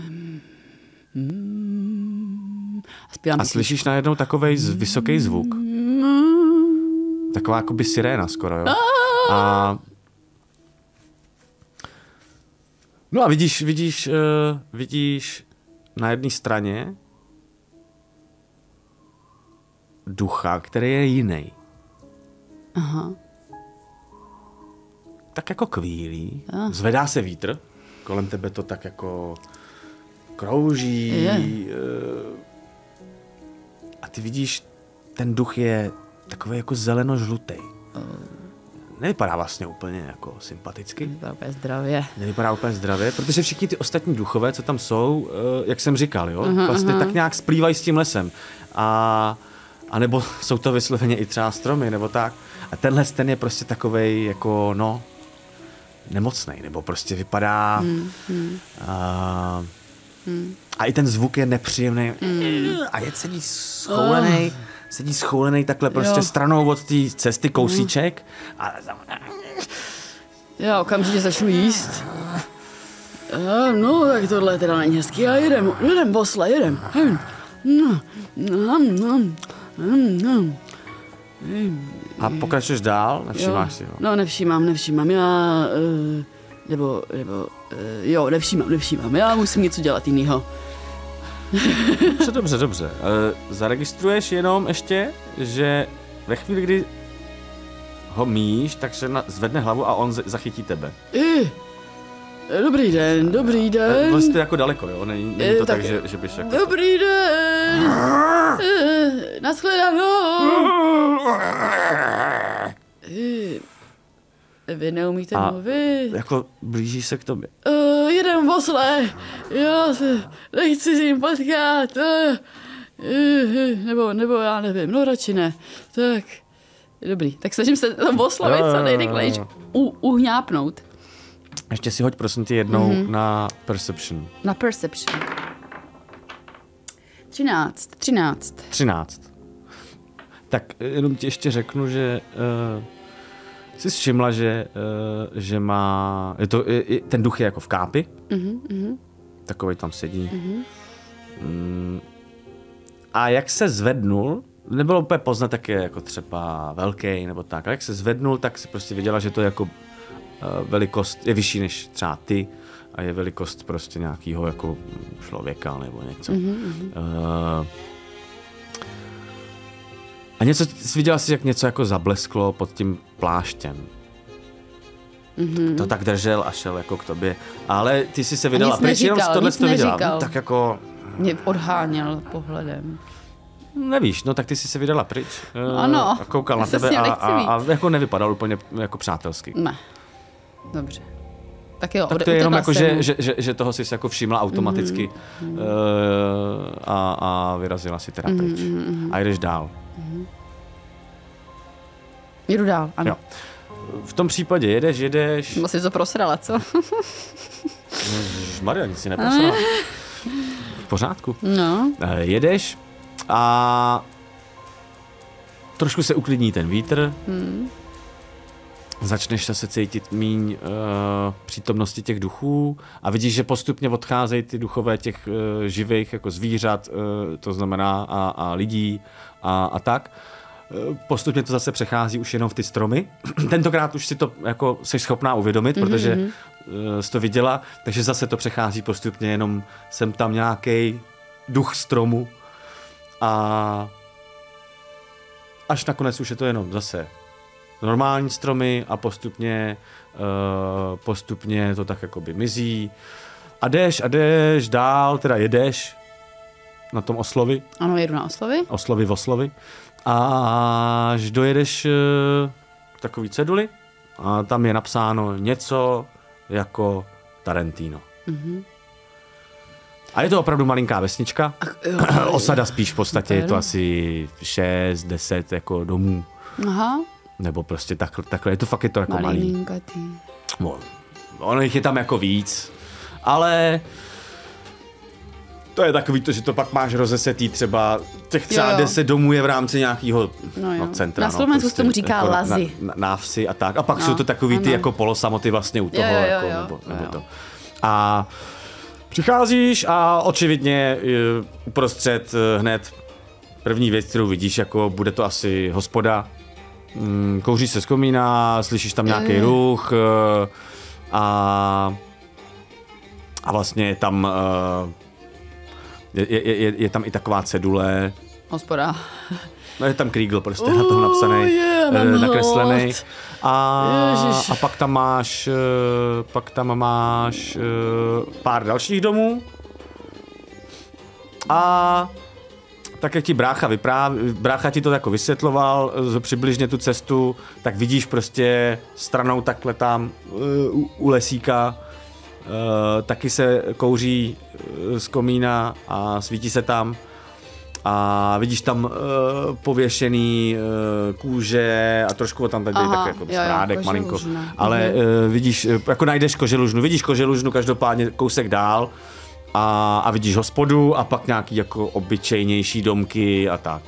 Speaker 3: Mm. A,
Speaker 2: a slyšíš najednou takovej z, vysoký zvuk. Taková jakoby siréna skoro, jo. A no a vidíš, vidíš, uh, vidíš na jedné straně ducha, který je jiný.
Speaker 3: Aha.
Speaker 2: Tak jako kvílí,
Speaker 3: ah.
Speaker 2: zvedá se vítr, kolem tebe to tak jako krouží
Speaker 3: je.
Speaker 2: A ty vidíš, ten duch je takový jako zeleno-žlutej. Oh. Nevypadá vlastně úplně jako sympaticky.
Speaker 3: Nevypadá úplně zdravě.
Speaker 2: Nevypadá úplně zdravě, protože všichni ty ostatní duchové, co tam jsou, jak jsem říkal, jo, uh-huh, vlastně uh-huh. tak nějak splývají s tím lesem. A, a nebo jsou to vysloveně i třeba stromy, nebo tak. A tenhle ten je prostě takovej jako, no, nemocnej, nebo prostě vypadá hmm, hmm. A, hmm. a i ten zvuk je nepříjemný hmm. a je sedí schoulenej, oh. sedí schoulenej takhle prostě jo. stranou od té cesty kousíček hmm. a
Speaker 3: já okamžitě začnu jíst. A, no, tak tohle teda není hezký, a jedem, jedem, bosle, jedem. No, no, no, no, no.
Speaker 2: A pokračuješ dál? Nevšímáš si ho?
Speaker 3: No, nevšímám, nevšímám. Já, uh, nebo, nebo, uh, jo, nevšímám, nevšímám. Já musím něco dělat jinýho.
Speaker 2: Dobře, dobře, dobře. Uh, zaregistruješ jenom ještě, že ve chvíli, kdy ho míjíš, tak se na, zvedne hlavu a on z, zachytí tebe.
Speaker 3: I, dobrý den, dobrý den.
Speaker 2: Uh, jste jako daleko, jo? Není, není to I, tak, tak že, že bys jako...
Speaker 3: Dobrý den. uh, Naschledanou. Vy neumíte a mluvit.
Speaker 2: Jako blíží se k tobě.
Speaker 3: Uh, jeden posle. Já se nechci s ním potkat. Uh, uh, nebo, nebo já nevím, no radši ne. Tak, dobrý. Tak snažím se tam oslovit co nejrychlejš. Uhňápnout.
Speaker 2: Ještě si hoď prosím tě jednou mm-hmm. na Perception.
Speaker 3: Na Perception. Třináct. Třináct.
Speaker 2: Třináct. Tak jenom ti ještě řeknu, že uh, jsi všimla, že, uh, že má, je to, je, ten duch je jako v kápi, mm-hmm. takovej tam sedí. Mm-hmm. Mm, a jak se zvednul, nebylo úplně poznat, jak je jako třeba velký nebo tak, ale jak se zvednul, tak si prostě věděla, že to je jako uh, velikost, je vyšší než třeba ty a je velikost prostě nějakého jako člověka nebo něco. Mm-hmm. Uh, A něco, viděla jsi, jak něco jako zablesklo pod tím pláštěm. Mm-hmm. To tak držel a šel jako k tobě. Ale ty jsi se vydala pryč, jenom tohle to viděla. No, tak jako...
Speaker 3: Mě odháněl pohledem.
Speaker 2: Nevíš, no tak ty jsi se vydala pryč.
Speaker 3: Ano.
Speaker 2: A koukal na tebe a, a, a jako nevypadal úplně jako přátelsky.
Speaker 3: Ne. Dobře. Tak jo,
Speaker 2: tak to je jenom jako, že, že, že, že toho jsi se jako všimla automaticky mm-hmm. uh, a, a vyrazila si teda pryč. Mm-hmm. A jdeš dál.
Speaker 3: Mm-hmm. Jdu dál, ano. Jo.
Speaker 2: V tom případě jedeš, jedeš...
Speaker 3: Jsem si to prosrala, co?
Speaker 2: Maria, nic si neprosrala. V pořádku.
Speaker 3: No.
Speaker 2: Uh, jedeš a trošku se uklidní ten vítr. Hmm. Začneš se cítit míň uh, přítomnosti těch duchů a vidíš, že postupně odcházejí ty duchové těch uh, živých jako zvířat, uh, to znamená a, a lidí a, a tak. Uh, postupně to zase přechází už jenom v ty stromy. Tentokrát už si to jako jsi schopná uvědomit, mm-hmm. protože uh, jsi to viděla, takže zase to přechází postupně jenom sem tam nějaký duch stromu a až nakonec už je to jenom zase normální stromy a postupně, uh, postupně to tak jakoby mizí. A jdeš a jdeš dál, teda jedeš na tom oslovi.
Speaker 3: Ano, jedu na oslovy.
Speaker 2: Oslovy v oslovy. A až dojedeš uh, k takový ceduli a tam je napsáno něco jako Tarantino. Mm-hmm. A je to opravdu malinká vesnička. Ach, jo, osada spíš v podstatě, je to asi šest, deset jako domů. Aha. Nebo prostě takhle, takhle, je to fakt je to jako malý. No, ono jich je tam jako víc, ale to je takový to, že to pak máš rozesetý třeba, těch třeba deset domů je v rámci nějakého no no, centra.
Speaker 3: Na Slovensku no, prostě, tomu říká jako lazy.
Speaker 2: Na, na, na vsi a tak. A pak no, jsou to takový ano. ty jako polosamoty vlastně u toho. Jo, jo, jako, jo, nebo, jo. Nebo to. A přicházíš a očividně uprostřed hned první věc, kterou vidíš, jako bude to asi hospoda. Kouří se z komína, slyšíš tam nějaký ruch a, a vlastně je tam je, je, je, je tam i taková cedule.
Speaker 3: Hospoda.
Speaker 2: No je tam Kriegel prostě uh, na tom napsaný, yeah, nakreslený. A, a pak tam máš pak tam máš pár dalších domů. A tak jak ti brácha vypráví, brácha ti to jako vysvětloval, přibližně tu cestu, tak vidíš prostě stranou takhle tam u, u lesíka, uh, taky se kouří z komína a svítí se tam a vidíš tam uh, pověšený uh, kůže a trošku tam tady tak jako sprádek malinko, ale uh, vidíš, jako najdeš koželužnu, vidíš koželužnu každopádně kousek dál. A, a vidíš hospodu a pak nějaký jako obyčejnější domky a tak.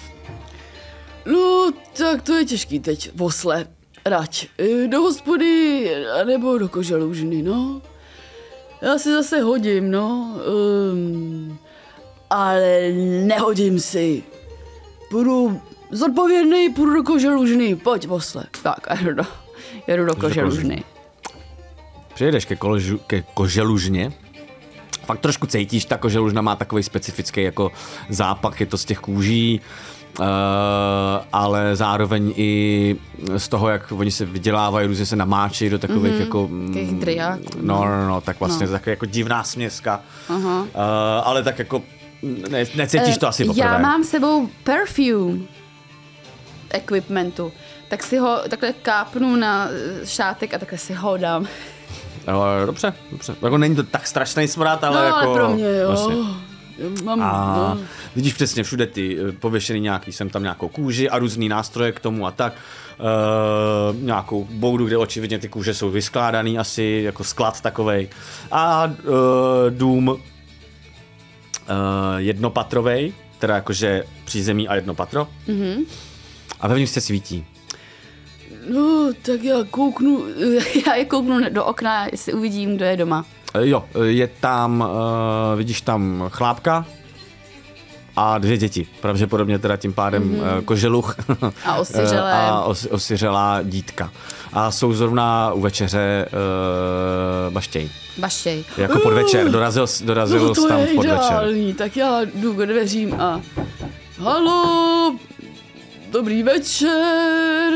Speaker 4: No, tak to je těžký teď, Vosle. Rať, do hospody nebo do koželužny, no. Já si zase hodím, no. Um, ale nehodím si. Půjdu zodpovědný, půjdu do koželužny. Pojď, Vosle. Tak, a jdu do, jedu do koželužny.
Speaker 2: Přijedeš ke, koležu, ke koželužně. Fakt trošku cítíš, ta koželužna má takový specifický jako zápach, je to z těch kůží, uh, ale zároveň i z toho, jak oni se vydělávají, různě se namáčí do takových mm-hmm. jako...
Speaker 3: Takových driáků.
Speaker 2: No, no, no, tak vlastně no. taková jako divná směska, uh-huh. uh, ale tak jako ne, necítíš uh, to asi poprvé.
Speaker 3: Já mám s sebou perfume equipmentu, tak si ho takhle kápnu na šátek a takhle si ho dám.
Speaker 2: No, dobře, dobře. Jako není to tak strašný smrad, ale
Speaker 4: no,
Speaker 2: jako...
Speaker 4: ale pro mě, jo.
Speaker 2: Vlastně.
Speaker 4: Mám,
Speaker 2: a
Speaker 4: no.
Speaker 2: vidíš přesně všude ty pověšený nějaký, jsem tam nějakou kůži a různý nástroje k tomu a tak. E, nějakou boudu, kde očividně ty kůže jsou vyskládaný asi, jako sklad takovej. A e, dům e, jednopatrovej, teda jakože přízemí a jedno patro. Mm-hmm. A vevnitř se svítí.
Speaker 4: No, tak já kouknu, já je kouknu do okna, jestli uvidím, kdo je doma.
Speaker 2: Jo, je tam, uh, vidíš tam chlápka a dvě děti. Pravděpodobně teda tím pádem mm-hmm. uh, koželuch
Speaker 3: a osiřelé.
Speaker 2: a os, osiřelá dítka. A jsou zrovna u večeře uh, Baštěj.
Speaker 3: Baštěj.
Speaker 2: Jako podvečer, dorazil, dorazil
Speaker 4: no, to
Speaker 2: tam
Speaker 4: je
Speaker 2: v podvečer.
Speaker 4: Ideální, tak já jdu k dveřím a halo, dobrý večer.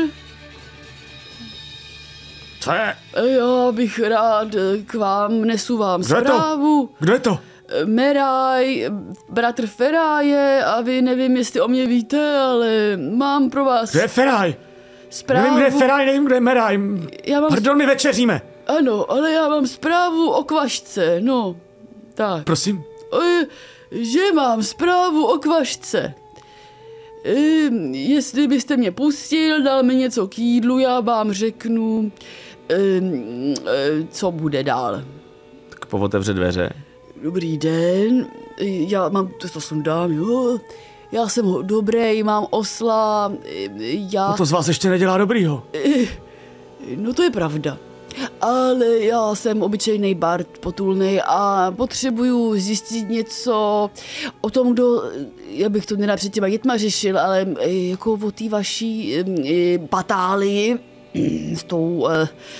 Speaker 2: Co je?
Speaker 4: Já bych rád k vám, nesu vám
Speaker 2: Kdo
Speaker 4: zprávu.
Speaker 2: Je to? Kdo je to?
Speaker 4: Meraj, bratr Feráje a vy nevím, jestli o mě víte, ale mám pro vás...
Speaker 2: Kdo je Feraj?
Speaker 4: Zprávu.
Speaker 2: Nevím, kde je Feraj, nevím, kde je Meraj.
Speaker 4: Já mám...
Speaker 2: Pardon, my večeříme.
Speaker 4: Ano, ale já mám zprávu o kvašce, no. Tak.
Speaker 2: Prosím?
Speaker 4: E, že mám zprávu o kvašce. E, jestli byste mě pustil, dal mi něco k jídlu, já vám řeknu, e, e, co bude dál.
Speaker 2: Tak povotevře dveře.
Speaker 4: Dobrý den, já mám, to, to sundám, jo. Já jsem dobrý, mám osla, já...
Speaker 2: No to z vás ještě nedělá dobrýho.
Speaker 4: No to je pravda. Ale já jsem obyčejný bard potulnej a potřebuju zjistit něco o tom, kdo, já bych to nerad před těma dětma řešil, ale jako o té vaší patálii s tou,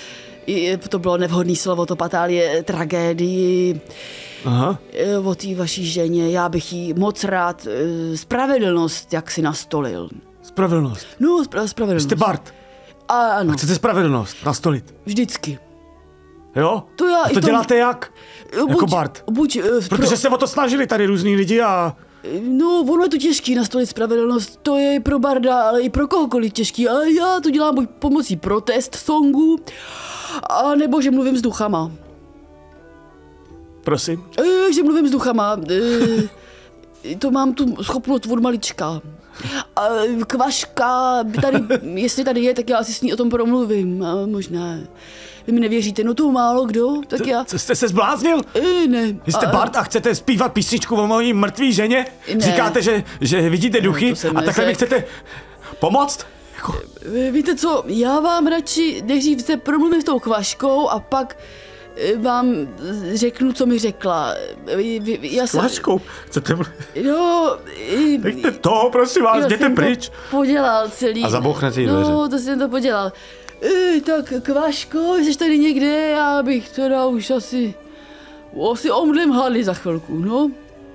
Speaker 4: to bylo nevhodné slovo, to patálie, tragédii,
Speaker 2: Aha.
Speaker 4: o té vaší ženě, já bych jí moc rád spravedlnost, jak si nastolil.
Speaker 2: Spravedlnost.
Speaker 4: No, spra- spravedlnost.
Speaker 2: Jste bard.
Speaker 4: Ano.
Speaker 2: A chcete spravedlnost nastolit.
Speaker 4: Vždycky.
Speaker 2: Jo?
Speaker 4: To já
Speaker 2: a
Speaker 4: i
Speaker 2: to
Speaker 4: to-
Speaker 2: děláte jak?
Speaker 4: Buď,
Speaker 2: Jako bard.
Speaker 4: Buď, uh,
Speaker 2: Protože se o to snažili tady různý lidi a...
Speaker 4: No, ono je to těžký nastolit spravedlnost, to je pro barda, ale i pro kohokoliv těžký, ale já to dělám buď pomocí protest songu, a nebo že mluvím s duchama.
Speaker 2: Prosím?
Speaker 4: E, že mluvím s duchama, e, to mám tu schopnost od malička. A kvaška, tady, jestli tady je, tak já si s ní o tom promluvím, a možná. Vy mi nevěříte, no to málo kdo, tak já...
Speaker 2: Co jste se zbláznil?
Speaker 4: E, ne.
Speaker 2: Vy jste
Speaker 4: a-
Speaker 2: bard a chcete zpívat písničku o mojí mrtvý ženě?
Speaker 4: Ne.
Speaker 2: Říkáte, že, že vidíte duchy
Speaker 4: to jsem
Speaker 2: a takhle mi
Speaker 4: neřekl.
Speaker 2: chcete pomoct? Jako,
Speaker 4: Vy Víte co, já vám radši nejdřív se promluvím s tou kvaškou a pak eh, vám řeknu, co mi řekla. Vy- vy- Já jsem-
Speaker 2: Kvaškou? Chcete mluvit?
Speaker 4: No, i-
Speaker 2: Nechte to, prosím vás,
Speaker 4: já
Speaker 2: jděte
Speaker 4: jsem
Speaker 2: pryč.
Speaker 4: to podělal celý.
Speaker 2: A zabouchnete jí dveře.
Speaker 4: No, to jsem to podělal. E, tak kvaško, jsi tady někde, já bych teda už asi, asi omdlím hlady za chvilku, no.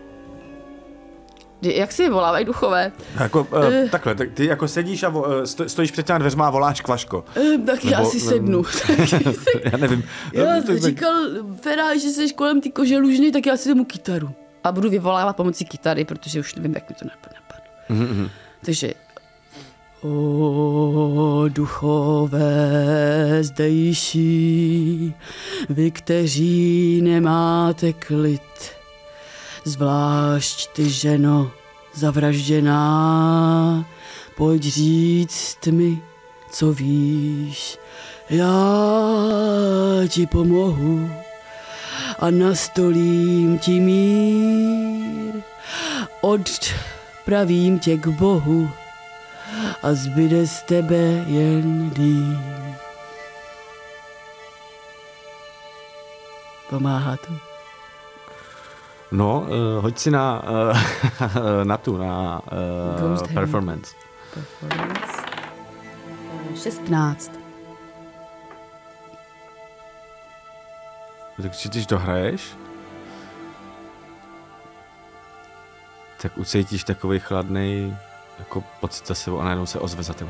Speaker 4: Jak si volávají duchové?
Speaker 2: Jako, uh,
Speaker 4: Eh.
Speaker 2: takhle, tak ty jako sedíš a vo, uh, sto, stojíš před těma dveřma a voláš Kvaško.
Speaker 4: E, tak já
Speaker 2: Nebo-
Speaker 4: si
Speaker 2: nebo-
Speaker 4: sednu.
Speaker 2: Já nevím.
Speaker 4: Já
Speaker 2: To je tak-
Speaker 4: říkal Fera, že jsi kolem ty koželužny, tak já si vezmu kytaru. A budu vyvolávat pomocí kytary, protože už nevím, jak mi to napadlo.
Speaker 2: Mhm,
Speaker 4: Takže... O duchové zdejší, vy, kteří nemáte klid, zvlášť ty, ženo zavražděná, pojď říct mi, co víš, já ti pomohu a nastolím ti mír, odpravím tě k Bohu a zbyde z tebe jen dým. Pomáhá to?
Speaker 2: No, uh, hoď si na, uh, na tu, na uh,
Speaker 4: Ghost Hand.
Speaker 2: performance.
Speaker 4: šestnáct.
Speaker 2: Takže když dohraješ, tak ucítíš takový chladný jako pocit za sebou a najednou se ozve za tebou.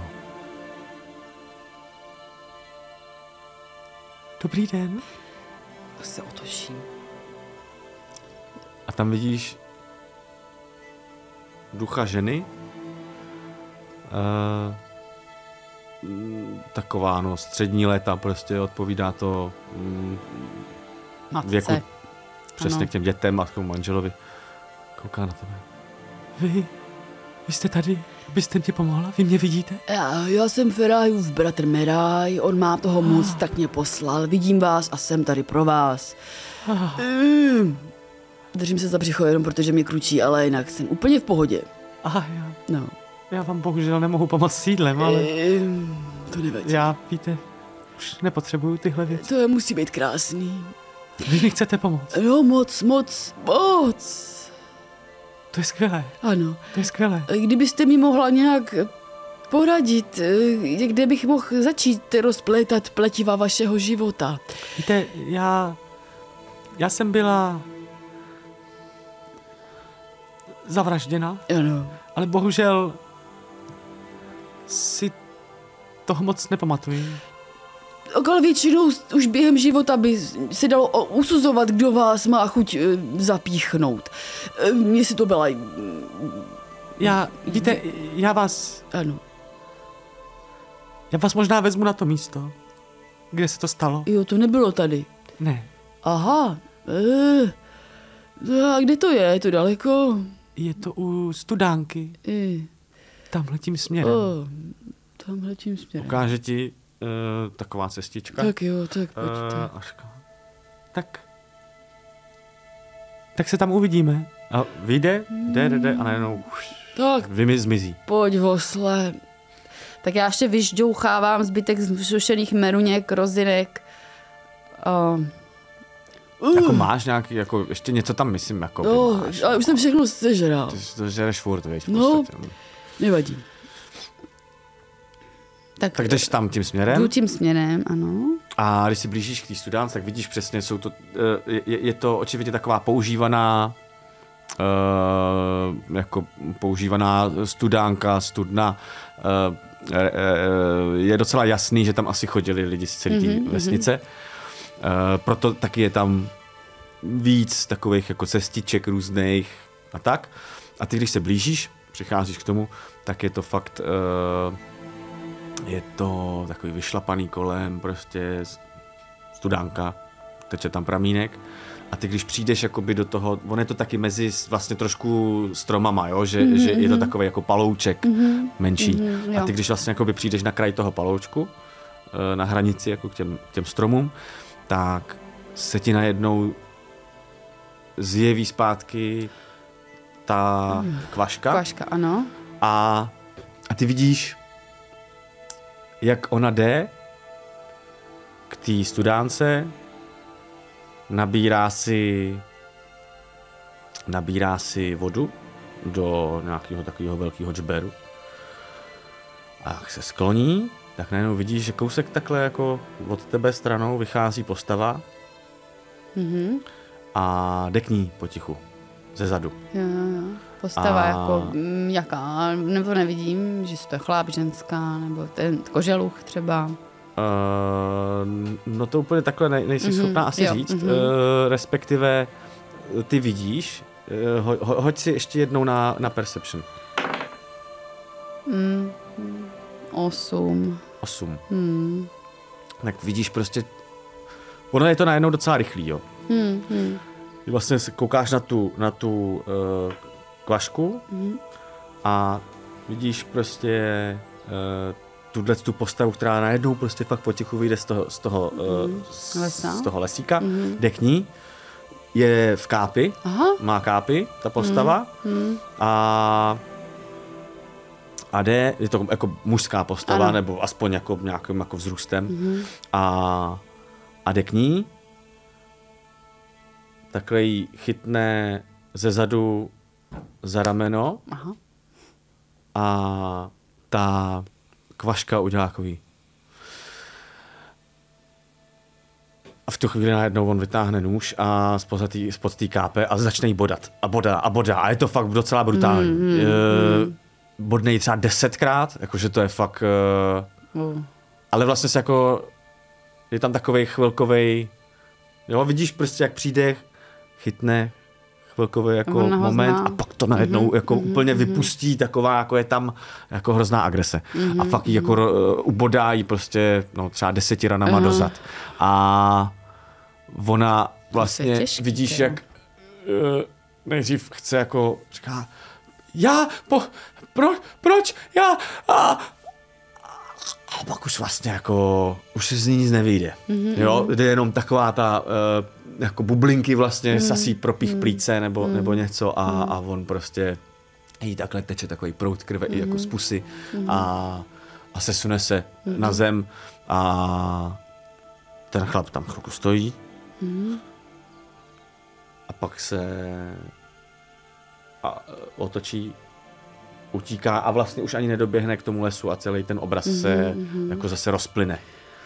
Speaker 2: Dobrý den.
Speaker 4: Se otočím.
Speaker 2: A tam vidíš ducha ženy. Uh, mm, taková, no, střední léta, prostě odpovídá to mm,
Speaker 4: Matce.
Speaker 2: věku přesně
Speaker 4: Ano.
Speaker 2: k těm dětem a k tomu manželovi. Kouká na tebe. Vy, vy jste tady, byste mě pomohla? Vy mě vidíte?
Speaker 4: Já, já jsem Ferajův bratr Meraj, on má toho moc, tak mě poslal. Vidím vás a jsem tady pro vás. Mm. Držím se za břicho jenom protože mě kručí, ale jinak jsem úplně v pohodě.
Speaker 2: Aha, já,
Speaker 4: No.
Speaker 2: já vám bohužel nemohu pomoct s jídlem, ale
Speaker 4: Ehm, to nevadí.
Speaker 2: já, víte, už nepotřebuju tyhle věci.
Speaker 4: To musí být krásný.
Speaker 2: Vy mi chcete pomoct.
Speaker 4: No moc, moc, moc.
Speaker 2: To je skvělé,
Speaker 4: Ano.
Speaker 2: to je skvělé.
Speaker 4: Kdybyste mi mohla nějak poradit, eh, kde bych mohl začít rozplétat pletiva vašeho života.
Speaker 2: Víte, já, já jsem byla zavražděna,
Speaker 4: Ano.
Speaker 2: ale bohužel si toho moc nepamatuji.
Speaker 4: Ale většinou už během života by se dalo o- usuzovat, kdo vás má chuť eh, zapíchnout. Eh, Mně si to byla...
Speaker 2: Já, víte, já vás,
Speaker 4: Ano.
Speaker 2: já vás možná vezmu na to místo. kde se to stalo?
Speaker 4: Jo, to nebylo tady.
Speaker 2: Ne.
Speaker 4: Aha. E, a kde to je? Je to daleko?
Speaker 2: Je to u Studánky.
Speaker 4: I.
Speaker 2: Tamhle tím směrem.
Speaker 4: O, tamhle tím směrem.
Speaker 2: Ukáže ti uh, taková cestička.
Speaker 4: Tak jo, tak pojďte.
Speaker 2: Uh, Aška. Tak. Tak se tam uvidíme. A vyjde, jde, jde, jde a najednou už,
Speaker 4: Tak
Speaker 2: vymi zmizí.
Speaker 4: pojď, Vosle.
Speaker 3: Tak já ještě vyžďouchávám zbytek zsušených meruněk, rozinek. Uh,
Speaker 4: Uh,
Speaker 2: Jako máš nějaký, jako ještě něco tam myslím, jako
Speaker 4: no,
Speaker 2: máš.
Speaker 4: ale už jsem všechno sežral.
Speaker 2: Ty si to žereš furt, víš, v
Speaker 4: No.
Speaker 2: podstatě.
Speaker 4: Nevadí.
Speaker 3: tak
Speaker 2: Tak jdeš tam tím
Speaker 3: jdu
Speaker 2: směrem
Speaker 3: tím směrem, ano.
Speaker 2: a když si blížíš k té Studánce, tak vidíš přesně, jsou to, eh, je, je to očividně taková používaná uh, jako používaná studánka, studna. Uh, je docela jasný, že tam asi chodili lidi z celé té
Speaker 3: Mhm,
Speaker 2: vesnice. Uh, proto taky je tam víc takových jako cestiček různých a tak. A ty, když se blížíš, přicházíš k tomu, tak je to fakt, uh, je to takový vyšlapaný kolem, prostě studánka, teče tam pramínek. A ty, když přijdeš jakoby do toho, on je to taky mezi vlastně trošku stromama, jo? Že, mm-hmm. že je to takový jako palouček mm-hmm. menší.
Speaker 3: Mm-hmm,
Speaker 2: a ty, když vlastně jakoby přijdeš na kraj toho paloučku, na hranici jako k těm, těm stromům, tak se ti najednou zjeví zpátky ta mm. kvaška.
Speaker 3: Kvaška, ano.
Speaker 2: A, a ty vidíš, jak ona jde k té studánce, nabírá si nabírá si vodu do nějakého takového velkého džberu a jak se skloní, tak najednou vidíš, že kousek takhle jako od tebe stranou vychází postava
Speaker 3: Mhm.
Speaker 2: a jde k ní potichu, ze zadu.
Speaker 3: Jo, jo, jo. Postava
Speaker 2: A-
Speaker 3: jako mm, jaká, nebo nevidím, že to je chlap, ženská, nebo ten koželuch třeba.
Speaker 2: Uh, no to úplně takhle ne, nejsi
Speaker 3: Mhm,
Speaker 2: schopná asi
Speaker 3: jo,
Speaker 2: říct,
Speaker 3: mhm.
Speaker 2: uh, respektive ty vidíš, uh, ho, ho, hoď si ještě jednou na, na Perception.
Speaker 3: Mm, mm, osm.
Speaker 2: osm.
Speaker 3: Hmm.
Speaker 2: Tak vidíš prostě, ono je to najednou docela rychlý, jo.
Speaker 3: Hmm, hmm.
Speaker 2: Ty vlastně se koukáš na tu, na tu uh, kvašku
Speaker 3: Mhm.
Speaker 2: a vidíš prostě uh, tuhle tu postavu, která najednou prostě fakt potichu vyjde z toho, z toho, uh, z,
Speaker 3: Lesa.
Speaker 2: z toho lesíka,
Speaker 3: Mhm.
Speaker 2: jde k ní, je v kápi,
Speaker 3: Aha.
Speaker 2: má kápy, ta postava,
Speaker 3: Hmm.
Speaker 2: a a jde, je to jako mužská postava,
Speaker 3: Ano.
Speaker 2: nebo aspoň jako nějakým jako vzrůstem,
Speaker 3: Mhm.
Speaker 2: a, a jde k ní, takhle jí chytne ze zadu za rameno
Speaker 3: Aha.
Speaker 2: a ta kvaška udělá takový. A v tu chvíli najednou on vytáhne nůž a spod tý, spod té kápe a začne jí bodat. A bodá a bodá. A je to fakt docela brutální. Mm, mm, e,
Speaker 3: mm.
Speaker 2: Bodne jí třeba desetkrát, jakože to je fakt... E,
Speaker 3: Uh.
Speaker 2: ale vlastně se jako... Je tam takovej chvilkovej... Jo, vidíš prostě, jak přijde, chytne chvilkový jako
Speaker 3: Ona ho
Speaker 2: moment
Speaker 3: zná.
Speaker 2: a pak to najednou
Speaker 3: Mhm,
Speaker 2: jako
Speaker 3: mhm,
Speaker 2: úplně
Speaker 3: mhm.
Speaker 2: vypustí, taková jako je tam jako hrozná agrese.
Speaker 3: Mhm,
Speaker 2: A fakt jí jako uh, ubodá jí prostě no, třeba deseti ranama
Speaker 3: Aha.
Speaker 2: dozad. A ona
Speaker 3: To je
Speaker 2: vlastně
Speaker 3: těžký,
Speaker 2: vidíš,
Speaker 3: teda.
Speaker 2: jak uh, nejdřív chce jako, říká, já, po, pro, proč, já, a, a pak už vlastně jako, už se z ní nic nevyjde. Mm-hmm. Jo, jde jenom taková ta, uh, jako bublinky vlastně, mm-hmm. sasí propích plíce nebo, mm-hmm. nebo něco a, a on prostě, jí takhle teče takový proud krve mm-hmm. i jako z pusy mm-hmm. a, a sesune se mm-hmm. na zem a ten chlap tam chvilku stojí mm-hmm. a pak se a, otočí, utíká a vlastně už ani nedoběhne k tomu lesu a celý ten obraz mm-hmm. se jako zase rozplyne.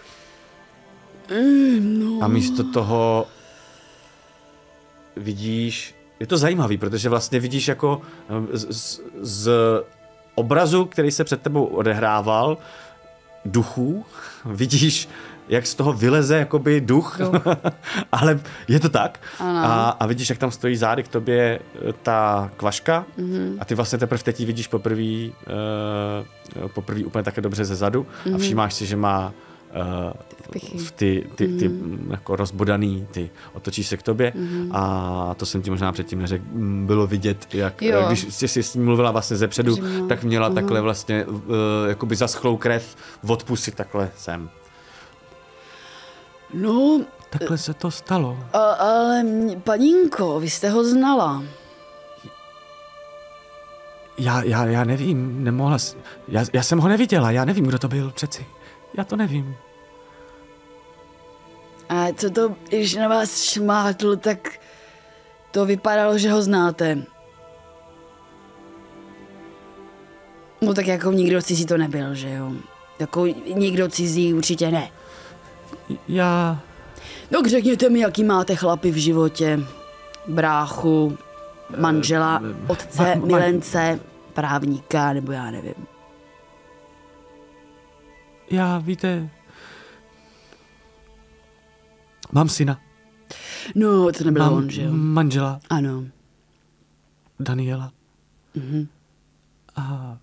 Speaker 4: No.
Speaker 2: A místo toho vidíš, je to zajímavý, protože vlastně vidíš jako z, z, z obrazu, který se před tebou odehrával, duchů, vidíš, jak z toho vyleze jakoby duch,
Speaker 3: Duch.
Speaker 2: ale je to tak.
Speaker 3: Ano.
Speaker 2: A, a vidíš, jak tam stojí zády k tobě ta kvaška
Speaker 3: Mhm.
Speaker 2: a ty vlastně teprve teď ji vidíš poprvé uh, poprvé úplně také dobře ze zadu
Speaker 3: Mhm.
Speaker 2: a všímáš si, že má uh, uh, v ty, ty, ty mm. jako rozbodaný, ty otočíš se k tobě mm. a to jsem ti možná předtím neřekl, bylo vidět, jak jo. když jsi si s ní mluvila vlastně zepředu, Římno. tak měla uh-huh. takhle vlastně uh, jakoby zaschlou krev od pusy takhle sem.
Speaker 4: No...
Speaker 2: Takhle se to stalo.
Speaker 4: A, ale panínko, vy jste ho znala.
Speaker 2: Já, já, já nevím, nemohla... Já, já jsem ho neviděla, já nevím, kdo to byl přeci. Já to nevím.
Speaker 4: A co to, když na vás šmátl, tak to vypadalo, že ho znáte. No tak jako nikdo cizí to nebyl, že jo? Jako nikdo cizí určitě ne.
Speaker 2: Já...
Speaker 4: No řekněte mi, jaký máte chlapy v životě. Bráchu, manžela, otce, ma, ma, milence, právníka, nebo já nevím.
Speaker 2: Já, víte... Mám syna.
Speaker 4: No, to nebyl
Speaker 2: Mám
Speaker 4: on, že jo?
Speaker 2: manžela.
Speaker 4: Ano.
Speaker 2: Daniela.
Speaker 4: Mhm.
Speaker 2: A...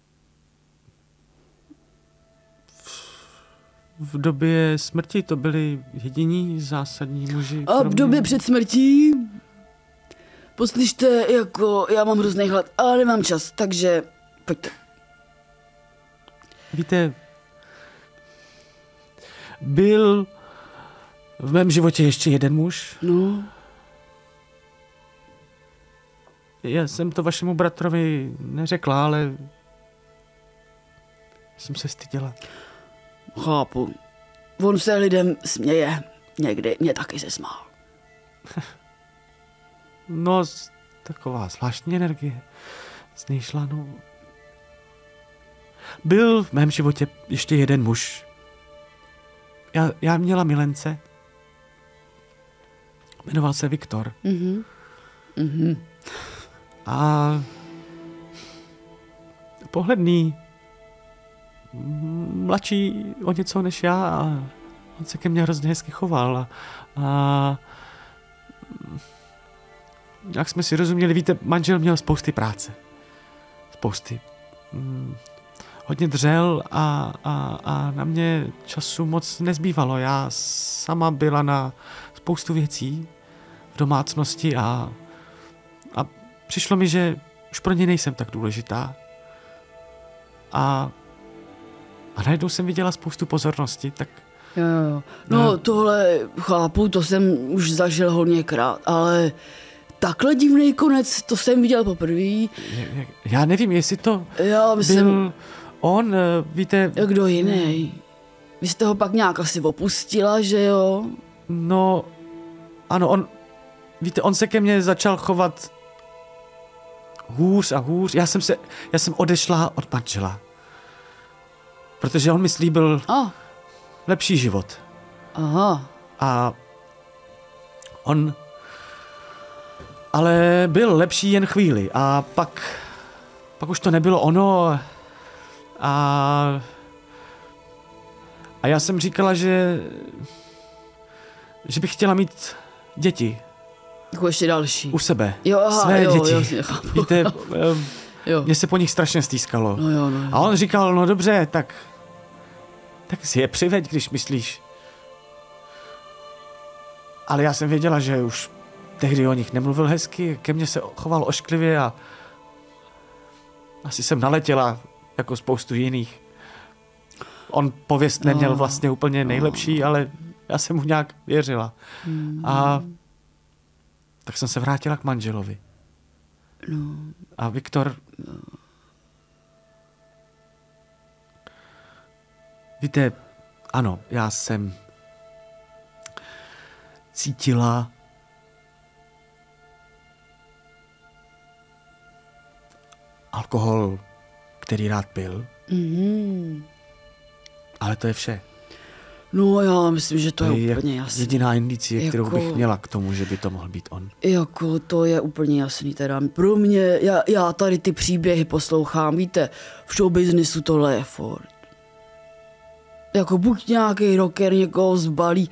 Speaker 2: V době smrti to byli jediní zásadní muži.
Speaker 4: A v době před smrtí? Poslyšte, jako já mám hrozný hlad, ale nemám čas, takže pojďte.
Speaker 2: Víte, byl v mém životě ještě jeden muž.
Speaker 4: No.
Speaker 2: Já jsem to vašemu bratrovi neřekla, ale jsem se styděla.
Speaker 4: Chápu. On se lidem směje. Někdy mě taky se smál.
Speaker 2: No, taková zvláštní energie z něj šla, no. Byl v mém životě ještě jeden muž. Já, já měla milence. Jmenoval se Viktor.
Speaker 4: Mhm. Mhm.
Speaker 2: A pohledný, mladší o něco než já a on se ke mně hrozně hezky choval a, a jak jsme si rozuměli, víte, manžel měl spousty práce. Spousty. Hmm, hodně dřel a, a, a na mě času moc nezbývalo. Já sama byla na spoustu věcí v domácnosti a, a přišlo mi, že už pro ně nejsem tak důležitá. A, a najednou jsem viděla spoustu pozornosti, tak...
Speaker 4: Jo, jo. No, no tohle chápu, to jsem už zažil hodněkrát, ale takhle divný konec, to jsem viděl poprvé.
Speaker 2: Já nevím, jestli to
Speaker 4: Já myslím,
Speaker 2: byl on, víte...
Speaker 4: Kdo jiný? Vy jste ho pak nějak asi opustila, že jo?
Speaker 2: No, ano, on... Víte, on se ke mně začal chovat hůř a hůř. Já jsem se... Já jsem odešla od manžela. Protože on mi slíbil
Speaker 4: oh.
Speaker 2: lepší život.
Speaker 4: Aha.
Speaker 2: A on... Ale byl lepší jen chvíli a pak... Pak už to nebylo ono a... A já jsem říkala, že... Že bych chtěla mít děti.
Speaker 4: Jako ještě další.
Speaker 2: U sebe.
Speaker 4: Jo, aha,
Speaker 2: Své
Speaker 4: jo,
Speaker 2: děti.
Speaker 4: Jo, chápu.
Speaker 2: Víte,
Speaker 4: jo.
Speaker 2: Mně se po nich strašně stýskalo.
Speaker 4: No jo, no jo.
Speaker 2: A on říkal, no dobře, tak... Tak si je přiveď, když myslíš. Ale já jsem věděla, že už tehdy o nich nemluvil hezky, ke mně se choval ošklivě a... Asi jsem naletěla jako spoustu jiných. On pověst neměl no. vlastně úplně nejlepší, no. ale já jsem mu nějak věřila. Hmm. A tak jsem se vrátila k manželovi.
Speaker 4: No.
Speaker 2: A Viktor...
Speaker 4: No.
Speaker 2: Víte, ano, já jsem cítila alkohol, který rád pil.
Speaker 4: Mm-hmm.
Speaker 2: Ale to je vše.
Speaker 4: No já myslím, že to, to je, je úplně jasný.
Speaker 2: Jediná indicie,
Speaker 4: jako,
Speaker 2: kterou bych měla k tomu, že by to mohl být on.
Speaker 4: Jako to je úplně jasný teda. Pro mě, já, já tady ty příběhy poslouchám, víte, v showbiznisu tohle je furt. Jako buď nějaký rocker někoho zbalí.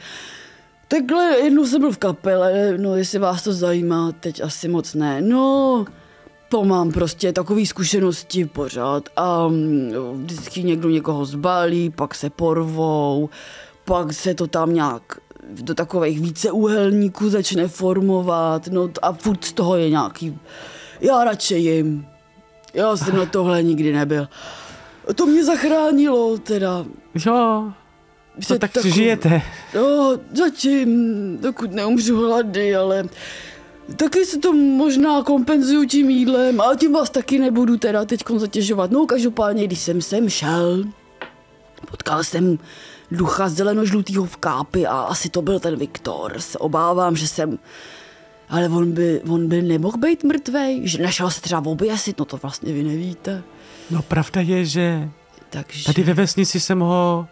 Speaker 4: Takhle jednou jsem byl v kapele, no jestli vás to zajímá, teď asi moc ne. No, to mám prostě takové zkušenosti pořád a vždycky někdo někoho zbalí, pak se porvou, pak se to tam nějak do takových víceúhelníků začne formovat, no a furt z toho je nějaký, já radši jim, já jsem na tohle nikdy nebyl. To mě zachránilo teda.
Speaker 2: Jo, to tak takový, žijete.
Speaker 4: No, zatím, dokud neumřu hlady, ale taky se to možná kompenzuju tím jídlem a tím vás taky nebudu teda teďkon zatěžovat. No, každopádně, když jsem sem šel, potkal jsem ducha zelenožlutýho v kápi a asi to byl ten Viktor. Se obávám, že jsem... Ale on by, on by nemohl být mrtvej, že našel se třeba oběsit, no to vlastně vy nevíte.
Speaker 2: No pravda je, že
Speaker 4: Takže...
Speaker 2: tady ve vesnici jsem ho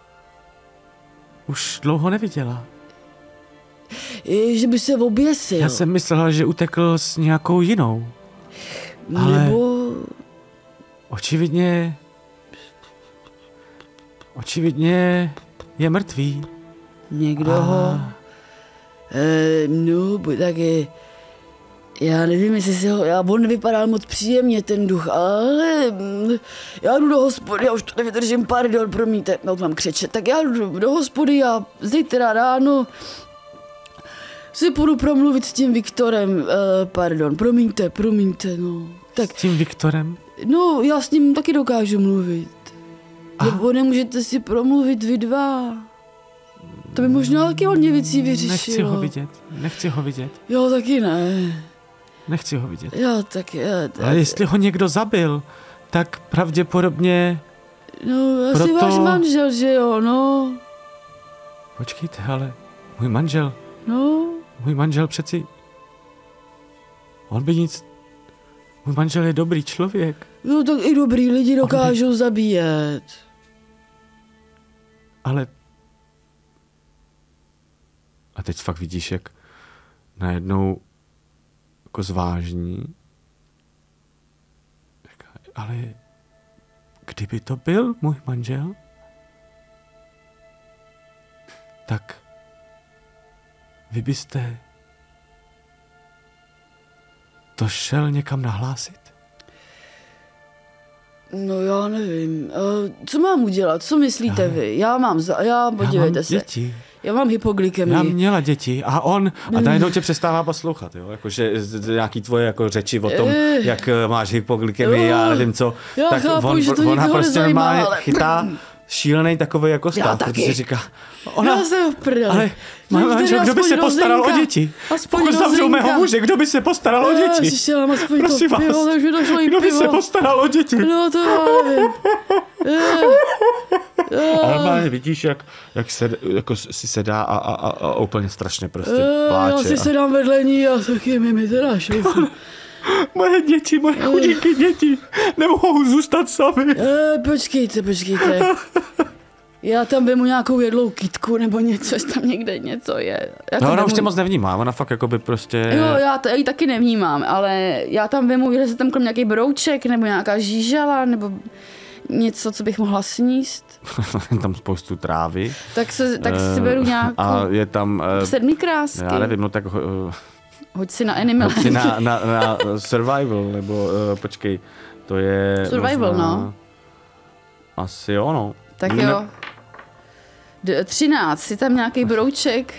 Speaker 2: už dlouho neviděla.
Speaker 4: Je, že by se oběsil.
Speaker 2: Já jsem myslela, že utekl s nějakou jinou.
Speaker 4: Nebo...
Speaker 2: Ale očividně... Očividně je mrtvý.
Speaker 4: Někdo a... ho... E, no, tak je... Já nevím, jestli si ho... Já, on vypadal moc příjemně, ten duch, ale... Já jdu do hospody, já už to nevydržím, pardon, promiňte, no mám křečet. Tak já jdu do hospody a zítra ráno si půjdu promluvit s tím Viktorem. E, pardon, promiňte, promiňte, no. Tak,
Speaker 2: s tím Viktorem?
Speaker 4: No, já s ním taky dokážu mluvit. A... Nebo nemůžete si promluvit vy dva. To by možná taky hodně věcí vyřešilo.
Speaker 2: Nechci ho vidět, nechci ho vidět.
Speaker 4: Jo, taky ne.
Speaker 2: Nechci ho vidět.
Speaker 4: Jo, tak je. Tak...
Speaker 2: Ale jestli ho někdo zabil, tak pravděpodobně...
Speaker 4: No, asi
Speaker 2: proto...
Speaker 4: váš manžel, že jo, no.
Speaker 2: Počkejte, ale můj manžel...
Speaker 4: No.
Speaker 2: Můj manžel přeci... On by nic... Můj manžel je dobrý člověk.
Speaker 4: No, tak i dobrý lidi dokážou by... zabíjet.
Speaker 2: Ale... A teď fakt vidíš, jak najednou jako zvážní. Ale kdyby to byl můj manžel, tak vy byste to šel někam nahlásit?
Speaker 4: No já nevím. Co mám udělat? Co myslíte já vy? Já mám, za... já podívejte
Speaker 2: já mám
Speaker 4: se.
Speaker 2: Děti.
Speaker 4: Já mám hypoglykemii.
Speaker 2: Já měla děti a on, a najednou tě přestává poslouchat, jo, jakože nějaký tvoje jako řeči o tom, jak máš hypoglykemii a nevím co,
Speaker 4: já
Speaker 2: tak
Speaker 4: chápu,
Speaker 2: on,
Speaker 4: že to
Speaker 2: ona prostě
Speaker 4: nezajímá,
Speaker 2: normálně
Speaker 4: ale...
Speaker 2: chytá šílený takový jako stav, protože si říká, ona,
Speaker 4: já jsem v prdeli.
Speaker 2: ale manžel, kdo by se postaral o děti? Pokud zavřou mého muže, kdo by se postaral o děti?
Speaker 4: Ježiši, já mám aspoň
Speaker 2: Prosím
Speaker 4: to pivo,
Speaker 2: vás,
Speaker 4: takže došlo jí
Speaker 2: kdo by
Speaker 4: pivo.
Speaker 2: se postaral o děti?
Speaker 4: No to já nevím.
Speaker 2: Ale normálně vidíš, jak, jak se, jako si sedá a, a, a, a úplně strašně prostě pláče.
Speaker 4: Já si
Speaker 2: a...
Speaker 4: sedám vedle ní a taky mi mi teda šoufí.
Speaker 2: Moje děti, moje chudinky děti nemohou zůstat sami.
Speaker 4: E, počkejte, počkejte. Já tam vemu nějakou jedlou kytku nebo něco, jestli tam někde něco je. Já
Speaker 2: no ona
Speaker 4: vemu...
Speaker 2: už tě moc nevnímá, ona fakt jako by prostě...
Speaker 3: Jo, já, to, já ji taky nevnímám, ale já tam vemu, jestli tam krom nějaký brouček nebo nějaká žížala nebo něco, co bych mohla sníst.
Speaker 2: tam spoustu trávy.
Speaker 3: Tak, se, tak si beru nějakou...
Speaker 2: A je tam... Uh,
Speaker 3: sedmý krásky.
Speaker 2: Já nevím, no tak... Uh,
Speaker 3: hoď si na Animal.
Speaker 2: Hoď si na, na, na survival, nebo uh, počkej, to je...
Speaker 3: Survival,
Speaker 2: možná,
Speaker 3: no.
Speaker 2: Asi jo, no.
Speaker 3: Tak jo. D- třináct, si tam nějaký brouček.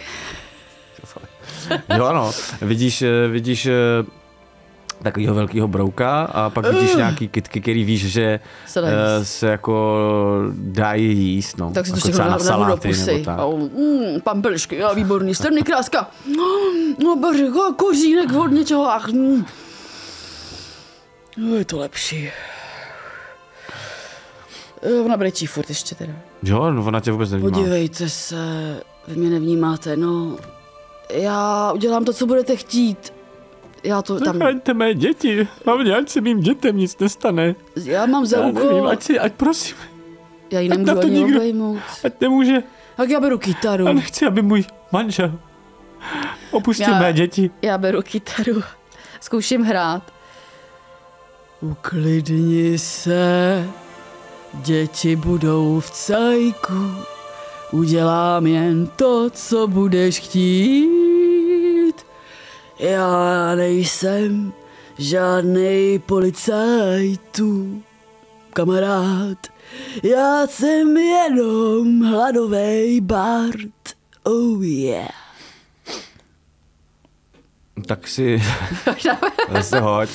Speaker 2: Jo, no. Vidíš, vidíš takovýho velkýho brouka a pak vidíš nějaký kytky, který víš, že se, uh, se jako dají jíst, no.
Speaker 4: Tak si to
Speaker 2: jako
Speaker 4: všechno
Speaker 2: na saláty
Speaker 4: pusy.
Speaker 2: nebo tak.
Speaker 4: Mm, pampelišky, jo, výborný, strný kráska. No, baře, kořínek od něčeho. Ach, mm. No, je to lepší. Ona brečí furt ještě teda.
Speaker 2: Jo, no ona tě vůbec nevnímá.
Speaker 4: Podívejte se, vy mě nevnímáte, no. Já udělám to, co budete chtít. Já to tam...
Speaker 2: Zachraňte mé děti, hlavně ať se mým dětem nic nestane.
Speaker 4: Já mám za úkol...
Speaker 2: Nevím, ať si, ať prosím.
Speaker 4: Já ji nemůžu ani
Speaker 2: nikdo,
Speaker 4: obejmout.
Speaker 2: Ať nemůže.
Speaker 4: Tak já beru kytaru.
Speaker 2: A nechci, aby můj manžel opustil
Speaker 3: já,
Speaker 2: mé děti.
Speaker 3: Já beru kytaru, zkouším hrát.
Speaker 4: Uklidni se, děti budou v cajku, udělám jen to, co budeš chtít. Já nejsem žádnej policajtů, kamarád. Já jsem jenom hladovej bard, oh yeah.
Speaker 2: Tak si se hoď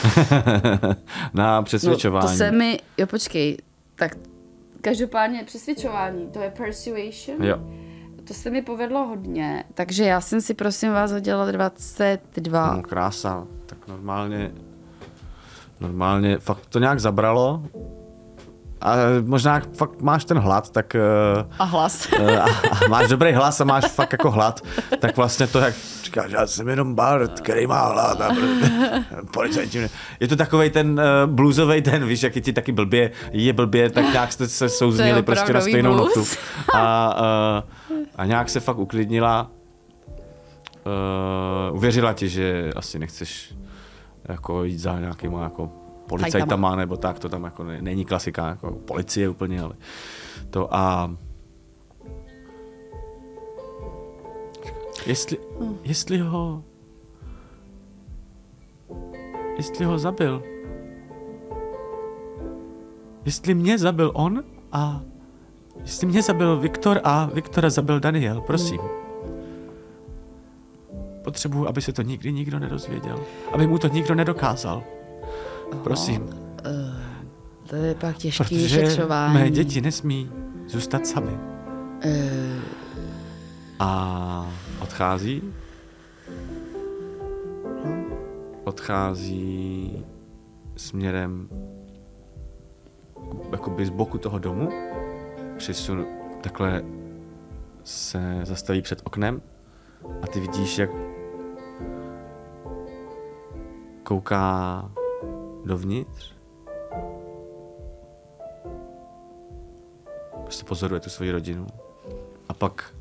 Speaker 2: na přesvědčování.
Speaker 3: No, to se mi, jo počkej, tak každopádně přesvědčování, to je persuasion.
Speaker 2: Jo.
Speaker 3: To se mi povedlo hodně, takže já jsem si prosím vás hodila dvacet dva.
Speaker 2: No, krása, tak normálně, normálně fakt to nějak zabralo. A možná fakt máš ten hlad, tak...
Speaker 3: A hlas.
Speaker 2: a, a máš dobrý hlas a máš fakt jako hlad, tak vlastně to, jak říkáš, já jsem jenom bard, který má hlad a policajti. Je to takovej ten uh, bluesovej ten, víš, jak je ti taky blbě, je blbě, tak nějak jste se souzněli prostě na stejnou
Speaker 3: blues.
Speaker 2: notu. A, uh, a nějak se fakt uklidnila. Uh, uvěřila ti, že asi nechceš jako jít za nějakýma jako policajtama, nebo tak, to tam jako ne, není klasika, jako policie úplně, ale to a jestli, jestli ho jestli ho zabil jestli mě zabil on a jestli mě zabil Viktor a Viktora zabil Daniel, prosím. Potřebuju, aby se to nikdy nikdo nedozvěděl, aby mu to nikdo nedokázal. Prosím.
Speaker 3: Uh, to je pak těžký
Speaker 2: Protože
Speaker 3: vyšetřování.
Speaker 2: mé děti nesmí zůstat sami.
Speaker 3: Uh.
Speaker 2: A odchází. Odchází směrem jakoby z boku toho domu. Přisun, takhle se zastaví před oknem a ty vidíš, jak kouká dovnitř. Prostě pozoruje tu svoji rodinu. A pak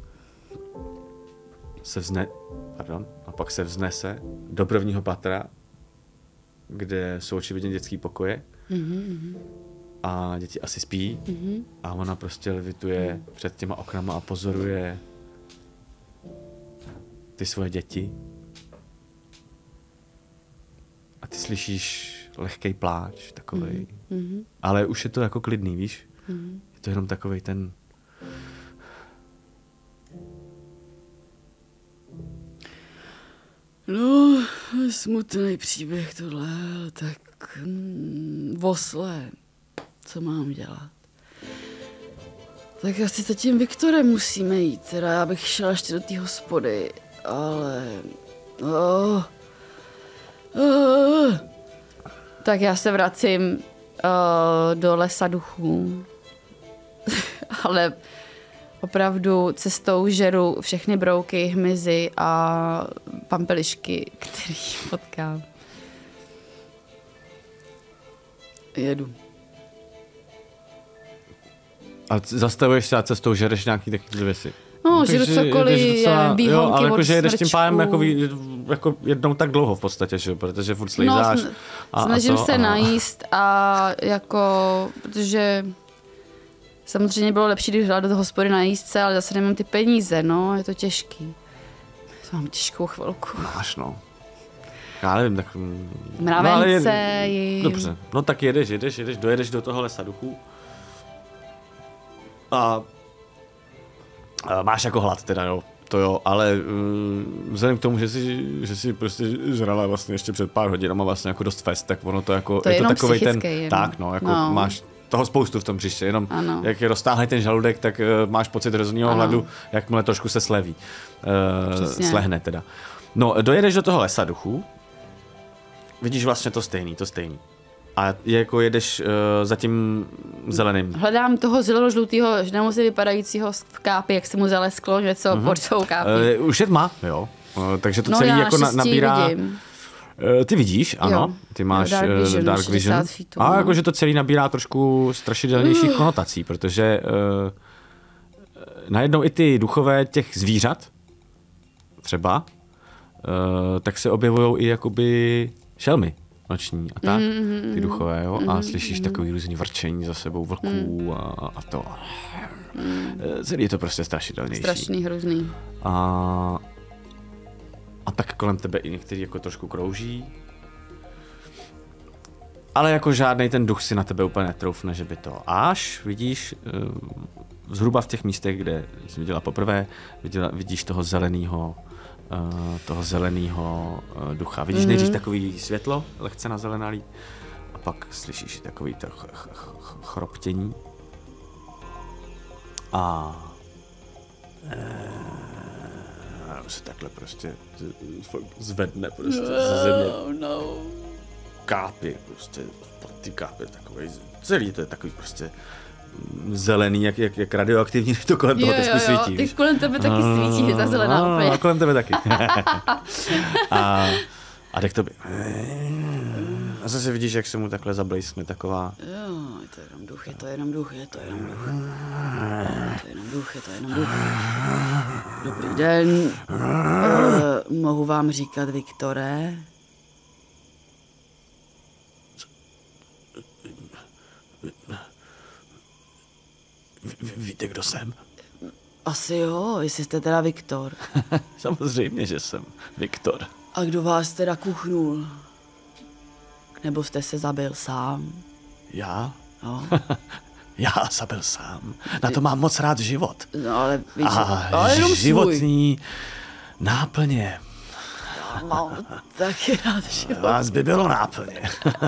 Speaker 2: se vzne, pardon, a pak se vznese do prvního patra, kde jsou očividně dětský pokoje. Mm-hmm. A děti asi spí. Mm-hmm. A ona prostě levituje mm. před těma oknama a pozoruje ty svoje děti. A ty slyšíš lehkej pláč, takovej. Mm-hmm. Ale už je to jako klidný, víš? Mm-hmm. Je to jenom takovej ten...
Speaker 4: No, smutný příběh tohle, tak mm, vosle, co mám dělat? Tak asi za tím Viktorem musíme jít, teda já bych šla ještě do té hospody, ale... Oh, oh.
Speaker 3: Tak já se vracím uh, do lesa duchů, ale opravdu cestou žeru všechny brouky, hmyzy a pampelišky, který potkám.
Speaker 4: Jedu.
Speaker 2: A zastavuješ se a cestou žereš nějaký takový věci.
Speaker 3: No, žeru cokoliv,
Speaker 2: docela,
Speaker 3: výhonky
Speaker 2: jo, ale jakože jedeš tím pádem jako, jako jednou tak dlouho v podstatě, že? Protože furt slízáš.
Speaker 3: No,
Speaker 2: a,
Speaker 3: snažím
Speaker 2: a to,
Speaker 3: se
Speaker 2: a...
Speaker 3: najíst a jako, protože samozřejmě bylo lepší, když hledala do toho hospody najíst se, ale zase nemám ty peníze, no, je to těžký. Mám těžkou chvilku.
Speaker 2: Máš, no. Já nevím, tak...
Speaker 3: Mravence,
Speaker 2: no,
Speaker 3: jim.
Speaker 2: Dobře, no tak jedeš, jedeš, jedeš, dojedeš do toho lesa duchů. A, a máš jako hlad teda, jo, to jo, ale um, vzhledem k tomu, že jsi, že jsi prostě žrala vlastně ještě před pár hodinama vlastně jako dost fest, tak ono to jako,
Speaker 3: to je,
Speaker 2: je to takovej ten,
Speaker 3: jenom.
Speaker 2: tak no, jako
Speaker 3: no.
Speaker 2: máš toho spoustu v tom břiše, jenom
Speaker 3: ano.
Speaker 2: jak je roztáhlej ten žaludek, tak uh, máš pocit hrozného hladu, jakmile trošku se sleví, uh, slehne teda. No, dojedeš do toho lesa duchů, vidíš vlastně to stejný, to stejný. A jako jedeš uh, za tím zeleným.
Speaker 3: Hledám toho zeleno-žlutýho, nemusí vypadajícího v kápi, jak se mu zalesklo něco mm-hmm. pod tou kápí.
Speaker 2: Uh, už je tma, jo. Uh, takže to
Speaker 3: no,
Speaker 2: celý
Speaker 3: já
Speaker 2: jako na, nabírá...
Speaker 3: Vidím.
Speaker 2: Uh, ty vidíš, ano.
Speaker 3: Jo.
Speaker 2: Ty máš
Speaker 3: Dark Vision.
Speaker 2: Dark Vision.
Speaker 3: Feetů,
Speaker 2: a
Speaker 3: no.
Speaker 2: jakože to celý nabírá trošku strašidelnějších uh. konotací, protože uh, najednou i ty duchové těch zvířat, třeba, uh, tak se objevují i jakoby šelmy noční a tak, mm-hmm, ty duchové, jo, mm-hmm, a slyšíš mm-hmm. takový různý vrčení za sebou vlků mm. a, a to. Mm. Celý je to prostě strašidelnější.
Speaker 3: Strašný, hrozný.
Speaker 2: A, a tak kolem tebe i někteří jako trošku krouží. ale jako žádnej ten duch si na tebe úplně netroufne, že by to. Až vidíš zhruba v těch místech, kde jsi viděla poprvé, viděla, vidíš toho zeleného toho zeleného ducha. Vidíš mm-hmm. nejdřív takový světlo, lehce nazelenalý, a pak slyšíš takový to ch- ch- ch- chroptění. A e, se takhle prostě zvedne prostě ze země. No, no. Kápy, prostě ty kápy takový, celý to je takový prostě zelený, jak, jak, jak radioaktivní, to kolem toho trošku svítí.
Speaker 3: Ty kolem tebe taky svítí, je ta zelená úplně.
Speaker 2: A kolem tebe taky. a, a jde k tobě. A zase vidíš, jak se mu takhle zablejskne taková...
Speaker 4: Jo, je to jenom duch, je to jenom duch, je to jenom duch. Je to jenom duch, je to jenom duch. Dobrý den. Uh, mohu vám říkat Viktore?
Speaker 2: Víte, kdo jsem?
Speaker 4: Asi jo, jestli jste teda Viktor.
Speaker 2: Samozřejmě, že jsem Viktor.
Speaker 4: A kdo vás teda kuchnul? Nebo jste se zabil sám?
Speaker 2: Já?
Speaker 4: No.
Speaker 2: Já zabil sám. Na to mám moc rád život.
Speaker 4: No ale víš,
Speaker 2: a
Speaker 4: ale jenom
Speaker 2: životní náplně.
Speaker 4: Já mám taky rád život.
Speaker 2: Vás by bylo náplně.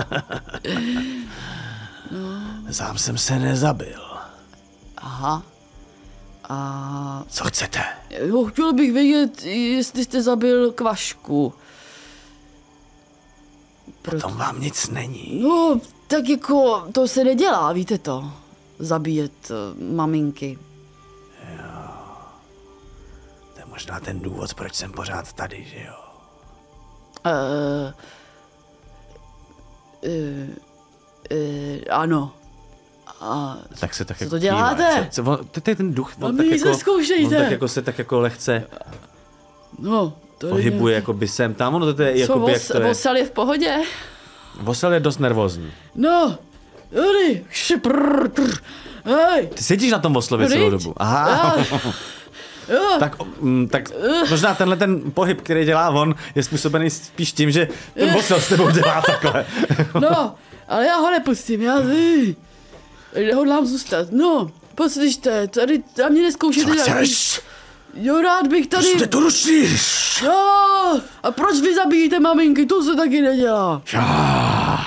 Speaker 4: No.
Speaker 2: Sám jsem se nezabil.
Speaker 4: Aha. A...
Speaker 2: Co chcete?
Speaker 4: Jo, chtěl bych vědět, jestli jste zabil Kvašku.
Speaker 2: Proto... Potom vám nic není.
Speaker 4: No, tak jako to se nedělá, víte to. Zabíjet uh, maminky.
Speaker 2: Jo. To je možná ten důvod, proč jsem pořád tady, že jo?
Speaker 4: Uh, uh, uh, ano. A
Speaker 2: tak se tak
Speaker 4: co
Speaker 2: jako
Speaker 4: to děláte?
Speaker 2: Co, co, to je ten duch, on
Speaker 4: a
Speaker 2: tak, jako,
Speaker 4: zkoušejte.
Speaker 2: on tak jako se tak jako lehce
Speaker 4: no, to
Speaker 2: pohybuje
Speaker 4: je...
Speaker 2: jako by sem tam, ono to je jako
Speaker 3: Co,
Speaker 2: by,
Speaker 3: vos,
Speaker 2: jak to je.
Speaker 3: Vosel je v pohodě?
Speaker 2: Vosel je dost nervózní.
Speaker 4: No, tady, šprr, trr, hej.
Speaker 2: Ty sedíš na tom Voslově celou dobu. Aha.
Speaker 4: Jo.
Speaker 2: tak, m, tak možná tenhle ten pohyb, který dělá on, je způsobený spíš tím, že ten Vosel s tebou dělá takhle.
Speaker 4: No, ale já ho nepustím, já si nehodlám zůstat. No, poslyšte, tady, tady mě neskoušete.
Speaker 2: Co chceš?
Speaker 4: Jo, rád bych tady...
Speaker 2: Prostě to rušíš.
Speaker 4: Jo, a proč vy zabíjíte maminky, to se taky nedělá.
Speaker 2: Já.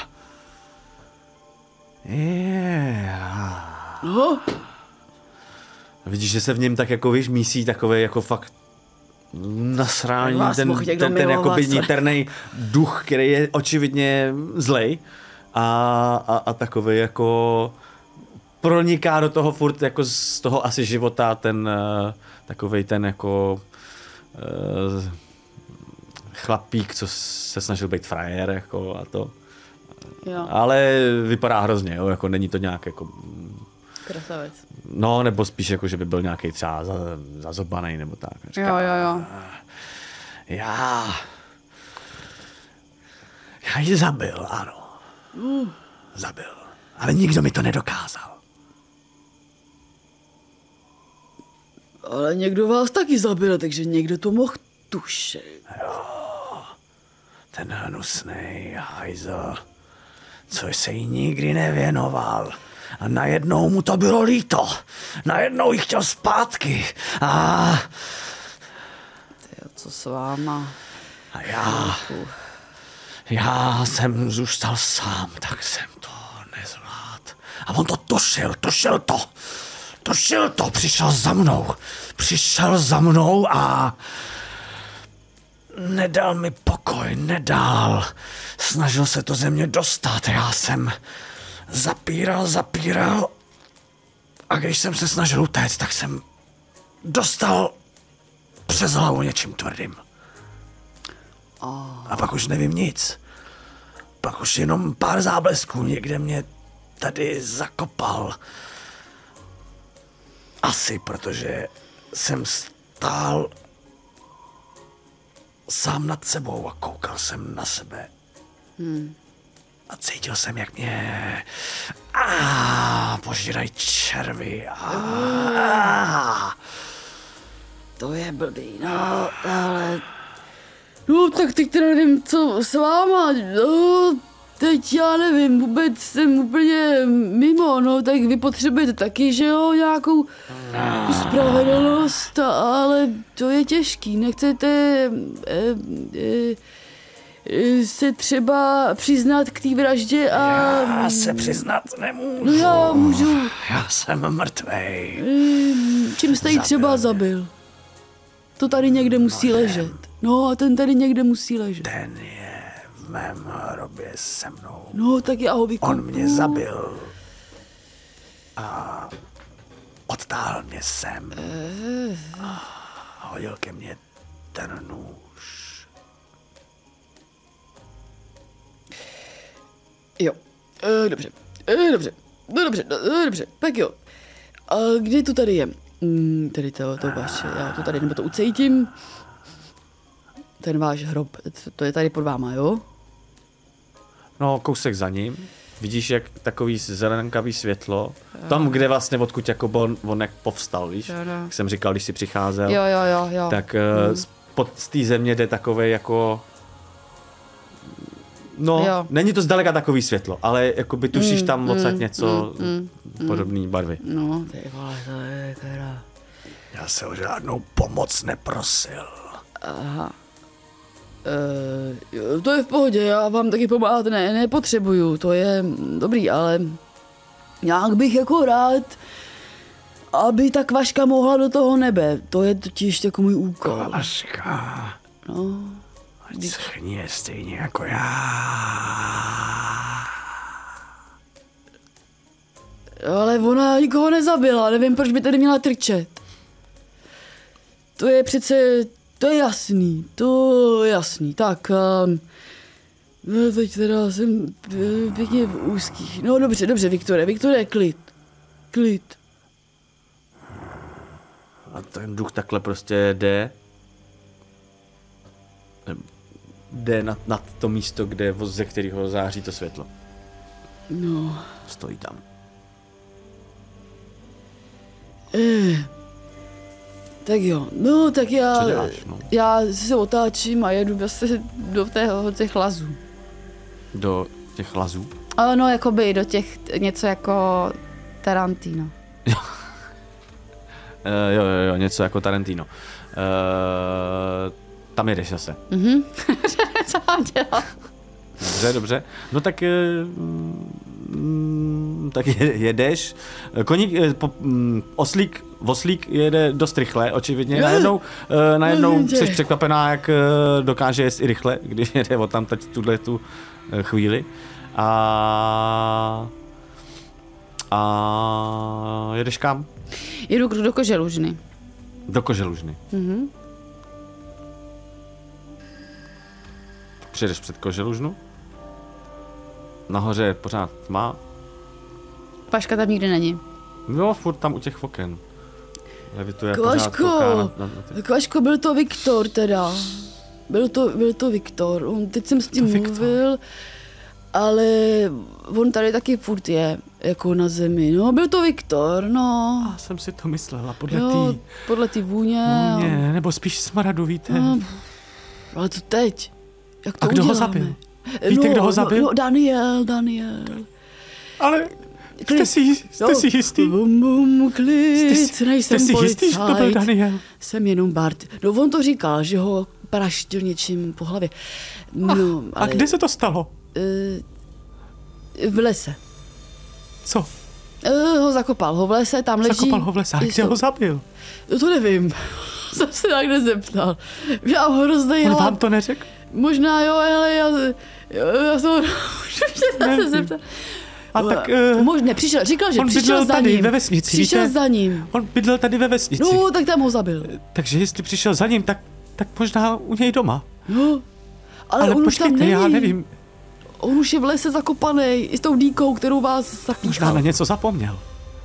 Speaker 2: Yeah.
Speaker 4: No.
Speaker 2: Vidíš, že se v něm tak jako, víš, mísí takovej jako fakt nasrání, ten, ten, ten, ten jakoby niternej duch, který je očividně zlej a, a, a takovej jako proniká do toho furt jako z toho asi života ten uh, takovej ten jako uh, chlapík, co se snažil být frajer jako a to.
Speaker 3: Jo.
Speaker 2: Ale vypadá hrozně, jo, jako není to nějak jako...
Speaker 3: Krasavec.
Speaker 2: No, nebo spíš jako, že by byl nějaký třeba zazobanej nebo tak.
Speaker 3: Říká, jo, jo, jo.
Speaker 2: Já... Já ji zabil, ano.
Speaker 4: Uh.
Speaker 2: Zabil. Ale nikdo mi to nedokázal.
Speaker 4: Ale někdo vás taky zabil, takže někdo to mohl tušit.
Speaker 2: Jo. Ten hnusnej hajzl, co se jí nikdy nevěnoval. A najednou mu to bylo líto. Najednou jí chtěl zpátky. A...
Speaker 4: Tyjo, co s váma?
Speaker 2: A já... Já jsem zůstal sám, tak jsem to nezvlád. A on to tušil, tušil to. Tušil to, přišel za mnou. Přišel za mnou a... Nedal mi pokoj, nedal. Snažil se to ze mě dostat. Já jsem zapíral, zapíral. A když jsem se snažil utéct, tak jsem dostal přes hlavu něčím tvrdým. A pak už nevím nic. Pak už jenom pár záblesků někde mě tady zakopal. Asi protože jsem stál sám nad sebou a koukal jsem na sebe.
Speaker 3: Hmm.
Speaker 2: A cítil jsem, jak mě a požírají červy. A,
Speaker 4: to je blbý, no, ale... No, tak teď teda nevím, co s váma, no, teď já nevím, vůbec jsem úplně mimo, no, tak vy potřebujete taky, že jo, nějakou spravedlnost, ale to je těžký, nechcete eh, eh, eh, se třeba přiznat k té vraždě a...
Speaker 5: Já se přiznat nemůžu.
Speaker 4: No já můžu.
Speaker 5: Já jsem mrtvej.
Speaker 4: Eh, čím jste ji třeba zabil? To tady někde musí ležet. No a ten tady někde musí ležet.
Speaker 5: Ten je v mém hrobě se mnou.
Speaker 4: No, tak já ho vykopu.
Speaker 5: On mě zabil. A odtáhl mě sem. A hodil ke mně ten nůž.
Speaker 4: Jo, e, dobře, e, dobře, no dobře, no, dobře, tak jo. A kde to tady je? Mm, tady to, to vaše, já to tady, nebo to ucejtím. Ten váš hrob, to je tady pod váma, jo?
Speaker 2: No, kousek za ním. Vidíš, jak takový zelenkavý světlo. Tam, kde vlastně odkud jako on, on jak povstal, víš?
Speaker 3: Jo, no.
Speaker 2: Jak jsem říkal, když jsi přicházel.
Speaker 3: Jo, jo, jo, jo.
Speaker 2: Tak hmm. pod z té země jde takové jako... No,
Speaker 3: Jo.
Speaker 2: není to zdaleka takový světlo, ale jakoby tušíš
Speaker 3: Mm,
Speaker 2: tam
Speaker 3: mm,
Speaker 2: odsaď něco
Speaker 3: mm, mm,
Speaker 2: podobné barvy.
Speaker 4: No, ty vole, to je teda...
Speaker 5: Já se o žádnou pomoc neprosil.
Speaker 4: Aha. E, jo, to je v pohodě, já vám taky pomáhat ne, nepotřebuju, to je dobrý, ale nějak bych jako rád, aby ta kvaška mohla do toho nebe, to je totiž jako můj úkol.
Speaker 5: Kvaška.
Speaker 4: No,
Speaker 5: Ať schnie stejně jako já.
Speaker 4: ale ona nikoho nezabila, nevím, proč by tady měla trčet. To je přece, to je jasný, to je jasný, tak... Um, no teď teda jsem eh, pěkně v úzkých. No dobře, dobře, Viktore, Viktore, klid. Klid.
Speaker 2: A ten duch takhle prostě jde. Jde nad, nad to místo, kde, ze kterého září to světlo.
Speaker 4: No.
Speaker 2: Stojí tam.
Speaker 4: Eh. Tak jo, no tak já,
Speaker 2: Co děláš, no?
Speaker 4: já se otáčím a jedu zase do tého, těch lazů.
Speaker 2: Do těch lazů.
Speaker 3: Ale no, jakoby do těch, něco jako Tarantino.
Speaker 2: Uh, jo, jo, jo, něco jako Tarantino. Uh, tam jedeš zase.
Speaker 3: Mhm. Co mám dělat?
Speaker 2: Dobře, dobře. No tak, mm, tak jedeš. Koník, po, mm, oslík, oslík jede dost rychle, očividně. Najednou, uh, najednou jsi překvapená, jak uh, dokáže jet i rychle, když jede od tam teď tuhle tu uh, chvíli. A... A jedeš kam?
Speaker 3: Jedu do Koželužny.
Speaker 2: Do Koželužny.
Speaker 3: Mhm.
Speaker 2: Přijedeš před Koželužnu. Nahoře je pořád tma.
Speaker 3: Paška tam nikdy není.
Speaker 2: Jo, furt tam u těch oken. Levituje pořád,
Speaker 4: Kvaško,
Speaker 2: kouká na, na, na ty...
Speaker 4: Kvaško, byl to Viktor teda. Byl to, byl to Viktor, on, teď jsem s tím mluvil, ale on tady taky furt je, jako na zemi. No, byl to Viktor, no.
Speaker 2: Já jsem si to myslela, podle
Speaker 4: Jo,
Speaker 2: tý...
Speaker 4: podle ty vůně.
Speaker 2: vůně, nebo spíš smradu, víte.
Speaker 4: No, ale to teď. Jak to
Speaker 2: A kdo ho
Speaker 4: uděláme?
Speaker 2: zabil? Víte, kdo ho zabil?
Speaker 4: No, no, Daniel, Daniel.
Speaker 2: Ale jste
Speaker 4: Klid.
Speaker 2: si, jste
Speaker 4: Jo.
Speaker 2: si jistý?
Speaker 4: Bum, bum, klid,
Speaker 2: Jste si,
Speaker 4: nejsem
Speaker 2: jste si jistý, že to byl
Speaker 4: policajt.
Speaker 2: Daniel?
Speaker 4: Jsem jenom Bart. No on to říkal, že ho praštil něčím po hlavě. No,
Speaker 2: A
Speaker 4: ale,
Speaker 2: kde se to stalo?
Speaker 4: Uh, v lese.
Speaker 2: Co?
Speaker 4: Uh, ho zakopal ho v lese, tam leží.
Speaker 2: Zakopal ho v lese, a kde ho zabil?
Speaker 4: No to nevím. Jsem se tak nezeptal. Já ho hroznej
Speaker 2: On
Speaker 4: hlad.
Speaker 2: vám to neřekl?
Speaker 4: Možná jo, ale já, jo, já jsem
Speaker 2: Ne,
Speaker 4: se zeptal.
Speaker 2: A tak... Uh,
Speaker 4: Možná, přišel, říkal, že
Speaker 2: on
Speaker 4: přišel
Speaker 2: bydlel
Speaker 4: za
Speaker 2: tady
Speaker 4: ním.
Speaker 2: ve vesnici,
Speaker 4: Přišel
Speaker 2: víte?
Speaker 4: za ním.
Speaker 2: On bydlel tady ve vesnici.
Speaker 4: No, tak tam ho zabil.
Speaker 2: Takže jestli přišel za ním, tak, tak možná u něj doma.
Speaker 4: No, ale,
Speaker 2: Ale
Speaker 4: on už tam
Speaker 2: počkejte,
Speaker 4: není.
Speaker 2: já nevím.
Speaker 4: On už je v lese zakopaný, i s tou dýkou, kterou vás
Speaker 2: Možná
Speaker 4: zapíchal.
Speaker 2: na něco zapomněl.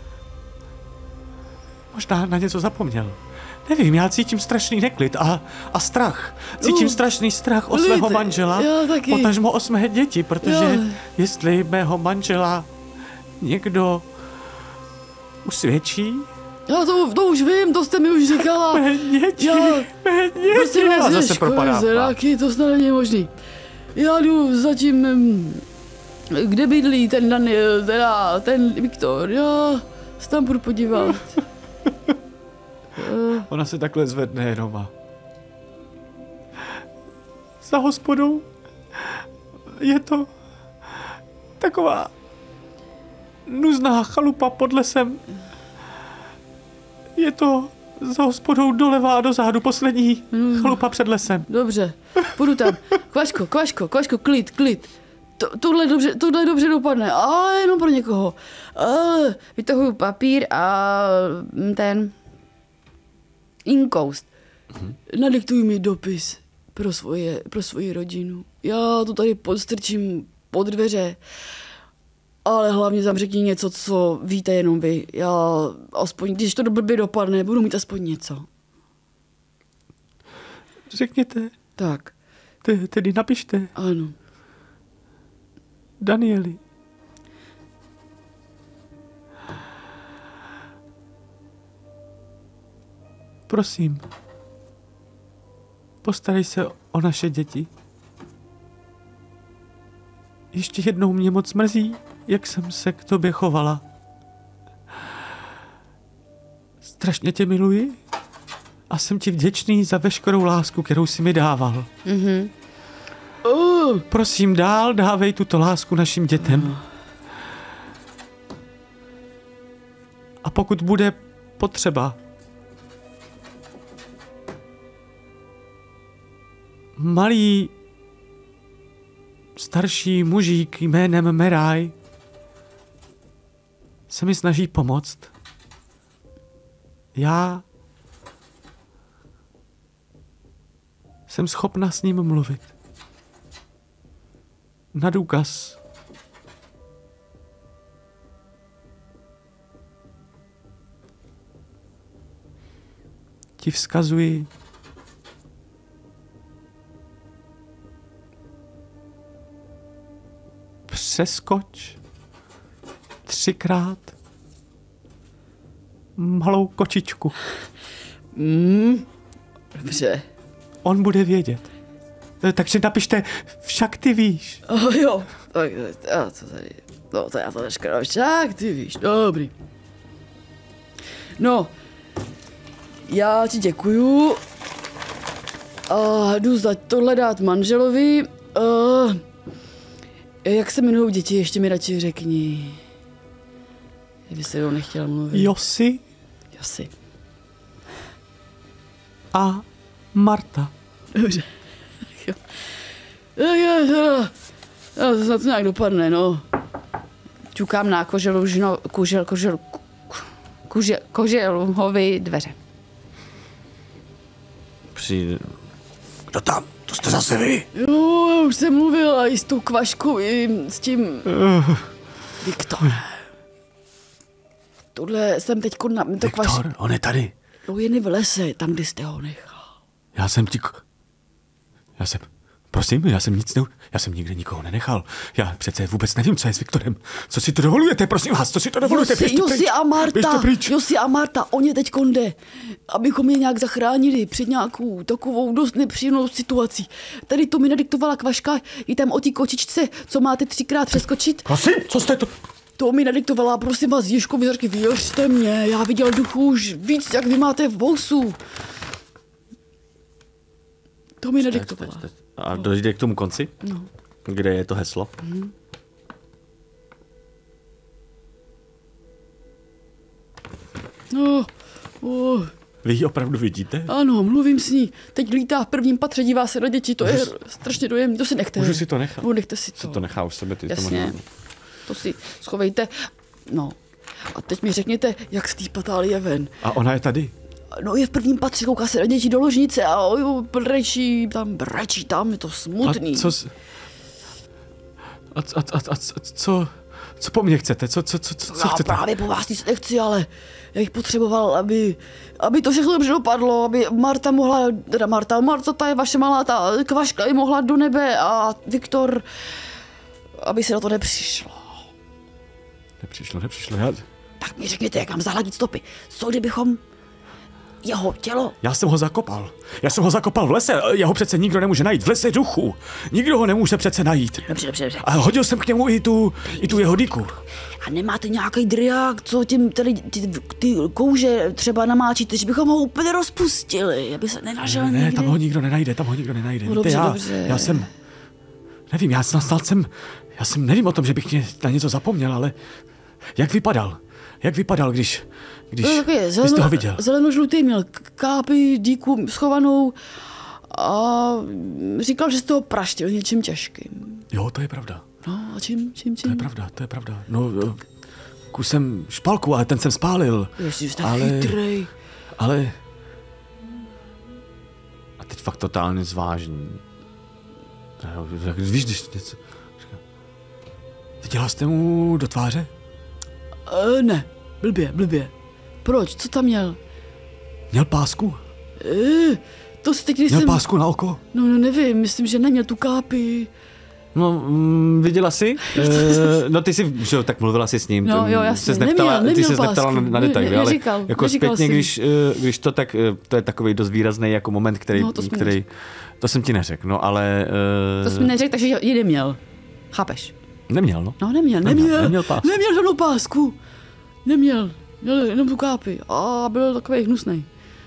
Speaker 2: Možná na něco zapomněl. Nevím, já cítím strašný neklid a, a strach. Cítím
Speaker 4: No,
Speaker 2: strašný strach o
Speaker 4: klid,
Speaker 2: svého manžela,
Speaker 4: já taky.
Speaker 2: potažmo o své děti, protože
Speaker 4: Jo.
Speaker 2: jestli mého manžela někdo usvědčí,
Speaker 4: Já to, to už vím, to jste mi už říkala.
Speaker 2: mé děti,
Speaker 4: Já-
Speaker 2: mé
Speaker 4: Prosím
Speaker 2: děti.
Speaker 4: vás,
Speaker 2: A zase
Speaker 4: Ježko,
Speaker 2: propadá.
Speaker 4: zraky, to snad není možný. Já jdu zatím... mm, Kde bydlí ten Daniel, teda ten Viktor, já se tam budu podívat.
Speaker 2: Ona se takhle zvedne jenom a... Za hospodou je to taková nuzná chalupa pod lesem. Je to za hospodou doleva a dozadu poslední chalupa před lesem.
Speaker 4: Dobře, půjdu tam. Kvaško, Kvaško, Kvaško, klid, klid. To, tohle, dobře, tohle dobře dopadne, ale jenom pro někoho. Ale vytahuju papír a ten inkoust. Mhm. Nadiktuj mi dopis pro, svoje, pro svoji rodinu. Já to tady podstrčím pod dveře, ale hlavně tam řekni něco, co víte jenom vy. Já aspoň, když to blbě dopadne, budu mít aspoň něco.
Speaker 2: Řekněte.
Speaker 4: Tak.
Speaker 2: Te, tedy napište.
Speaker 4: Ano.
Speaker 2: Danieli. Prosím, postarej se o naše děti. Ještě jednou mě moc mrzí, jak jsem se k tobě chovala. Strašně tě miluji a jsem ti vděčný za veškerou lásku, kterou jsi mi dával.
Speaker 4: Mhm. Uh.
Speaker 2: Prosím, dál dávej tuto lásku našim dětem. Uh. A pokud bude potřeba, malý starší mužík jménem Meraj se mi snaží pomoct. Já jsem schopna s ním mluvit. Na důkaz. Ti vzkazuji přeskoč třikrát malou kočičku.
Speaker 4: Mm, dobře.
Speaker 2: On bude vědět. Takže napište, však ty víš.
Speaker 4: Oh, jo, tak já to tady, no to já to neškrám, však ty víš, dobrý. No, já ti děkuju a jdu za tohle dát manželovi. Uh, jak se jmenují děti, ještě mi radši řekni. Kdyby se jenom nechtěla mluvit.
Speaker 2: Josi.
Speaker 4: Josi.
Speaker 2: A Marta.
Speaker 4: Dobře. Jo. Tak já, já, já to snad nějak dopadne, no.
Speaker 3: Čukám na koželu, žno, kožel, kožel, kožel, koželuhovi dveře.
Speaker 2: Přijde.
Speaker 5: Kdo tam? To jste zase vy?
Speaker 4: Jo, já už jsem mluvila i s tou Kvaškou, i s tím... Uh. Viktor. Tohle jsem teďko na... To
Speaker 5: Viktor,
Speaker 4: Kvaš...
Speaker 5: on je tady.
Speaker 4: No jen v lese, tam, kde jste ho nechal.
Speaker 2: Já jsem ti... Já jsem... Prosím, já jsem nic ne... Já jsem nikde nikoho nenechal. Já přece vůbec nevím, co je s Viktorem. Co si to dovolujete, prosím vás, co si to dovolujete?
Speaker 4: Josi, Josi a Marta, Josi a Marta, on je teď konde, abychom je nějak zachránili před nějakou takovou dost nepříjemnou situací. Tady to mi nadiktovala Kvaška, i tam o té kočičce, co máte třikrát přeskočit.
Speaker 2: Prosím, co jste to...
Speaker 4: To mi nadiktovala, prosím vás, Ježko, vyzorky, věřte mě, já viděl duchu už víc, jak vy máte v vousu. To mi nadiktovala.
Speaker 2: A dojde k tomu konci?
Speaker 4: No.
Speaker 2: Kde je to heslo?
Speaker 4: Hmm. No, oh.
Speaker 2: Vy ji opravdu vidíte?
Speaker 4: Ano, mluvím s ní. Teď lítá v prvním patře, dívá se na děti, to můžu je s... strašně dojemný. To si nechte.
Speaker 2: Můžu si to nechat?
Speaker 4: No, nechte si to.
Speaker 2: Si to nechá už sebe, ty
Speaker 4: Jasně. To, to si schovejte. No. A teď mi řekněte, jak z té patály je ven.
Speaker 2: A ona je tady?
Speaker 4: No, je v prvním patře, kouká se na děti do ložnice a ojo, brečí tam, brečí tam, je to smutný.
Speaker 2: A co... S... A, a, a, a, a co... Co po mně chcete? Co, co, co, co, co
Speaker 4: Já
Speaker 2: chcete?
Speaker 4: právě po vás nic nechci, ale já bych potřeboval, aby, aby to všechno dobře dopadlo, aby Marta mohla, teda Marta, Marta, ta je vaše malá, ta Kvaška i mohla do nebe a Viktor, aby se na to nepřišlo.
Speaker 2: Nepřišlo, nepřišlo, já...
Speaker 4: Tak mi řekněte, jak mám zahladit stopy. Co kdybychom Jeho tělo.
Speaker 5: Já jsem ho zakopal. Já jsem ho zakopal v lese. Jeho přece nikdo nemůže najít. V lese duchu. Nikdo ho nemůže přece najít.
Speaker 4: Dobře, dobře, dobře.
Speaker 5: A hodil jsem k němu i tu, i tu jeho dýku.
Speaker 4: A nemáte nějaký driák, co tím tady ty, ty kouže třeba namáčíte, že bychom ho úplně rozpustili, aby se nenažil
Speaker 5: Ne,
Speaker 4: nikdy?
Speaker 5: tam ho nikdo nenajde, tam ho nikdo nenajde.
Speaker 4: No,
Speaker 5: Víte,
Speaker 4: dobře,
Speaker 5: já,
Speaker 4: dobře.
Speaker 5: já jsem, nevím, já snad, snad jsem, já jsem, nevím o tom, že bych na něco zapomněl, ale jak vypadal? Jak vypadal, když, když,
Speaker 4: No, takový
Speaker 5: když jste ho viděl?
Speaker 4: zelenožlutý, měl kápy, dýku schovanou a říkal, že z toho praštil něčím těžkým.
Speaker 5: Jo, to je pravda.
Speaker 4: No a čím, čím, čím?
Speaker 5: To je pravda, to je pravda. No, kusem špalku, ale ten jsem spálil.
Speaker 4: Ježiš, tak
Speaker 5: ale,
Speaker 4: chytrej.
Speaker 5: ale,
Speaker 2: A teď fakt totálně zvážní.
Speaker 5: jak víš, když něco, viděla jste mu do tváře?
Speaker 4: E, ne, blbě, blbě. Proč, co tam měl?
Speaker 5: Měl pásku?
Speaker 4: E, to si teď
Speaker 5: Měl
Speaker 4: nejsem...
Speaker 5: pásku na oko?
Speaker 4: No, no nevím, myslím, že neměl tu kápy.
Speaker 2: No, mm, viděla jsi? E, no ty jsi, že jo, tak mluvila jsi s ním.
Speaker 4: No,
Speaker 2: ty
Speaker 4: jo, jasně,
Speaker 2: ses neptala,
Speaker 4: neměl,
Speaker 2: ty
Speaker 4: neměl
Speaker 2: se neptala na,
Speaker 4: pásku.
Speaker 2: na detaily,
Speaker 4: Ne-
Speaker 2: ale
Speaker 4: neříkal,
Speaker 2: jako
Speaker 4: neříkal
Speaker 2: zpětně,
Speaker 4: jsem.
Speaker 2: když, eh, když to tak, eh, to je takový dost výrazný jako moment, který,
Speaker 4: No, to jsi mi
Speaker 2: který to jsem ti neřekl, no ale... eh,
Speaker 4: To jsi mi neřekl, takže ji neměl. Chápeš?
Speaker 2: Neměl, no.
Speaker 4: No, neměl,
Speaker 2: Neměl,
Speaker 4: neměl.
Speaker 2: neměl pásku.
Speaker 4: Neměl žádnou pásku. Neměl. Měl jenom tu kápy. A byl takový hnusnej.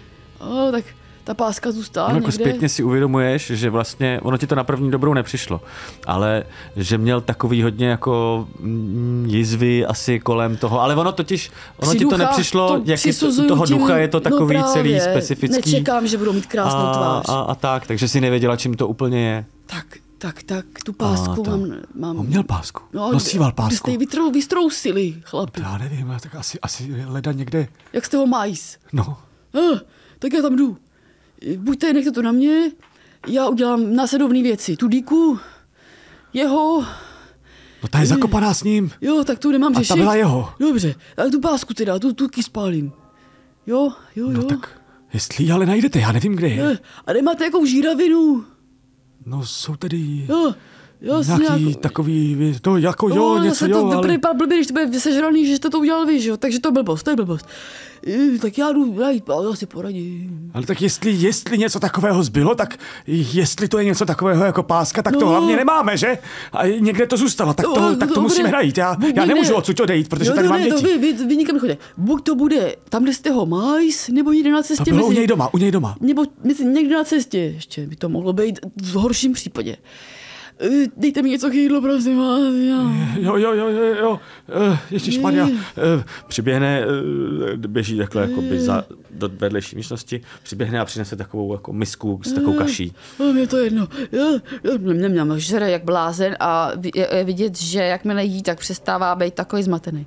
Speaker 4: A tak ta páska zůstala
Speaker 2: No, jako
Speaker 4: někde.
Speaker 2: zpětně si uvědomuješ, že vlastně, ono ti to na první dobrou nepřišlo, ale že měl takový hodně jako mm, jizvy asi kolem toho, ale ono totiž, ono
Speaker 4: Při
Speaker 2: ti to
Speaker 4: duchách
Speaker 2: nepřišlo, jak je to,
Speaker 4: přisuzuju
Speaker 2: u toho
Speaker 4: tím-
Speaker 2: ducha je to takový
Speaker 4: no
Speaker 2: celý
Speaker 4: právě.
Speaker 2: specifický.
Speaker 4: Nečekám, že budou mít krásnou
Speaker 2: a,
Speaker 4: tvář.
Speaker 2: a, a tak, takže si nevěděla, čím to úplně je.
Speaker 4: Tak, tak, tak, tu pásku
Speaker 2: A to-
Speaker 4: mám, mám...
Speaker 5: On měl pásku.
Speaker 4: No,
Speaker 5: Nosíval
Speaker 4: Vy
Speaker 5: pásku.
Speaker 4: jste ji vytrou, vystrousili, chlapi.
Speaker 5: Já nevím, ale tak asi, asi leda někde.
Speaker 4: Jak jste ho majs?
Speaker 5: No,
Speaker 4: Ah, tak já tam jdu. Buďte, nechte to na mě. Já udělám následovné věci. Tu dýku, jeho...
Speaker 5: no ta je zakopaná s ním.
Speaker 4: Jo, tak tu nemám
Speaker 5: A
Speaker 4: řešit.
Speaker 5: ta byla jeho.
Speaker 4: Dobře, tak tu pásku teda, tu tuky spálím. Jo, jo, jo.
Speaker 5: No tak, jestli ji ale najdete, já nevím, kde je.
Speaker 4: Eh, A nemáte jakou žíravinu?
Speaker 5: No jsou tady
Speaker 4: Jo, jo,
Speaker 5: nějaký
Speaker 4: nějak...
Speaker 5: takový, vy- no jako jo, něco
Speaker 4: zase
Speaker 5: jo,
Speaker 4: to, to
Speaker 5: ale...
Speaker 4: ale... blbý, když to bude vysežraný, že jste to udělal vy, že jo? Takže to je blbost, to je blbost. Eh, Tak já jdu najít, ale já si poradím.
Speaker 5: Ale tak jestli, jestli něco takového zbylo, tak jestli to je něco takového jako páska, tak to
Speaker 4: No.
Speaker 5: hlavně nemáme, že? A někde to zůstalo, tak to,
Speaker 4: No,
Speaker 5: tak to
Speaker 4: dobré.
Speaker 5: musíme najít. Já,
Speaker 4: Buď
Speaker 5: já
Speaker 4: někde-
Speaker 5: nemůžu odsud odejít, protože
Speaker 4: Jo,
Speaker 5: tady
Speaker 4: no,
Speaker 5: mám
Speaker 4: ne, to
Speaker 5: děti.
Speaker 4: vy, vy, vy nikam nechodíte. Buď to bude tam, kde jste ho majs, nebo někde na
Speaker 5: To
Speaker 4: cestě.
Speaker 5: bylo u
Speaker 4: mezi-
Speaker 5: něj doma, u něj doma.
Speaker 4: Nebo myslím, někde na cestě ještě by to mohlo být v horším případě. Eh, Dejte mi něco k jídlu, prosím vás. Já...
Speaker 5: Jo, jo, jo, jo, jo. Uh, Ježišmarja. Uh, přiběhne, uh, běží takhle jakoby za, do vedlejší místnosti, přiběhne a přinese takovou jako misku s takovou kaší.
Speaker 4: A mě to jedno. Jo, jo, neměl, žere jak blázen a vi- je je vidět, že jakmile jí, tak přestává být takový zmatený.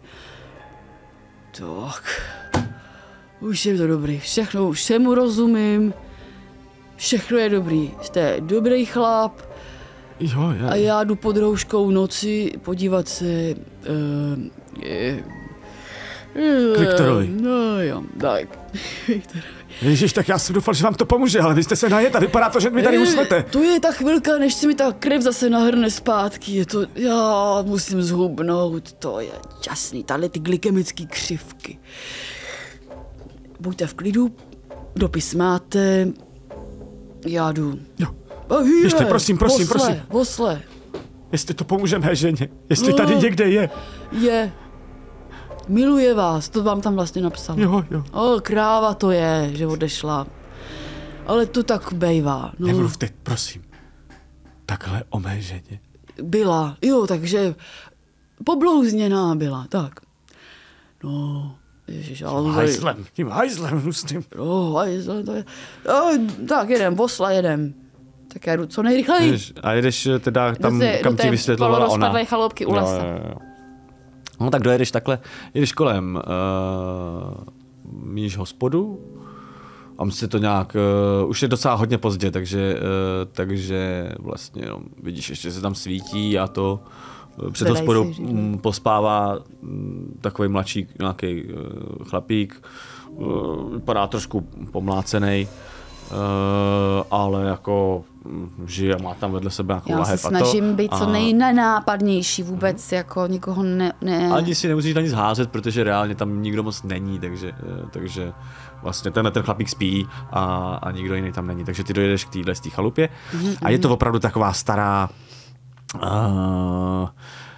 Speaker 4: Tak. Už je to dobrý. Všechno, všemu rozumím. Všechno je dobrý. Jste dobrý chlap.
Speaker 5: Jo, já.
Speaker 4: A já jdu pod rouškou noci podívat se... Uh, je,
Speaker 5: K Viktorovi.
Speaker 4: No jo, tak. Viktorovi.
Speaker 5: Ježiš, tak já jsem doufal, že vám to pomůže, ale vy jste se najet a vypadá to, že mi tady
Speaker 4: Eh,
Speaker 5: usnete.
Speaker 4: To je ta chvilka, než se mi ta krev zase nahrne zpátky. Je to, já musím zhubnout, to je jasný. Tady ty glykemické křivky. Buďte v klidu, dopis máte, já jdu.
Speaker 5: Jo.
Speaker 4: A hýre,
Speaker 5: Běžte, prosím, prosím,
Speaker 4: osle,
Speaker 5: prosím.
Speaker 4: Osle,
Speaker 5: Jestli to pomůže mé ženě, jestli
Speaker 4: No.
Speaker 5: tady někde je.
Speaker 4: je. Miluje vás, to vám tam vlastně napsal.
Speaker 5: Jo, jo.
Speaker 4: O, kráva to je, že odešla. Ale to tak bejvá. No.
Speaker 5: Nemluvte, prosím. Takhle o mé ženě.
Speaker 4: Byla, jo, takže poblouzněná byla, tak. No, ježiš, ale...
Speaker 5: Hajzlem, tím hajzlem hnusným.
Speaker 4: No, hajzle, to je... No, tak jedem, osla jedem. Tak já jdu co nejrychleji.
Speaker 2: Jedeš, a jedeš teda tam,
Speaker 4: Do té-
Speaker 2: kam
Speaker 4: do
Speaker 2: ti
Speaker 4: té
Speaker 2: vysvětlovala ona.
Speaker 4: polorozpadlé chaloupky u
Speaker 2: Jo,
Speaker 4: lesa.
Speaker 2: jo, jo. No tak dojedeš takhle, jedeš kolem uh, míš hospodu a musí to nějak, uh, už je docela hodně pozdě, takže, uh, takže vlastně no, vidíš, ještě se tam svítí a to uh, před
Speaker 4: Zvedají
Speaker 2: hospodou
Speaker 4: se židle.
Speaker 2: mm, pospává mm, takový mladší nějaký uh, chlapík, uh, vypadá trošku pomlácený, uh, ale jako mm, žije, má tam vedle sebe nějakou
Speaker 3: Já se
Speaker 2: lahev a to.
Speaker 3: snažím být co
Speaker 2: A-
Speaker 3: nejnenápadnější vůbec, jako nikoho ne... ne...
Speaker 2: Ani si nemusíš na nic házet, protože reálně tam nikdo moc není, takže, eh, takže vlastně tenhle ten chlapík spí a, a nikdo jiný tam není. Takže ty dojedeš k téhle chalupě a je to opravdu taková stará uh,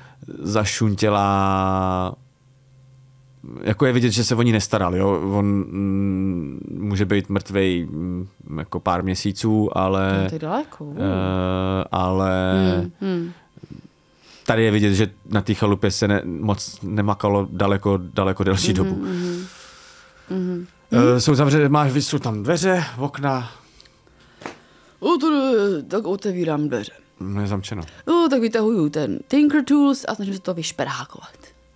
Speaker 2: zašuntělá, jako je vidět, že se o ní nestaral, jo. On mm, může být mrtvej mm, jako pár měsíců, ale...
Speaker 3: No, to je daleko.
Speaker 2: Uh, ale...
Speaker 3: Hmm, hmm.
Speaker 2: Tady je vidět, že na té chalupě se ne, moc nemakalo daleko, daleko delší mm-hmm, dobu.
Speaker 3: Mm-hmm. Mm-hmm.
Speaker 2: Uh, jsou zavřené, máš, jsou tam dveře, okna.
Speaker 4: O, to, tak otevírám dveře.
Speaker 2: Je zamčeno.
Speaker 4: O, tak vytahuju ten Tinker Tools a snažím se to vyšperhákovat.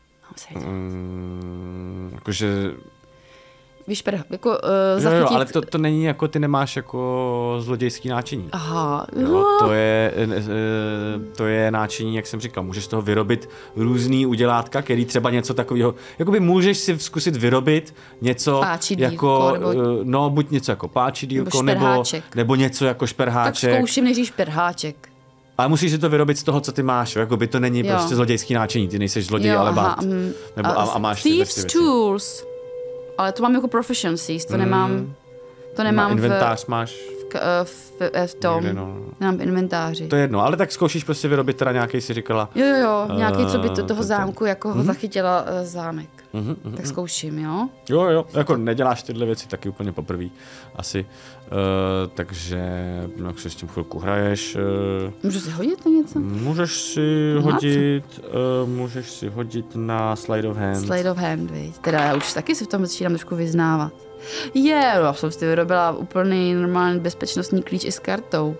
Speaker 2: Mm, jakože...
Speaker 3: Vyšperhá, jako uh,
Speaker 2: jo,
Speaker 3: zachytit...
Speaker 2: jo, ale to, to není jako, ty nemáš jako zlodějský náčiní.
Speaker 3: Aha.
Speaker 2: Jo, to je, to je náčiní, jak jsem říkal, můžeš z toho vyrobit různý udělátka, který třeba něco takového, jakoby můžeš si zkusit vyrobit něco
Speaker 3: páčidýlko,
Speaker 2: jako,
Speaker 3: nebo...
Speaker 2: no buď něco jako páčidýlko,
Speaker 3: nebo,
Speaker 2: nebo, nebo něco jako šperháček.
Speaker 3: Tak zkouším nejdřív šperháček.
Speaker 2: Ale musíš si to vyrobit z toho, co ty máš, jako by to není jo. prostě zlodějský náčiní, ty nejseš zloděj, jo, ale bát. Mm, nebo, a, a máš
Speaker 3: Thieves Tools, ale to mám jako proficiencies, to mm, nemám, to nemám
Speaker 2: inventář
Speaker 3: v,
Speaker 2: máš?
Speaker 3: V, v, v tom, Někde, no. Nemám inventáři.
Speaker 2: To je jedno, ale tak zkoušíš prostě vyrobit teda nějaký, si říkala.
Speaker 3: Jo, jo, jo, nějaký, co by to toho zámku, jako
Speaker 2: mm-hmm.
Speaker 3: ho zachytila uh, zámek.
Speaker 2: Mm-hmm, mm-hmm.
Speaker 3: Tak zkouším, jo?
Speaker 2: Jo, jo, jako neděláš tyhle věci taky úplně poprvé, asi. Uh, takže no, s tím chvilku hraješ. Uh,
Speaker 3: Můžu si hodit na něco?
Speaker 2: Můžeš si na hodit, uh, můžeš si hodit na Slide of Hand.
Speaker 3: Slide of Hand, viď. Teda já už taky se v tom začínám trošku vyznávat. Je, yeah, já jsem si vyrobila úplný normální bezpečnostní klíč i s kartou.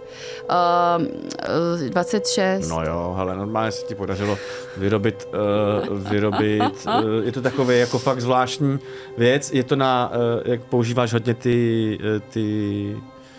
Speaker 3: Uh, dvacet šest.
Speaker 2: No jo, hele, normálně se ti podařilo vyrobit, uh, vyrobit, uh, je to takové jako fakt zvláštní věc, je to na, uh, jak používáš hodně ty, uh, ty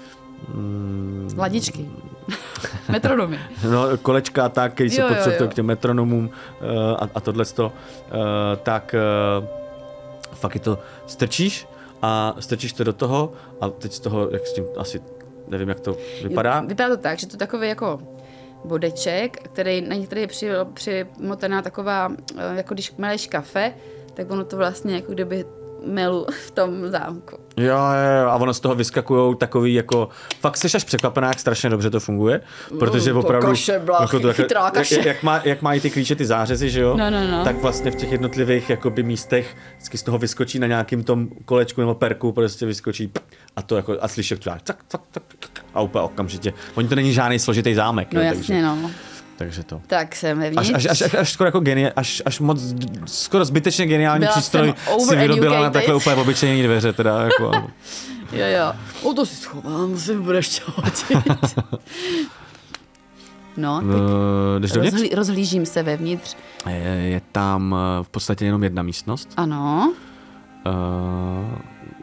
Speaker 3: mm, ladičky. Metronomy.
Speaker 2: No, kolečka tak, který se potřebují k těm metronomům uh, a, a tohleto, uh, tak uh, fakt je to, strčíš a strčíš to do toho a teď z toho, jak s tím asi, nevím, jak to vypadá.
Speaker 3: Vypadá to tak, že to takový jako bodeček, který, na některý je při, přimotaná taková, jako když meleš kafe, tak ono to vlastně jako kdyby melu v tom zámku.
Speaker 2: Jo, jo, a ono z toho vyskakujou takový jako, fakt jsi až překvapená, jak strašně dobře to funguje, protože
Speaker 4: to
Speaker 2: opravdu,
Speaker 4: kaše byla
Speaker 2: jako to,
Speaker 4: chytrá kaše.
Speaker 2: Jak, jak, má, jak mají ty klíče, ty zářezy, že jo,
Speaker 3: no, no, no.
Speaker 2: tak vlastně v těch jednotlivých jakoby místech vždycky z toho vyskočí na nějakým tom kolečku nebo perku, prostě vyskočí a to jako, a slyšíš, jak to tak, tak, tak, a úplně okamžitě. Oni to není žádný složitý zámek.
Speaker 3: No
Speaker 2: jo,
Speaker 3: jasně,
Speaker 2: takže,
Speaker 3: no.
Speaker 2: Takže to.
Speaker 3: Tak jsem vevnitř.
Speaker 2: Až, až, až, až skoro jako geni, až, až moc, skoro zbytečně geniální Byla přístroj si vyrobila na takhle úplně obyčejný dveře, teda jako.
Speaker 3: Jo, jo.
Speaker 4: O, to si schovám, si budeš hodit.
Speaker 3: No, teď
Speaker 2: uh,
Speaker 3: rozhlí, rozhlížím se vevnitř.
Speaker 2: Je, je tam v podstatě jenom jedna místnost.
Speaker 3: Ano.
Speaker 2: Uh,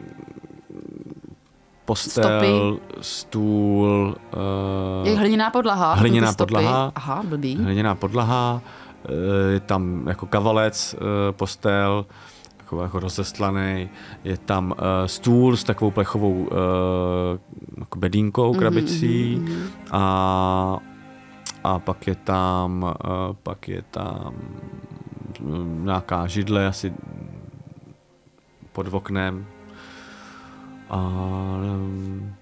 Speaker 2: postel,
Speaker 3: stopy.
Speaker 2: Stůl. Uh,
Speaker 3: je hliněná podlaha.
Speaker 2: Hliněná podlaha.
Speaker 3: Aha, blbý.
Speaker 2: Hliněná podlaha. Uh, je tam jako kavalec, uh, postel. Jako rozestlaný, je tam uh, stůl s takovou plechovou uh, jako bedínkou, krabicí mm-hmm. a, a pak je tam uh, pak je tam um, nějaká židle asi pod oknem a um,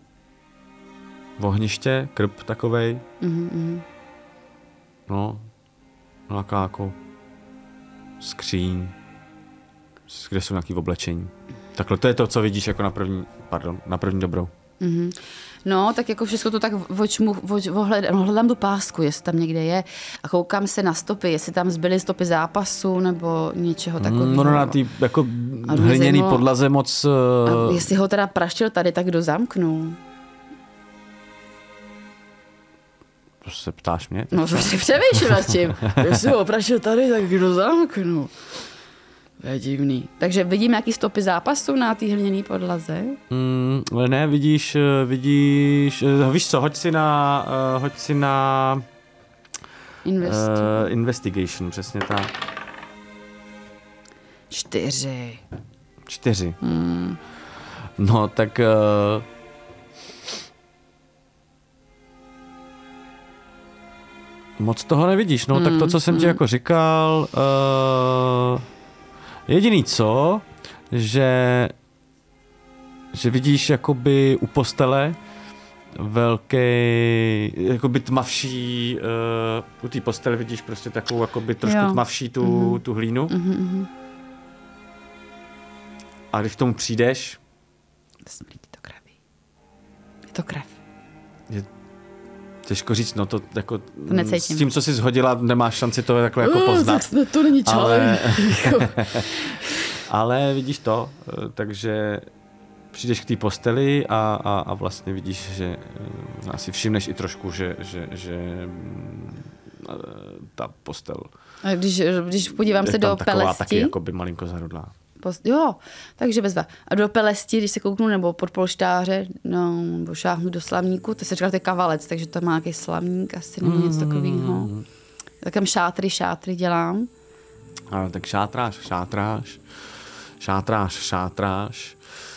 Speaker 2: ohniště, krb takovej,
Speaker 3: mm-hmm.
Speaker 2: no, nějaká jako skříň, kde jsou nějaké oblečení. Takhle to je to, co vidíš jako na první, pardon, na první dobrou.
Speaker 3: Mm-hmm. No, tak jako všechno to tak vočmu, voč, vohled, no, hledám tu pásku, jestli tam někde je a koukám se na stopy, jestli tam zbyly stopy zápasu nebo něčeho takového.
Speaker 2: No, no na té jako hliněný podlaze moc...
Speaker 3: A jestli ho teda praštil tady, tak kdo zamknul?
Speaker 2: To se ptáš mě?
Speaker 3: No, to si přemýšlím nad tím.
Speaker 4: Jestli ho praštil tady, tak kdo zamknul? Je divný.
Speaker 3: Takže vidím nějaký stopy zápasu na té hliněné podlaze?
Speaker 2: Mm, ne, vidíš, vidíš, víš co, hoď si na, uh, hoď si na
Speaker 3: Investi-
Speaker 2: uh, investigation, přesně tak.
Speaker 3: Čtyři.
Speaker 2: Čtyři.
Speaker 3: Hmm.
Speaker 2: No, tak... Uh, moc toho nevidíš, no, hmm. tak to, co jsem hmm. ti jako říkal... Uh, Jediný co, že že vidíš jakoby u postele velký, jakoby tmavší, uh, u té postele vidíš prostě takovou jakoby trošku jo. tmavší tu, mm-hmm. tu hlínu. Mm-hmm. A když k tomu přijdeš...
Speaker 3: Smrdí to kreví. Je to krev.
Speaker 2: Je těžko říct, no to jako...
Speaker 3: To necítím.
Speaker 2: S tím, co jsi zhodila, nemáš šanci to takhle jako poznat.
Speaker 4: Tak snad to není čaj.
Speaker 2: Ale, ale vidíš to, takže přijdeš k té posteli a, a, a vlastně vidíš, že asi všimneš i trošku, že, že, že ta postel...
Speaker 3: A když, když podívám se do pelesti...
Speaker 2: taky jakoby malinko zarudlá.
Speaker 3: Post, jo, takže bezva. A do pelesti, když se kouknu, nebo pod polštáře, no, nebo šáhnu do slavníku, to se říká, to je kavalec, takže to má nějaký slavník, asi nebo něco takového. Takém šátry, šátry dělám.
Speaker 2: A, tak šátráš, šátráš, šátráš, šátráš.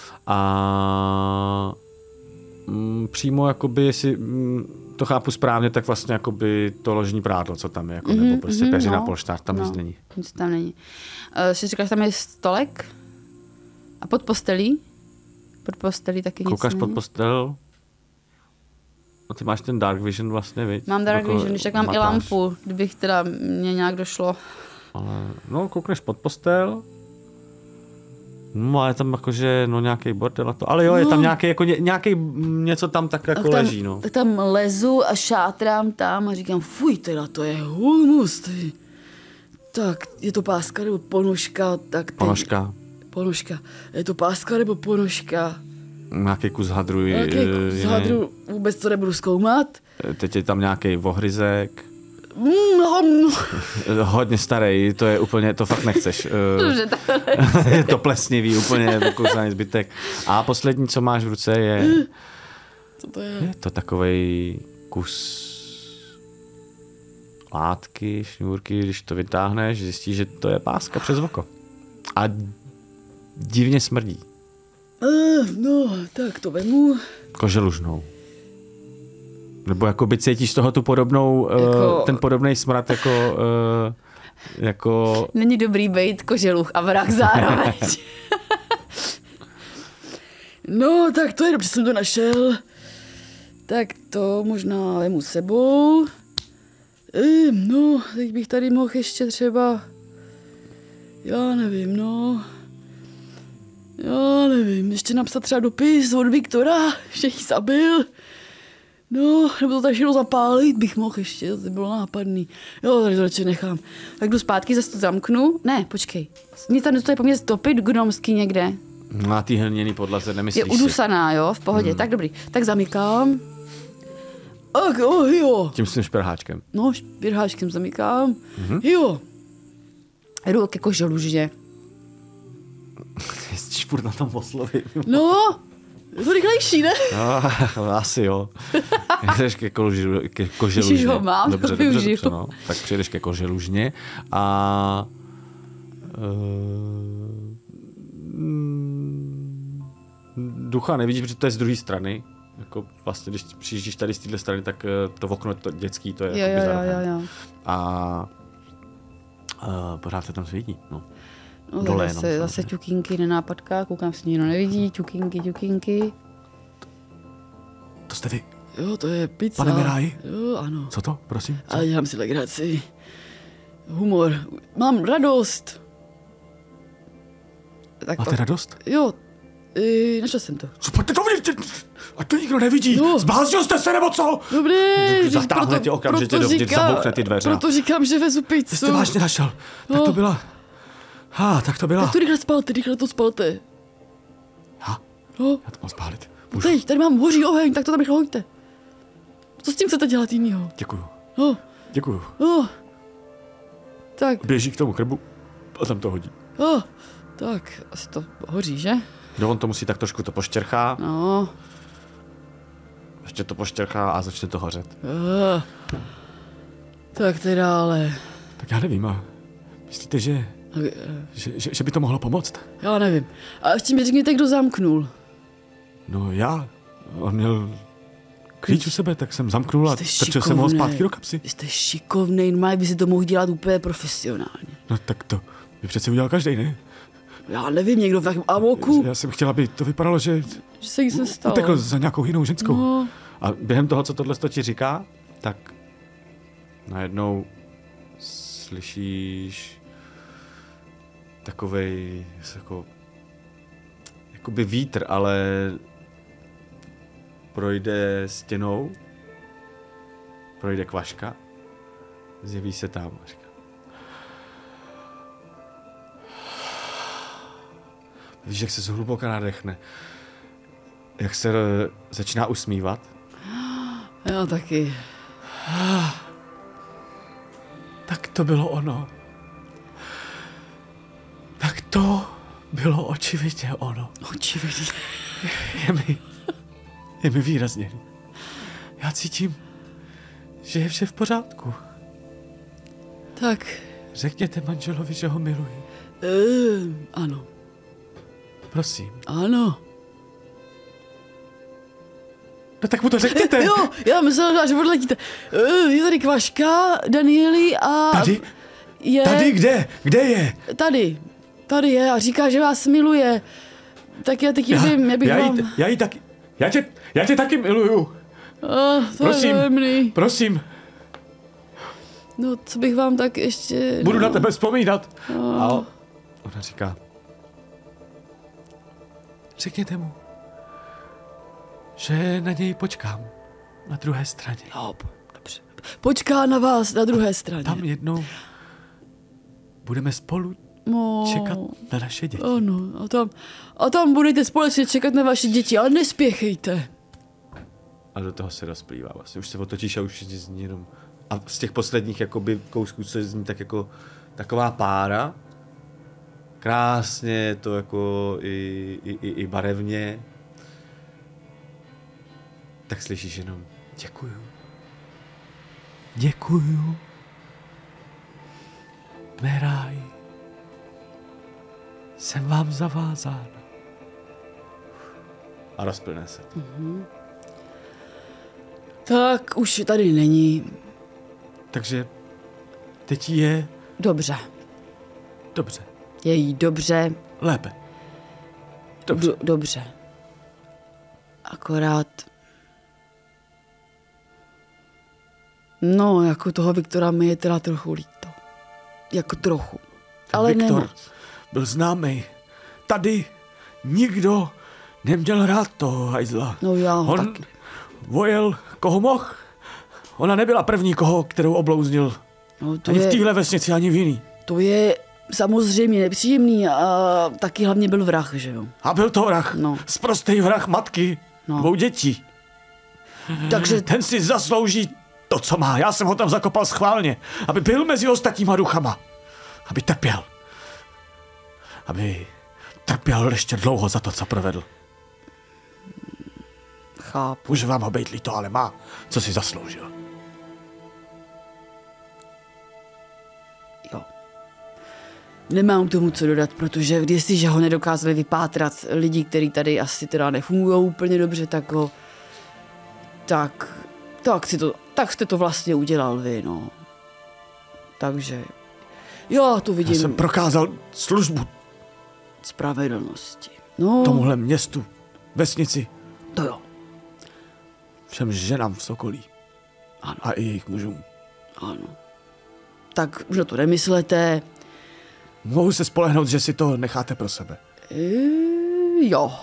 Speaker 2: A mm, přímo jakoby, jestli mm, to chápu správně, tak vlastně jakoby to ložní prádlo, co tam je, jako, mm-hmm, nebo prostě mm-hmm, peřina, no, polštář, tam
Speaker 3: no,
Speaker 2: nic není.
Speaker 3: Nic tam není. Uh, si říkáš, tam je stolek a pod postelí? Pod postelí taky nic
Speaker 2: Koukáš
Speaker 3: není.
Speaker 2: pod postel? A ty máš ten dark vision vlastně, viď?
Speaker 3: Mám dark
Speaker 2: jako
Speaker 3: vision, když tak mám matáš. I lampu, kdybych teda mě nějak došlo.
Speaker 2: Ale, no, koukneš pod postel. No, ale tam jakože, no, nějaký bordel a to. Ale jo, no. Je tam nějaký, jako ně, nějaký, něco tam tak jako
Speaker 4: tam,
Speaker 2: leží, no.
Speaker 4: Tak tam lezu a šátrám tam a říkám, fuj, teda to je humus, ty. Tak, je to páska nebo ponožka? Tak teď,
Speaker 2: ponožka.
Speaker 4: Ponožka. Je to páska nebo ponožka?
Speaker 2: Nějaký kus hadru.
Speaker 4: Nějaký kus jiný. Hadru, vůbec to nebudu zkoumat.
Speaker 2: Teď je tam nějaký vohryzek.
Speaker 4: Mm,
Speaker 2: Hodně starý, to je úplně, to fakt nechceš. Je to plesnivý, úplně dokousaný zbytek. A poslední, co máš v ruce, je...
Speaker 4: Co to je?
Speaker 2: Je to takovej kus látky, šňůrky, když to vytáhneš, zjistíš, že to je páska přes oko. A divně smrdí.
Speaker 4: Uh, no, tak to vemu.
Speaker 2: Koželužnou. Nebo jakoby cítíš z toho tu podobnou, jako... uh, ten podobný smrad jako, uh, jako...
Speaker 3: Není dobrý bejt koželuch a vrah zároveň.
Speaker 4: No, tak to je dobře, jsem to našel. Tak to možná vemu sebou. E, no, teď bych tady mohl ještě třeba... Já nevím, no... Já nevím, ještě napsat třeba dopis od Viktora, že jí zabil. No, nebo to tak všechno zapálit bych mohl ještě, to by bylo nápadný. Jo, tady to radši nechám. Tak jdu zpátky, zase to zamknu. Ne, počkej. Mě tam to je po mně stopit gnomsky někde.
Speaker 2: Na té hlněný podlaze nemyslíš
Speaker 3: je udusaná, si. Jo, v pohodě. Hmm. Tak dobrý. Tak zamykám. Ach, oh, jo.
Speaker 2: Tím s tím šperháčkem.
Speaker 4: No, šperháčkem zamykám. Mm-hmm. Jo.
Speaker 3: Jdu ke koželužně.
Speaker 2: Jezdíš furt na tom oslovi.
Speaker 4: No, je to rychlejší, ne?
Speaker 2: No, asi jo. Jdeš ke, koželu, ke koželužně.
Speaker 3: Když ho mám,
Speaker 2: dobře,
Speaker 3: to
Speaker 2: dobře,
Speaker 3: využiju.
Speaker 2: dobře, no. Tak přijedeš ke koželužně a... Uh, ducha nevidíš, protože to je z druhé strany. Jako vlastně, když přijíždíš tady z téhle strany, tak to okno to dětský, to je
Speaker 3: jo,
Speaker 2: jako
Speaker 3: jo, jo, jo.
Speaker 2: A uh, pořád se tam svítí, no.
Speaker 3: No, Dole zase, jenom, zase ťukinky, nenápadka, koukám, s ní nikdo nevidí, ťukinky, ťukinky.
Speaker 2: To jste vy?
Speaker 4: Jo, to je pizza.
Speaker 2: Pane Miráji?
Speaker 4: Jo, ano.
Speaker 2: Co to, prosím? Co?
Speaker 4: A dělám si legraci. Humor. Mám radost.
Speaker 2: Tak Máte to... radost?
Speaker 4: Jo, e, našel jsem to.
Speaker 2: Co, pojďte dovnitř, ať to nikdo nevidí.
Speaker 4: No.
Speaker 2: Zbláznil jste se, nebo co?
Speaker 4: Dobrý.
Speaker 2: Zatáhne tě okamžitě dovnitř, zabouchne ty dveře.
Speaker 4: Proto říkám, že vezu pizzu.
Speaker 2: Ty jste vážně našel. Tak
Speaker 4: no.
Speaker 2: to byla... Ha, tak to byla.
Speaker 4: Tak to rychle spalte, rychle to spalte.
Speaker 2: Ha?
Speaker 4: No.
Speaker 2: Já to mám spálit.
Speaker 4: Můžu. Teď, tady mám hoří oheň, tak to tam rychle hoďte. Co s tím chcete dělat jinýho?
Speaker 2: Děkuju.
Speaker 4: No.
Speaker 2: Děkuju.
Speaker 4: No. Tak.
Speaker 2: Běží k tomu krbu a tam to hodí.
Speaker 4: No. Tak, asi to hoří, že?
Speaker 2: No, on to musí tak trošku to poštěrchá.
Speaker 4: No.
Speaker 2: Ještě to poštěrchá a začne to hořet.
Speaker 4: Uh. Tak teda ale...
Speaker 2: Tak já nevím, a myslíte, že... Že, že, že by to mohlo pomoct?
Speaker 4: Já nevím. A ještě mi řekněte, kdo zamknul.
Speaker 2: No já. On měl klíč u sebe, tak jsem zamknul a strčil jsem ho zpátky do kapsy.
Speaker 4: Vy jste šikovnej, normálně by si to mohl dělat úplně profesionálně.
Speaker 2: No tak to by přece udělal každej, ne?
Speaker 4: Já nevím, někdo v takovém amoku.
Speaker 5: Já jsem chtěla, aby to vypadalo, že
Speaker 4: Že se jí se stalo.
Speaker 5: utekl za nějakou jinou ženskou.
Speaker 4: No.
Speaker 2: A během toho, co tohle ti říká, tak najednou slyšíš takovej jako jakoby vítr, ale projde stěnou, projde kvaška, zjeví se tam a říká: víš, jak se zhluboka nadechne, jak se začíná usmívat.
Speaker 4: Já taky.
Speaker 5: Tak to bylo ono. Tak to bylo očividně ono.
Speaker 4: Očividně.
Speaker 5: Je mi, je mi výrazně. Já cítím, že je vše v pořádku.
Speaker 4: Tak.
Speaker 5: Řekněte manželovi, že ho miluji.
Speaker 4: Uh, ano.
Speaker 5: Prosím.
Speaker 4: Ano.
Speaker 5: No tak mu to řekněte.
Speaker 4: Jo, já myslela, že odletíte. Uh, je tady Kvaška, Danieli a...
Speaker 5: Tady?
Speaker 4: Je...
Speaker 5: Tady kde? Kde je?
Speaker 4: Tady. Tady je a říká, že vás miluje. Tak já teď
Speaker 5: Já,
Speaker 4: nevím, já bych
Speaker 5: já,
Speaker 4: vám...
Speaker 5: jí, já jí taky, já tě, já tě taky miluju.
Speaker 4: Uh, to
Speaker 5: Prosím,
Speaker 4: je dojemný.
Speaker 5: prosím,
Speaker 4: No, co bych vám tak ještě...
Speaker 5: budu
Speaker 4: no.
Speaker 5: na tebe vzpomínat.
Speaker 4: Uh,
Speaker 2: A ona říká:
Speaker 5: Řekněte mu, že na něj počkám na druhé straně.
Speaker 4: no, dobře. Počká na vás na druhé straně.
Speaker 5: Tam jednou budeme spolu
Speaker 4: No.
Speaker 5: čekat na naše děti.
Speaker 4: Ano, a tam, a tam budete společně čekat na vaše děti, ale nespěchejte.
Speaker 2: a do toho se rozplývá vlastně. Už se otočíš a už zní jenom... A z těch posledních jakoby kousků se zní tak jako taková pára. Krásně je to jako i, i, i, i barevně. Tak slyšíš jenom: děkuju.
Speaker 5: Děkuju. Mé ráji. Jsem vám zavázán.
Speaker 2: A rozplyne se.
Speaker 4: Tak už tady není.
Speaker 5: Takže teď je
Speaker 4: Dobře.
Speaker 5: dobře.
Speaker 4: Je jí dobře.
Speaker 5: Lépe. Dobře.
Speaker 4: Do, dobře. Akorát... No, jako toho Viktora mi je teda trochu líto. Jako trochu.
Speaker 5: Ten
Speaker 4: Ale
Speaker 5: Viktor
Speaker 4: nemoc.
Speaker 5: byl známý. Tady nikdo neměl rád toho hajzla.
Speaker 4: No já ho
Speaker 5: On
Speaker 4: taky.
Speaker 5: vojel koho mohl. Ona nebyla první, koho, kterou oblouznil.
Speaker 4: No, to,
Speaker 5: Ani v
Speaker 4: je,
Speaker 5: téhle vesnici, ani v jiný.
Speaker 4: to je samozřejmě nepříjemný a taky hlavně byl vrah, že jo.
Speaker 5: A byl to vrah.
Speaker 4: No.
Speaker 5: Sprostej vrah matky.
Speaker 4: No.
Speaker 5: Dvou dětí.
Speaker 4: Takže
Speaker 5: Ten si zaslouží to, co má. Já jsem ho tam zakopal schválně, aby byl mezi ostatníma duchama. Aby trpěl. Aby trpěl ještě dlouho za to, co provedl.
Speaker 4: chápu.
Speaker 5: Může vám ho být líto, ale má, co si zasloužil.
Speaker 4: Jo. Nemám k tomu co dodat, protože jestliže ho nedokázali vypátrat lidi, kteří tady asi teda nefungují úplně dobře, tak ho... Tak... Tak, si to, tak jste to vlastně udělal vy, no. Takže... Já to vidím
Speaker 5: Já jsem prokázal službu
Speaker 4: spravedlnosti. No,
Speaker 5: tomuhle městu, vesnici,
Speaker 4: to jo.
Speaker 5: všem ženám v Sokolí.
Speaker 4: Ano.
Speaker 5: A i jejich mužům.
Speaker 4: Ano. Tak už na to nemyslete.
Speaker 5: Mohu se spolehnout, že si to necháte pro sebe.
Speaker 4: E, jo.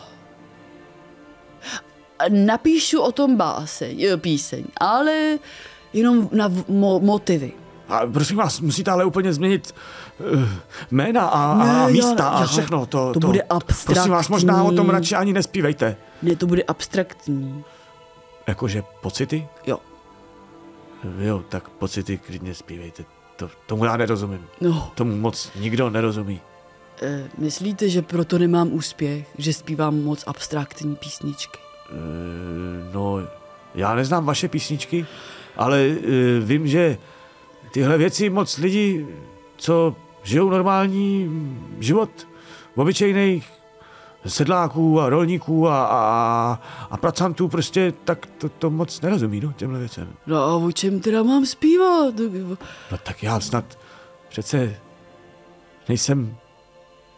Speaker 4: Napíšu o tom báseň, eh, píseň, ale jenom na v- mo- motivy.
Speaker 5: A prosím vás, musíte ale úplně změnit uh, jména a, a
Speaker 4: Ne,
Speaker 5: místa
Speaker 4: já-
Speaker 5: a
Speaker 4: já-
Speaker 5: všechno. To,
Speaker 4: to bude
Speaker 5: Prosím vás, možná o tom
Speaker 4: abstraktní.
Speaker 5: radši ani nespívejte.
Speaker 4: Ne, to bude abstraktní.
Speaker 5: Jakože pocity?
Speaker 4: Jo.
Speaker 5: Jo, tak pocity klidně zpívejte. To, tomu já nerozumím.
Speaker 4: No,
Speaker 5: Tomu moc nikdo nerozumí.
Speaker 4: e, myslíte, že proto nemám úspěch, že zpívám moc abstraktní písničky?
Speaker 5: Uh, no, já neznám vaše písničky, ale uh, vím, že tyhle věci moc lidí, co žijou normální život, obyčejných sedláků a rolníků a, a, a pracantů prostě, tak to, to moc nerozumí, no, těmhle věcem.
Speaker 4: No a o čem teda mám zpívat?
Speaker 5: No tak já snad přece nejsem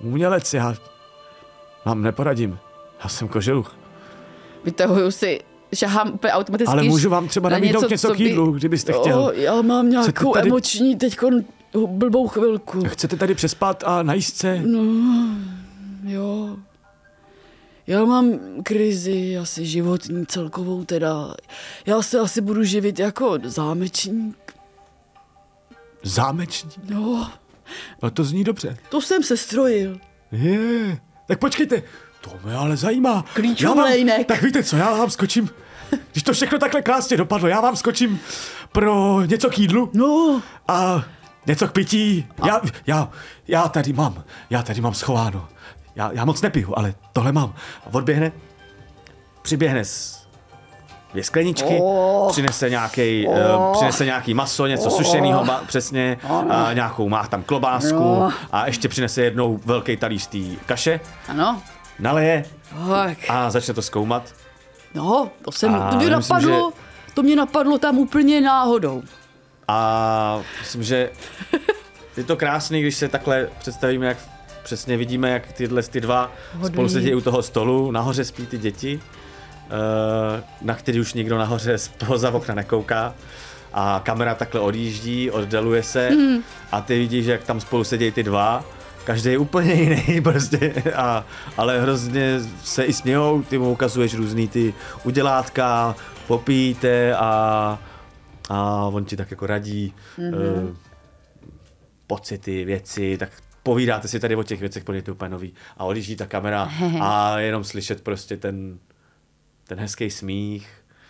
Speaker 5: umělec, já vám neporadím. Já jsem koželuch.
Speaker 3: Vytahuju si, šahám úplně automaticky.
Speaker 5: Ale můžu vám třeba
Speaker 3: na
Speaker 5: nabídnout něco, něco k jídlu, by... kdybyste chtěl.
Speaker 4: Jo, já mám nějakou
Speaker 5: tady...
Speaker 4: emoční teďko blbou chvilku.
Speaker 5: Chcete tady přespat a najíst se?
Speaker 4: No, jo. Já mám krizi asi životní celkovou teda. Já se asi budu živit jako zámečník.
Speaker 5: Zámečník?
Speaker 4: No.
Speaker 5: No to zní dobře.
Speaker 4: To jsem se strojil.
Speaker 5: Je, tak počkejte, to mě ale zajímá.
Speaker 4: Klíčovlejnek.
Speaker 5: Tak víte co, já vám skočím, když to všechno takhle krásně dopadlo, já vám skočím pro něco k jídlu.
Speaker 4: No.
Speaker 5: A něco k pití. Já, já, já tady mám, já tady mám schováno. Já, já moc nepiju, ale tohle mám. A odběhne, přiběhne z dvě skleničky,
Speaker 4: oh.
Speaker 5: přinese nějaký, oh. uh, přinese nějaký maso, něco oh. sušenýho, ma, přesně, oh. a nějakou má tam klobásku no. a ještě přinese jednou velký talíř té kaše.
Speaker 3: Ano.
Speaker 5: Naleje
Speaker 4: Tak.
Speaker 5: a začne to zkoumat.
Speaker 4: No, to jsem,
Speaker 5: A
Speaker 4: to mě
Speaker 5: myslím,
Speaker 4: napadlo,
Speaker 5: že...
Speaker 4: to mě napadlo tam úplně náhodou.
Speaker 5: A myslím, že je to krásný, když se takhle představíme, jak přesně vidíme, jak tyhle ty dva Hodný. spolu sedí u toho stolu, nahoře spí ty děti, na který už nikdo nahoře za okna nekouká a kamera takhle odjíždí, oddaluje se mm. a ty vidíš, jak tam spolu sedí ty dva, každý je úplně jiný prostě, a, ale hrozně se i smějou, ty mu ukazuješ různý ty udělátka, popíte a, a on ti tak jako radí mm-hmm. uh, pocity, věci, tak povídáte si tady o těch věcech, protože je to úplně nový. A odjíždí ta kamera a jenom slyšet prostě ten, ten hezký smích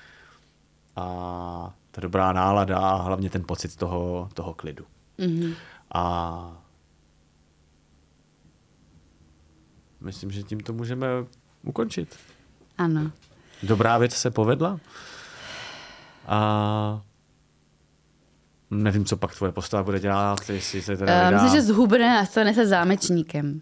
Speaker 5: a ta dobrá nálada a hlavně ten pocit toho, toho klidu. Mm-hmm. A myslím, že tím to můžeme ukončit.
Speaker 3: Ano.
Speaker 2: Dobrá věc se povedla. A nevím, co pak tvoje postava bude dělat, jestli se teda
Speaker 3: uh,
Speaker 2: vydá.
Speaker 3: Myslím, že zhubne a stane se zámečníkem.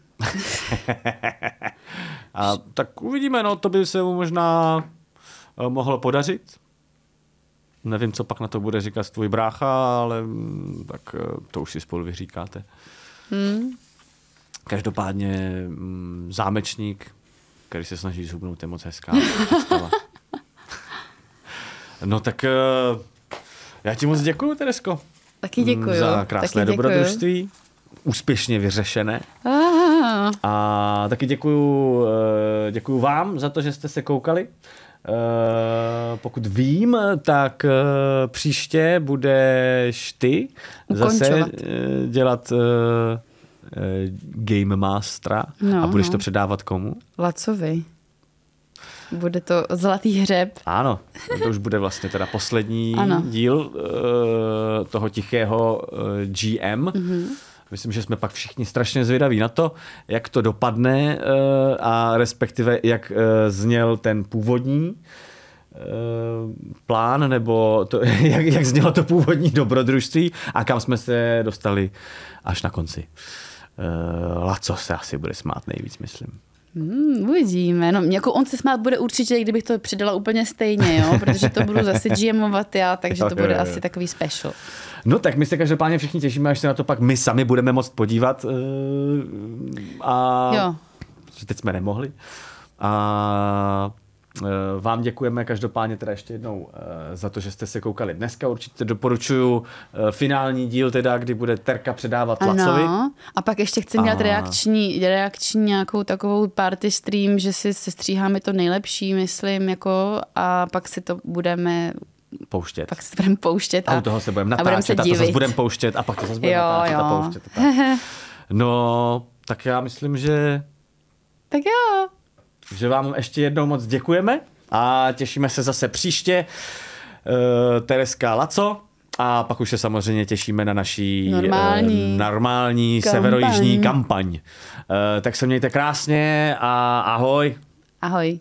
Speaker 2: A tak uvidíme, no, to by se mu možná uh, mohlo podařit. Nevím, co pak na to bude říkat tvůj brácha, ale m, tak uh, to už si spolu vyříkáte. Hmm. Každopádně m, zámečník, který se snaží zhubnout, je moc hezká představa. No tak uh, já ti moc děkuju, Teresko.
Speaker 3: Taky děkuju.
Speaker 2: Za krásné
Speaker 3: taky
Speaker 2: dobrodružství. Úspěšně vyřešené.
Speaker 3: Ah.
Speaker 2: A taky děkuju, děkuju vám za to, že jste se koukali. Pokud vím, tak příště budeš ty zase dělat Game Mastera. No, a budeš no. to předávat komu?
Speaker 3: Lacovi. Bude to Zlatý hřeb.
Speaker 2: Ano, to už bude vlastně teda poslední
Speaker 3: ano.
Speaker 2: díl uh, toho tichého uh, G M. Mm-hmm. Myslím, že jsme pak všichni strašně zvědaví na to, jak to dopadne uh, a respektive jak uh, zněl ten původní uh, plán, nebo to, jak, jak znělo to původní dobrodružství a kam jsme se dostali až na konci. Uh, Laco se asi bude smát nejvíc, myslím.
Speaker 3: Hmm, uvidíme. No, jako on se smát bude určitě, i kdybych to přidala úplně stejně, jo? Protože to budu zase GMovat já, takže to bude asi takový special.
Speaker 2: No tak my se každopádně všichni těšíme, až se na to pak my sami budeme moct podívat. A
Speaker 3: jo.
Speaker 2: Teď jsme nemohli. A vám děkujeme každopádně teda ještě jednou za to, že jste se koukali dneska. Určitě doporučuju finální díl, teda, kdy bude Terka předávat Lacovi.
Speaker 3: Ano. A pak ještě chci dělat a... reakční, reakční nějakou takovou party stream, že si sestříháme to nejlepší, myslím, jako, a pak si to budeme
Speaker 2: pouštět.
Speaker 3: Pak si budeme pouštět. A,
Speaker 2: a u toho se budeme natáčet a, a to zase budeme pouštět a pak to zase budeme natáčet a pouštět. A no, tak já myslím, že...
Speaker 3: Tak jo.
Speaker 2: Že vám ještě jednou moc děkujeme a těšíme se zase příště. Uh, Tereska, Laco a pak už se samozřejmě těšíme na naší
Speaker 3: normální,
Speaker 2: uh, normální severojižní kampaň. Uh, tak se mějte krásně a ahoj.
Speaker 3: Ahoj.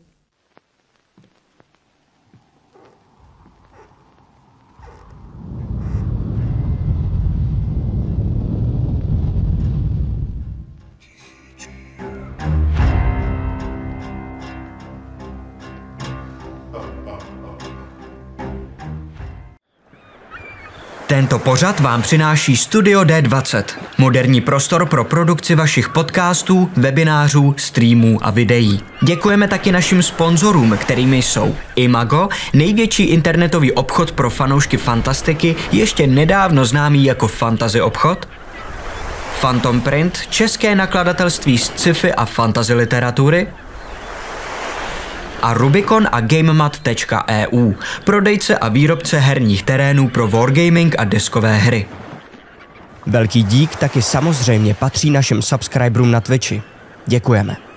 Speaker 1: Tento pořad vám přináší Studio D dvacet, moderní prostor pro produkci vašich podcastů, webinářů, streamů a videí. Děkujeme taky našim sponzorům, kterými jsou Imago, největší internetový obchod pro fanoušky fantastiky, ještě nedávno známý jako Fantasy obchod, Phantom Print, české nakladatelství z sci-fi a fantasy literatury, a Rubicon a GameMat tečka E U, prodejce a výrobce herních terénů pro wargaming a deskové hry. Velký dík taky samozřejmě patří našim subscriberům na Twitchi. Děkujeme.